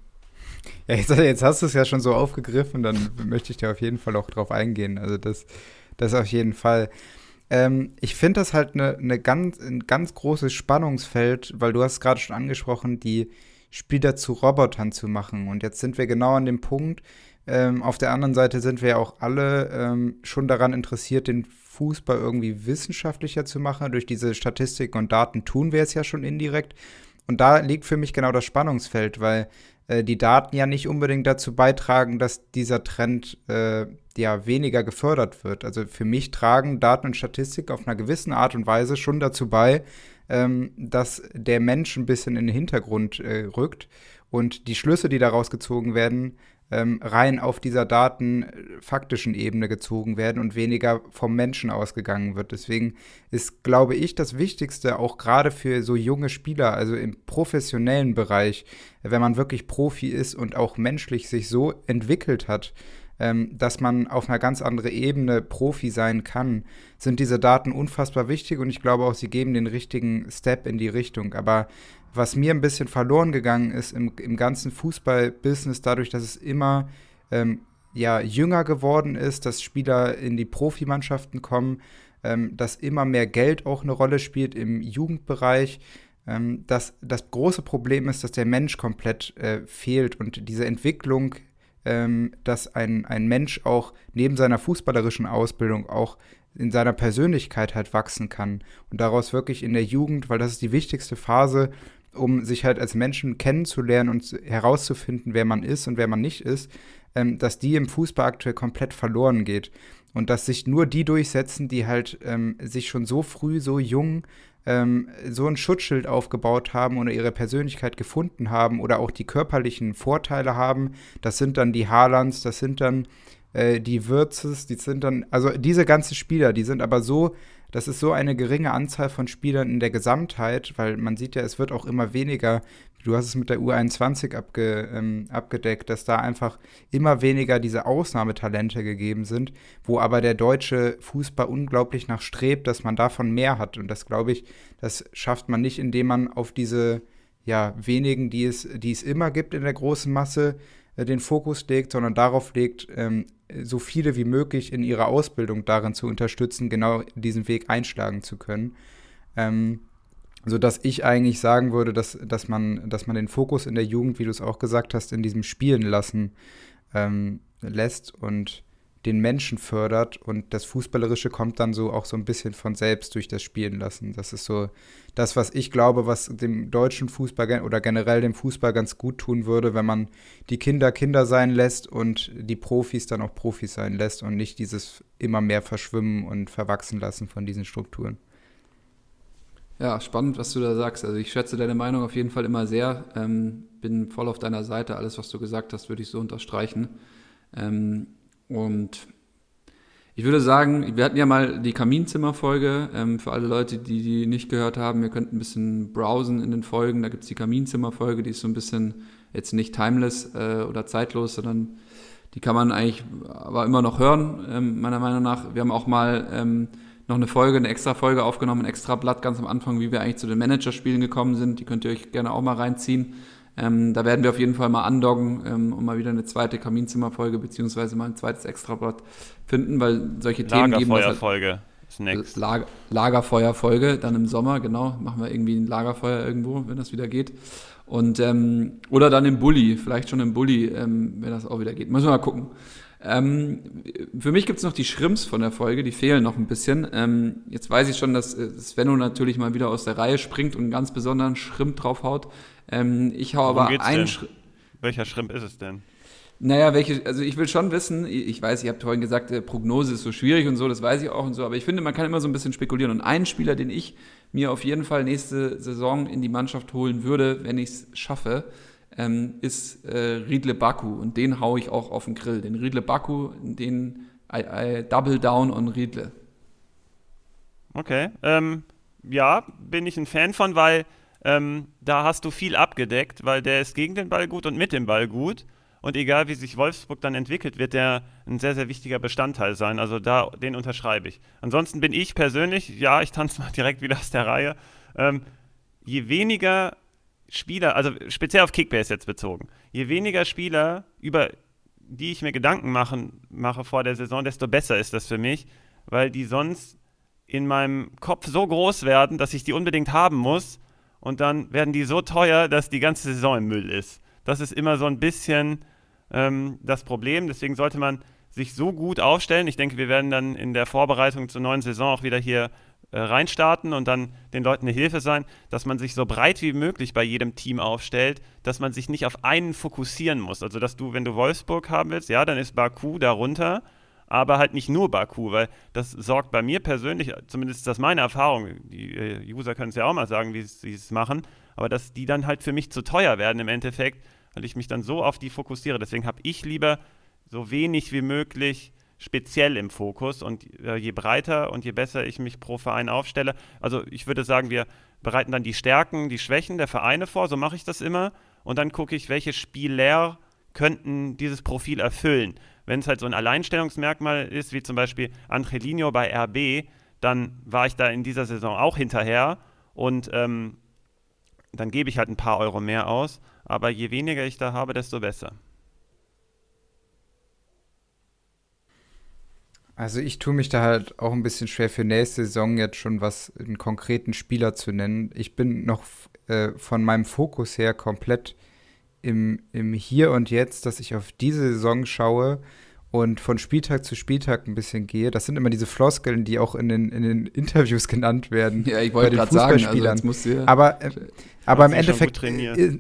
Ja, jetzt, jetzt hast du es ja schon so aufgegriffen, dann möchte ich da auf jeden Fall auch drauf eingehen. Also das, das auf jeden Fall. Ähm, ich finde das halt eine, eine ganz, ein ganz großes Spannungsfeld, weil du hast gerade schon angesprochen, die Spieler zu Robotern zu machen. Und jetzt sind wir genau an dem Punkt. Ähm, auf der anderen Seite sind wir ja auch alle ähm, schon daran interessiert, den Fußball irgendwie wissenschaftlicher zu machen. Durch diese Statistiken und Daten tun wir es ja schon indirekt. Und da liegt für mich genau das Spannungsfeld, weil äh, die Daten ja nicht unbedingt dazu beitragen, dass dieser Trend äh, ja weniger gefördert wird. Also für mich tragen Daten und Statistik auf einer gewissen Art und Weise schon dazu bei, ähm, dass der Mensch ein bisschen in den Hintergrund äh, rückt und die Schlüsse, die daraus gezogen werden, ähm, rein auf dieser datenfaktischen Ebene gezogen werden und weniger vom Menschen ausgegangen wird. Deswegen ist, glaube ich, das Wichtigste auch gerade für so junge Spieler, also im professionellen Bereich, wenn man wirklich Profi ist und auch menschlich sich so entwickelt hat, ähm, dass man auf einer ganz anderen Ebene Profi sein kann, sind diese Daten unfassbar wichtig und ich glaube auch, sie geben den richtigen Step in die Richtung. Aber was mir ein bisschen verloren gegangen ist im, im ganzen Fußball-Business, dadurch, dass es immer ähm, ja, jünger geworden ist, dass Spieler in die Profimannschaften kommen, ähm, dass immer mehr Geld auch eine Rolle spielt im Jugendbereich. Ähm, dass das große Problem ist, dass der Mensch komplett äh, fehlt und diese Entwicklung, ähm, dass ein, ein Mensch auch neben seiner fußballerischen Ausbildung auch in seiner Persönlichkeit halt wachsen kann und daraus wirklich in der Jugend, weil das ist die wichtigste Phase, um sich halt als Menschen kennenzulernen und herauszufinden, wer man ist und wer man nicht ist, ähm, dass die im Fußball aktuell komplett verloren geht und dass sich nur die durchsetzen, die halt ähm, sich schon so früh, so jung ähm, so ein Schutzschild aufgebaut haben oder ihre Persönlichkeit gefunden haben oder auch die körperlichen Vorteile haben. Das sind dann die Haalands, das sind dann äh, die Würzes, die sind dann, also diese ganzen Spieler, die sind aber so, das ist so eine geringe Anzahl von Spielern in der Gesamtheit, weil man sieht ja, es wird auch immer weniger. Du hast es mit der U einundzwanzig abge, ähm, abgedeckt, dass da einfach immer weniger diese Ausnahmetalente gegeben sind, wo aber der deutsche Fußball unglaublich nach strebt, dass man davon mehr hat. Und das, glaube ich, das schafft man nicht, indem man auf diese ja, wenigen, die es, die es immer gibt in der großen Masse, äh, den Fokus legt, sondern darauf legt, ähm, so viele wie möglich in ihrer Ausbildung darin zu unterstützen, genau diesen Weg einschlagen zu können. Ähm, sodass ich eigentlich sagen würde, dass, dass, man, dass man den Fokus in der Jugend, wie du es auch gesagt hast, in diesem Spielen lassen ähm, lässt und den Menschen fördert und das Fußballerische kommt dann so auch so ein bisschen von selbst durch das Spielen lassen. Das ist so das, was ich glaube, was dem deutschen Fußball oder generell dem Fußball ganz gut tun würde, wenn man die Kinder Kinder sein lässt und die Profis dann auch Profis sein lässt und nicht dieses immer mehr Verschwimmen und Verwachsen lassen von diesen Strukturen. Ja, spannend, was du da sagst. Also ich schätze deine Meinung auf jeden Fall immer sehr. Ähm, bin voll auf deiner Seite. Alles, was du gesagt hast, würde ich so unterstreichen. Ähm, und ich würde sagen, wir hatten ja mal die Kaminzimmer-Folge. Ähm, für alle Leute, die die nicht gehört haben, ihr könnt ein bisschen browsen in den Folgen. Da gibt es die Kaminzimmer-Folge, die ist so ein bisschen jetzt nicht timeless äh, oder zeitlos, sondern die kann man eigentlich aber immer noch hören, ähm, meiner Meinung nach. Wir haben auch mal ähm, noch eine Folge, eine extra Folge aufgenommen, ein extra Blatt ganz am Anfang, wie wir eigentlich zu den Managerspielen gekommen sind. Die könnt ihr euch gerne auch mal reinziehen. Ähm, da werden wir auf jeden Fall mal andoggen ähm, und mal wieder eine zweite Kaminzimmerfolge beziehungsweise mal ein zweites Extrablatt finden, weil solche Themen geben. Lagerfeuerfolge ist next. Lager, Lagerfeuerfolge, dann im Sommer, genau. Machen wir irgendwie ein Lagerfeuer irgendwo, wenn das wieder geht. Und ähm, oder dann im Bulli, vielleicht schon im Bulli, ähm, wenn das auch wieder geht. Müssen wir mal gucken. Ähm, für mich gibt es noch die Schrimps von der Folge, die fehlen noch ein bisschen. Ähm, jetzt weiß ich schon, dass äh, Svenno natürlich mal wieder aus der Reihe springt und einen ganz besonderen Schrimp draufhaut. Ähm, ich hau Worum aber einen Schrimp. Welcher Schrimp ist es denn? Naja, welche, also ich will schon wissen, ich weiß, ihr habt vorhin gesagt, äh, Prognose ist so schwierig und so, das weiß ich auch und so, aber ich finde, man kann immer so ein bisschen spekulieren. Und einen Spieler, den ich mir auf jeden Fall nächste Saison in die Mannschaft holen würde, wenn ich es schaffe, ähm, ist äh, Riedle Baku. Und den hau ich auch auf den Grill. Den Riedle Baku, den I, I Double Down on Riedle. Okay, ähm, ja, bin ich ein Fan von, weil ähm, da hast du viel abgedeckt, weil der ist gegen den Ball gut und mit dem Ball gut. Und egal, wie sich Wolfsburg dann entwickelt, wird der ein sehr, sehr wichtiger Bestandteil sein. Also da, den unterschreibe ich. Ansonsten bin ich persönlich, ja, ich tanze mal direkt wieder aus der Reihe, ähm, je weniger Spieler, also speziell auf Kickbase jetzt bezogen, je weniger Spieler, über die ich mir Gedanken machen, mache vor der Saison, desto besser ist das für mich, weil die sonst in meinem Kopf so groß werden, dass ich die unbedingt haben muss und dann werden die so teuer, dass die ganze Saison im Müll ist. Das ist immer so ein bisschen ähm, das Problem, deswegen sollte man sich so gut aufstellen. Ich denke, wir werden dann in der Vorbereitung zur neuen Saison auch wieder hier äh, reinstarten und dann den Leuten eine Hilfe sein, dass man sich so breit wie möglich bei jedem Team aufstellt, dass man sich nicht auf einen fokussieren muss. Also, dass du, wenn du Wolfsburg haben willst, ja, dann ist Baku darunter, aber halt nicht nur Baku, weil das sorgt bei mir persönlich, zumindest ist das meine Erfahrung, die äh, User können es ja auch mal sagen, wie sie es machen, aber dass die dann halt für mich zu teuer werden im Endeffekt, weil ich mich dann so auf die fokussiere. Deswegen habe ich lieber so wenig wie möglich speziell im Fokus und äh, je breiter und je besser ich mich pro Verein aufstelle, also ich würde sagen, wir bereiten dann die Stärken, die Schwächen der Vereine vor, so mache ich das immer und dann gucke ich, welche Spieler könnten dieses Profil erfüllen. Wenn es halt so ein Alleinstellungsmerkmal ist, wie zum Beispiel Angelino bei R B, dann war ich da in dieser Saison auch hinterher und ähm, dann gebe ich halt ein paar Euro mehr aus. Aber je weniger ich da habe, desto besser. Also ich tue mich da halt auch ein bisschen schwer für nächste Saison jetzt schon was, einen konkreten Spieler zu nennen. Ich bin noch äh, von meinem Fokus her komplett im, im Hier und Jetzt, dass ich auf diese Saison schaue und von Spieltag zu Spieltag ein bisschen gehe. Das sind immer diese Floskeln, die auch in den, in den Interviews genannt werden. Ja, ich wollte gerade sagen, also jetzt musst du ja aber, äh, aber im Endeffekt, äh,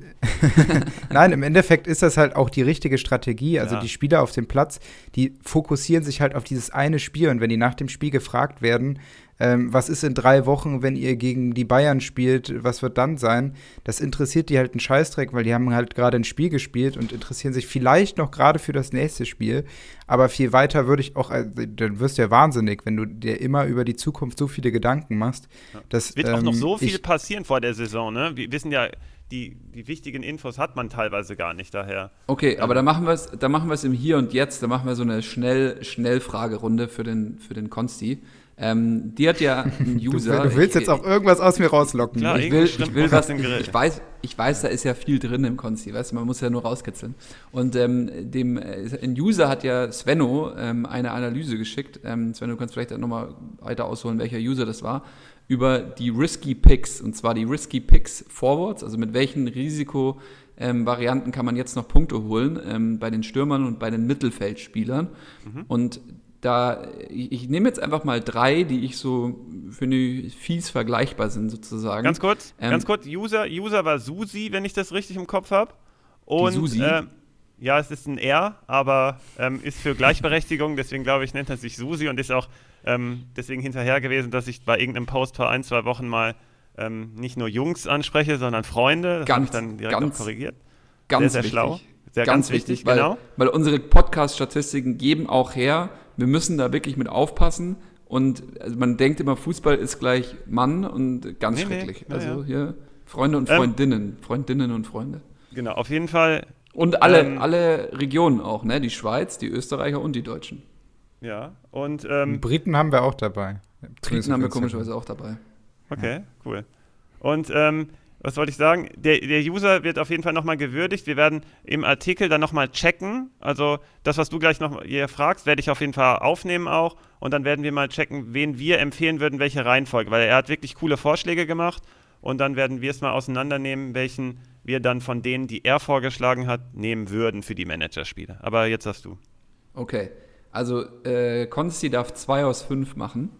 nein, im Endeffekt ist das halt auch die richtige Strategie. Also ja. die Spieler auf dem Platz, die fokussieren sich halt auf dieses eine Spiel. Und wenn die nach dem Spiel gefragt werden, ähm, was ist in drei Wochen, wenn ihr gegen die Bayern spielt, was wird dann sein? Das interessiert die halt einen Scheißdreck, weil die haben halt gerade ein Spiel gespielt und interessieren sich vielleicht noch gerade für das nächste Spiel. Aber viel weiter würde ich auch, also, dann wirst du ja wahnsinnig, wenn du dir immer über die Zukunft so viele Gedanken machst. Ja. Dass, es wird ähm, auch noch so viel ich, passieren vor der Saison, ne? Wir wissen ja, die, die wichtigen Infos hat man teilweise gar nicht daher. Okay, aber da machen wir es, da machen wir es im Hier und Jetzt, da machen wir so eine schnell, Schnellfragerunde für den, für den Konsti. Ähm, die hat ja einen User. Du, du willst ich, jetzt auch irgendwas aus mir rauslocken. Klar, ich will, ich will was, ich, ich weiß, ich weiß, da ist ja viel drin im Konsti, weißt du, man muss ja nur rauskitzeln. Und ähm, dem, ein User hat ja Svenno ähm, eine Analyse geschickt. Ähm, Svenno, du kannst vielleicht nochmal weiter ausholen, welcher User das war, über die Risky Picks, und zwar die Risky Picks Forwards, also mit welchen Risikovarianten ähm, kann man jetzt noch Punkte holen ähm, bei den Stürmern und bei den Mittelfeldspielern. Mhm. Und da, ich, ich nehme jetzt einfach mal drei, die ich so finde, fies vergleichbar sind sozusagen. Ganz kurz, ähm, ganz kurz, User, User war Susi, wenn ich das richtig im Kopf habe. Und Susi? Äh, ja, es ist ein R, aber ähm, ist für Gleichberechtigung, deswegen glaube ich, nennt er sich Susi und ist auch ähm, deswegen hinterher gewesen, dass ich bei irgendeinem Post vor ein, zwei Wochen mal ähm, nicht nur Jungs anspreche, sondern Freunde. Das habe ich dann direkt ganz, auch korrigiert. Ganz sehr, sehr wichtig. schlau. Sehr, ganz, ganz wichtig, weil, genau. Weil unsere Podcast-Statistiken geben auch her, wir müssen da wirklich mit aufpassen. Und also man denkt immer, Fußball ist gleich Mann und ganz nee, schrecklich. Nee, also ja. hier Freunde und Freundinnen, ähm, Freundinnen und Freunde. Genau, auf jeden Fall. Und alle, ähm, alle Regionen auch, ne? Die Schweiz, die Österreicher und die Deutschen. Ja, und ähm, Briten haben wir auch dabei. Briten haben wir komischerweise auch dabei. Okay, ja. Cool. Und ähm, was wollte ich sagen? Der, der User wird auf jeden Fall nochmal gewürdigt. Wir werden im Artikel dann nochmal checken. Also das, was du gleich noch hier fragst, werde ich auf jeden Fall aufnehmen auch. Und dann werden wir mal checken, wen wir empfehlen würden, welche Reihenfolge. Weil er hat wirklich coole Vorschläge gemacht. Und dann werden wir es mal auseinandernehmen, welchen wir dann von denen, die er vorgeschlagen hat, nehmen würden für die Managerspiele. Aber jetzt hast du. Okay, also äh, Konsti darf zwei aus fünf machen.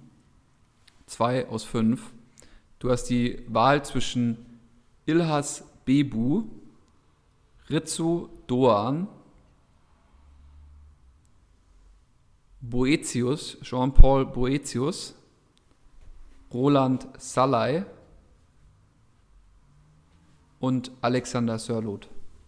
Zwei aus fünf. Du hast die Wahl zwischen Ilhas Bebu, Ritsu Doan, Boetius, Jean-Paul Boetius, Roland Salai und Alexander Sörloth.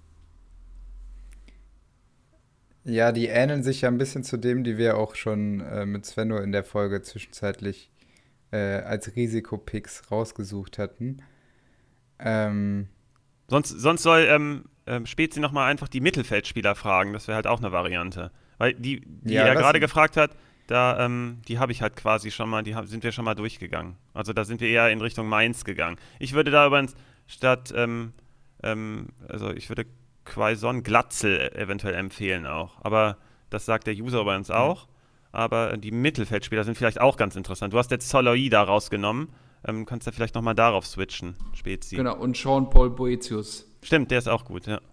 Ja, die ähneln sich ja ein bisschen zu dem, die wir auch schon äh, mit Svenno in der Folge zwischenzeitlich äh, als Risikopicks rausgesucht hatten. Ähm, sonst, sonst soll ähm, ähm, Spezi nochmal einfach die Mittelfeldspieler fragen, das wäre halt auch eine Variante. Weil die, die ja, er gerade gefragt hat, da, ähm, die habe ich halt quasi schon mal, die hab, sind wir schon mal durchgegangen. Also da sind wir eher in Richtung Mainz gegangen. Ich würde da übrigens statt, ähm, ähm, also ich würde Quaison Glatzel eventuell empfehlen auch. Aber das sagt der User bei uns auch. Aber die Mittelfeldspieler sind vielleicht auch ganz interessant. Du hast jetzt Soloy da rausgenommen. Ähm, kannst du vielleicht nochmal darauf switchen, Spezi. Genau, und Jean-Paul Boetius. Stimmt, der ist auch gut, ja.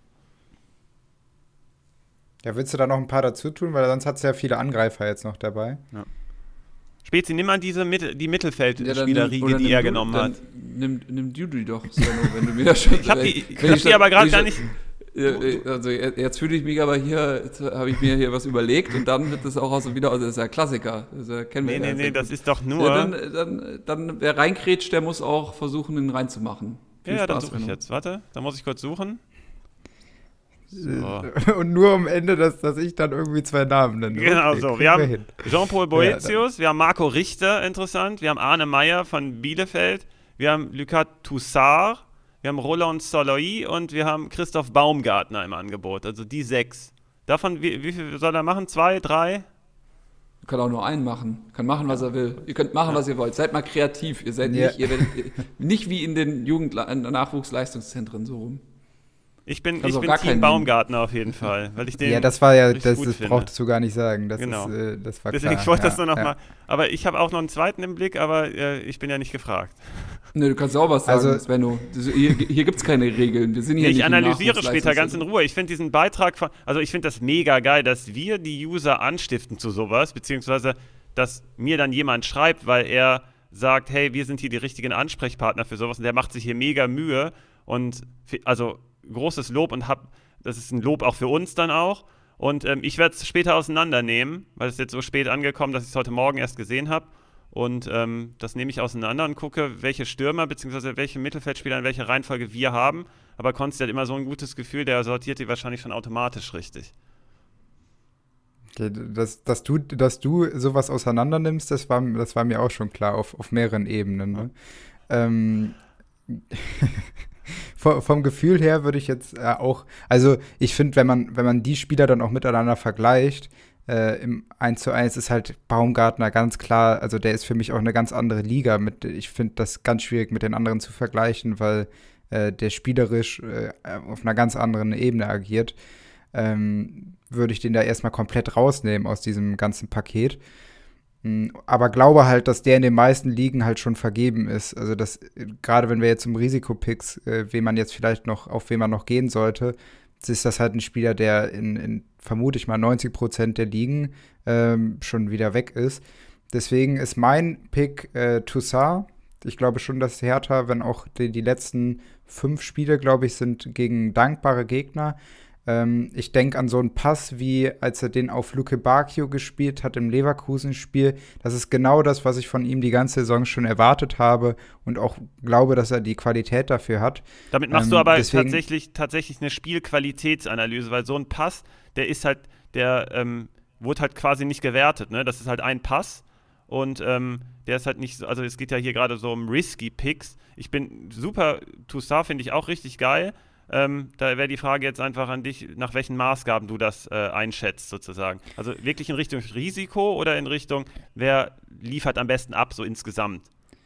Ja, willst du da noch ein paar dazu tun? Weil sonst hat es ja viele Angreifer jetzt noch dabei. Ja. Spezi, nimm mal diese Mit- die Mittelfeldspielerriege, ja, die er du, genommen dann hat. Nimm, nimm du die doch, Svenno, wenn du mir das schon... ich hab die, ich hab die aber gerade gar nicht... Also jetzt fühle ich mich aber hier, jetzt habe ich mir hier was überlegt und dann wird das auch aus, wieder, also das ist ja Klassiker. Das ja, kennen wir nee, ja nee, nee, das gut. ist doch nur... Ja, dann, dann, dann, wer reinkrätscht, der muss auch versuchen, ihn reinzumachen. Viel ja, Spaß, dann suche ich jetzt. Warte, da muss ich kurz suchen. So. Und nur am Ende, dass, dass ich dann irgendwie zwei Namen nenne. Genau okay, so. Wir haben wir Jean-Paul Boetius, ja, wir haben Marco Richter, interessant. Wir haben Arne Meyer von Bielefeld. Wir haben Lucas Toussard. Wir haben Roland Soloy und wir haben Christoph Baumgartner im Angebot. Also die sechs. Davon, wie, wie viel soll er machen? Zwei, drei? Kann auch nur einen machen. Kann machen, was er will. Ihr könnt machen, was ihr wollt. Seid mal kreativ. Ihr seid Ja. nicht, ihr werdet nicht wie in den Jugend- Nachwuchsleistungszentren so rum. Ich bin, Also ich auch bin gar Team keinen- Baumgartner auf jeden Fall, weil ich den Ja, das war ja, richtig das, gut das finde. brauchtest du gar nicht sagen. Das Genau. ist, äh, das war Deswegen, klar. ich wollte ja, das nur noch ja. mal. Aber ich habe auch noch einen zweiten im Blick, aber äh, ich bin ja nicht gefragt. Ne, du kannst auch was sagen, Also- Svenno. Das- Hier, hier gibt es keine Regeln. Wir sind hier Nee, ich nicht im analysiere später ganz in Nachwuchsleistungszentrum. Ruhe. Ich finde diesen Beitrag von, also ich finde das mega geil, dass wir die User anstiften zu sowas, beziehungsweise dass mir dann jemand schreibt, weil er sagt, hey, wir sind hier die richtigen Ansprechpartner für sowas und der macht sich hier mega Mühe und fi- also großes Lob und hab, das ist ein Lob auch für uns dann auch und ähm, ich werde es später auseinandernehmen, weil es jetzt so spät angekommen, dass ich es heute Morgen erst gesehen habe und ähm, das nehme ich auseinander und gucke, welche Stürmer bzw. welche Mittelfeldspieler in welcher Reihenfolge wir haben, aber Konsti hat immer so ein gutes Gefühl, der sortiert die wahrscheinlich schon automatisch richtig. Okay, dass, dass, du, dass du sowas auseinander nimmst, das war, das war mir auch schon klar, auf, auf mehreren Ebenen. Ne? Ähm, vom, vom Gefühl her würde ich jetzt äh, auch, also ich finde, wenn man, wenn man die Spieler dann auch miteinander vergleicht, äh, im eins zu eins ist halt Baumgartner ganz klar, also der ist für mich auch eine ganz andere Liga. Mit, ich finde das ganz schwierig mit den anderen zu vergleichen, weil äh, der spielerisch äh, auf einer ganz anderen Ebene agiert. Ähm, würde ich den da erstmal komplett rausnehmen aus diesem ganzen Paket. Mm, Aber glaube halt, dass der in den meisten Ligen halt schon vergeben ist. Also das, äh, gerade wenn wir jetzt um Risikopicks, äh, wen man jetzt vielleicht noch, auf wen man noch gehen sollte, ist das halt ein Spieler, der in, in vermute ich mal neunzig Prozent der Ligen ähm, schon wieder weg ist. Deswegen ist mein Pick äh, Toussaint. Ich glaube schon, dass Hertha, wenn auch die, die letzten fünf Spiele, glaube ich, sind gegen dankbare Gegner. Ähm, ich denke an so einen Pass, wie als er den auf Luke Bacchio gespielt hat im Leverkusen-Spiel. Das ist genau das, was ich von ihm die ganze Saison schon erwartet habe und auch glaube, dass er die Qualität dafür hat. Damit machst Ähm, du aber deswegen- tatsächlich, tatsächlich eine Spielqualitätsanalyse, weil so ein Pass, der ist halt, der ähm, wurde halt quasi nicht gewertet, ne? Das ist halt ein Pass und ähm, der ist halt nicht so, also es geht ja hier gerade so um risky Picks. Ich bin super, Toussaint finde ich auch richtig geil. Ähm, da wäre die Frage jetzt einfach an dich, nach welchen Maßgaben du das äh, einschätzt sozusagen. Also wirklich in Richtung Risiko oder in Richtung, wer liefert am besten ab, so insgesamt?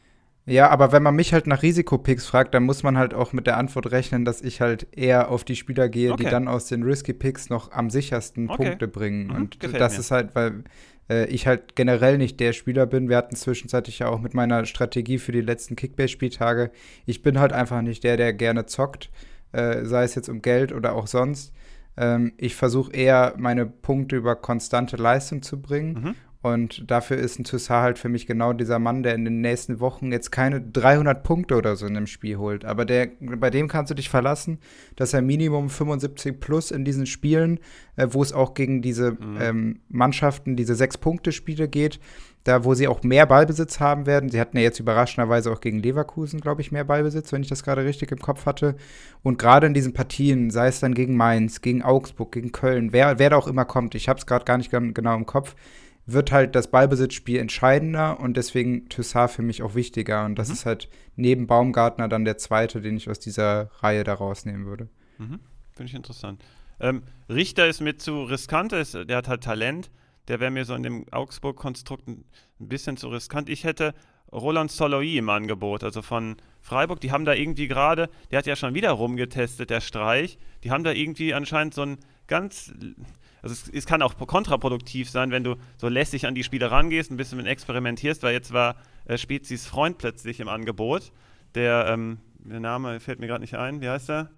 Ja, aber wenn man mich halt nach Risikopicks fragt, dann muss man halt auch mit der Antwort rechnen, dass ich halt eher auf die Spieler gehe, Okay. die dann aus den Risky Picks noch am sichersten Okay. Punkte bringen. Mhm, Und gefällt das mir. ist halt, weil äh, ich halt generell nicht der Spieler bin. Wir hatten zwischenzeitlich ja auch mit meiner Strategie für die letzten Kickbase-Spieltage. Ich bin halt einfach nicht der, der gerne zockt, äh, sei es jetzt um Geld oder auch sonst. Ähm, ich versuche eher, meine Punkte über konstante Leistung zu bringen. Mhm. Und dafür ist ein Toussaint halt für mich genau dieser Mann, der in den nächsten Wochen jetzt keine dreihundert Punkte oder so in einem Spiel holt. Aber der, bei dem kannst du dich verlassen, dass er Minimum fünfundsiebzig plus in diesen Spielen, äh, wo es auch gegen diese Mhm. ähm, Mannschaften, diese Sechs-Punkte-Spiele geht, da wo sie auch mehr Ballbesitz haben werden. Sie hatten ja jetzt überraschenderweise auch gegen Leverkusen, glaube ich, mehr Ballbesitz, wenn ich das gerade richtig im Kopf hatte. Und gerade in diesen Partien, sei es dann gegen Mainz, gegen Augsburg, gegen Köln, wer, wer da auch immer kommt, ich habe es gerade gar nicht gan- genau im Kopf, wird halt das Ballbesitzspiel entscheidender und deswegen Toussaint für mich auch wichtiger. Und das Mhm. ist halt neben Baumgartner dann der zweite, den ich aus dieser Reihe da rausnehmen würde. Mhm. Finde ich interessant. Ähm, Richter ist mir zu riskant, ist, der hat halt Talent. Der wäre mir so in dem Augsburg-Konstrukt ein, ein bisschen zu riskant. Ich hätte Roland Soloy im Angebot, also von Freiburg. Die haben da irgendwie gerade, der hat ja schon wieder rumgetestet, der Streich. Die haben da irgendwie anscheinend so ein ganz, also es, es kann auch kontraproduktiv sein, wenn du so lässig an die Spiele rangehst, ein bisschen mit experimentierst, weil jetzt war äh, Spezis Freund plötzlich im Angebot. Der, ähm, der Name fällt mir gerade nicht ein. Wie heißt der?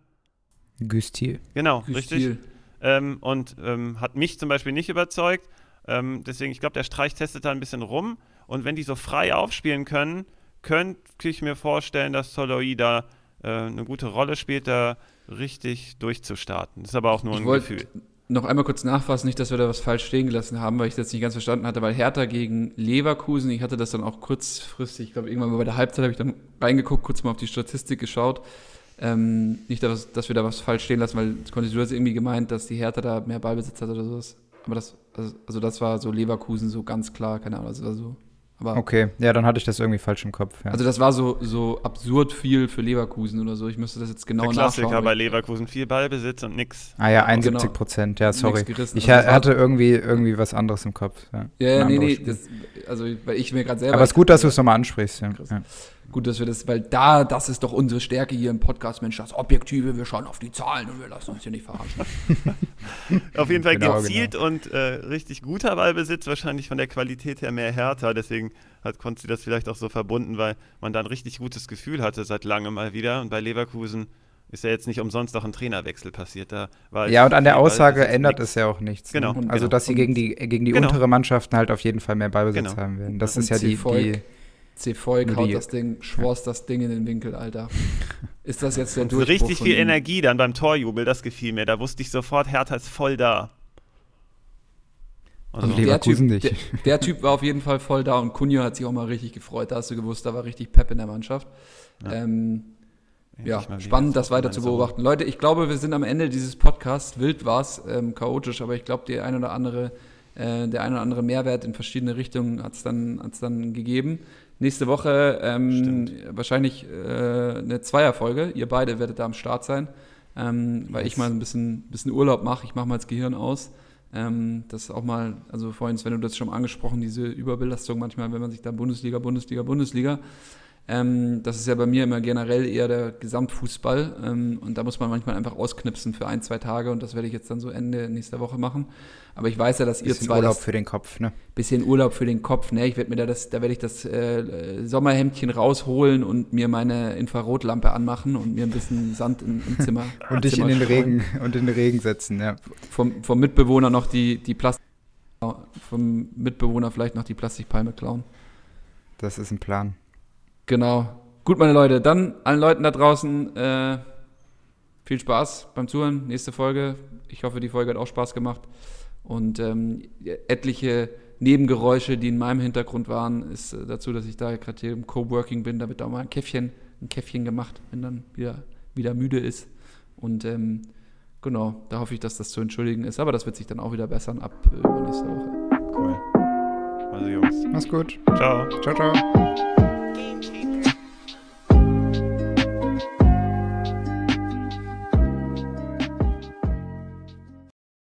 Güstil. Genau, richtig. Stil. Ähm, und ähm, hat mich zum Beispiel nicht überzeugt. Ähm, deswegen, ich glaube, der Streich testet da ein bisschen rum. Und wenn die so frei aufspielen können, könnte ich mir vorstellen, dass Soloy da äh, eine gute Rolle spielt, da richtig durchzustarten. Das ist aber auch nur Ich ein wollte Gefühl. noch einmal kurz nachfassen, nicht, dass wir da was falsch stehen gelassen haben, weil ich das nicht ganz verstanden hatte, weil Hertha gegen Leverkusen, ich hatte das dann auch kurzfristig, ich glaube, irgendwann mal bei der Halbzeit habe ich dann reingeguckt, kurz mal auf die Statistik geschaut. Ähm, nicht, dass, dass wir da was falsch stehen lassen, weil du hast irgendwie gemeint, dass die Hertha da mehr Ballbesitz hat oder sowas. Aber das, also, also das war so Leverkusen so ganz klar, keine Ahnung, das war so. Aber okay, ja, dann hatte ich das irgendwie falsch im Kopf. Ja. Also das war so, so absurd viel für Leverkusen oder so. Ich müsste das jetzt genau Der Klassiker nachschauen. bei Leverkusen, viel Ballbesitz und nix. Ah ja, einundsiebzig Prozent, ja, sorry. Nichts gerissen. Ich Also das hatte irgendwie, irgendwie was anderes im Kopf. Ja, Ja, ja Ein nee, anderes nee, Spiel. das, also weil ich mir gerade selber... Aber es ist gut, dass du es nochmal ansprichst. Ja. Krass. Ja. Gut, dass wir das, weil da, das ist doch unsere Stärke hier im Podcast, Mensch, das Objektive, wir schauen auf die Zahlen und wir lassen uns hier nicht verarschen. Auf jeden Fall Genau, gezielt und äh, richtig guter Ballbesitz, wahrscheinlich von der Qualität her mehr härter. Deswegen hat Konzi das vielleicht auch so verbunden, weil man da ein richtig gutes Gefühl hatte seit langem mal wieder. Und bei Leverkusen ist ja jetzt nicht umsonst auch ein Trainerwechsel passiert. Da war Ja, und an der viel Aussage Ballbesitz, ändert nix. es ja auch nichts. Genau. Ne? Und- Also, genau. dass sie Und- gegen die, gegen die Genau. untere Mannschaften halt auf jeden Fall mehr Ballbesitz Genau. haben werden. Das Und ist ja die, die C-Volk. C-Volk Nur haut die- das Ding, schworst das Ding in den Winkel, Alter. Ist das jetzt der So Durchbruch richtig von viel ihm? Energie dann beim Torjubel, das gefiel mir. Da wusste ich sofort, Hertha ist voll da. Also, Und Der Leverkusen typ, nicht. der, der Typ war auf jeden Fall voll da und Kunja hat sich auch mal richtig gefreut. Da hast du gewusst, da war richtig Pep in der Mannschaft. Ja. Ähm, ja, endlich mal wieder spannend, so das weiter zu meine Sache. beobachten. Leute, ich glaube, wir sind am Ende dieses Podcasts. Wild war es, ähm, chaotisch, aber ich glaube, die ein oder andere, äh, der ein oder andere Mehrwert in verschiedene Richtungen hat es dann, hat's dann gegeben. Nächste Woche ähm, wahrscheinlich äh, eine Zweierfolge. Ihr beide werdet da am Start sein, ähm, weil Yes. ich mal ein bisschen, bisschen Urlaub mache. Ich mache mal das Gehirn aus. Ähm, das ist auch mal, also vorhin, Sven, du hast schon angesprochen, diese Überbelastung manchmal, wenn man sich da Bundesliga, Bundesliga, Bundesliga. Ähm, das ist ja bei mir immer generell eher der Gesamtfußball. Ähm, und da muss man manchmal einfach ausknipsen für ein, zwei Tage. Und das werde ich jetzt dann so Ende nächster Woche machen. Aber ich weiß ja, dass ihr Bisschen zwei Urlaub das, für den Kopf, ne? bisschen Urlaub für den Kopf, ne? Ich werde mir da das, da werde ich das äh, Sommerhemdchen rausholen und mir meine Infrarotlampe anmachen und mir ein bisschen Sand im, im Zimmer Und dich in Zimmer den streuen. Regen und in den Regen setzen, ja. Vom, vom Mitbewohner noch die, die Plastik, vom Mitbewohner vielleicht noch die Plastikpalme klauen. Das ist ein Plan. Genau. Gut, meine Leute, dann allen Leuten da draußen äh, viel Spaß beim Zuhören. Nächste Folge. Ich hoffe, die Folge hat auch Spaß gemacht. Und ähm, etliche Nebengeräusche, die in meinem Hintergrund waren, ist äh, dazu, dass ich da gerade hier im Coworking bin. Da wird auch mal ein Käffchen, ein Käffchen gemacht, wenn dann wieder, wieder müde ist. Und ähm, genau, da hoffe ich, dass das zu entschuldigen ist. Aber das wird sich dann auch wieder bessern ab äh, übernächste Woche. Cool. Also Jungs. Mach's gut. Ciao. Ciao, ciao.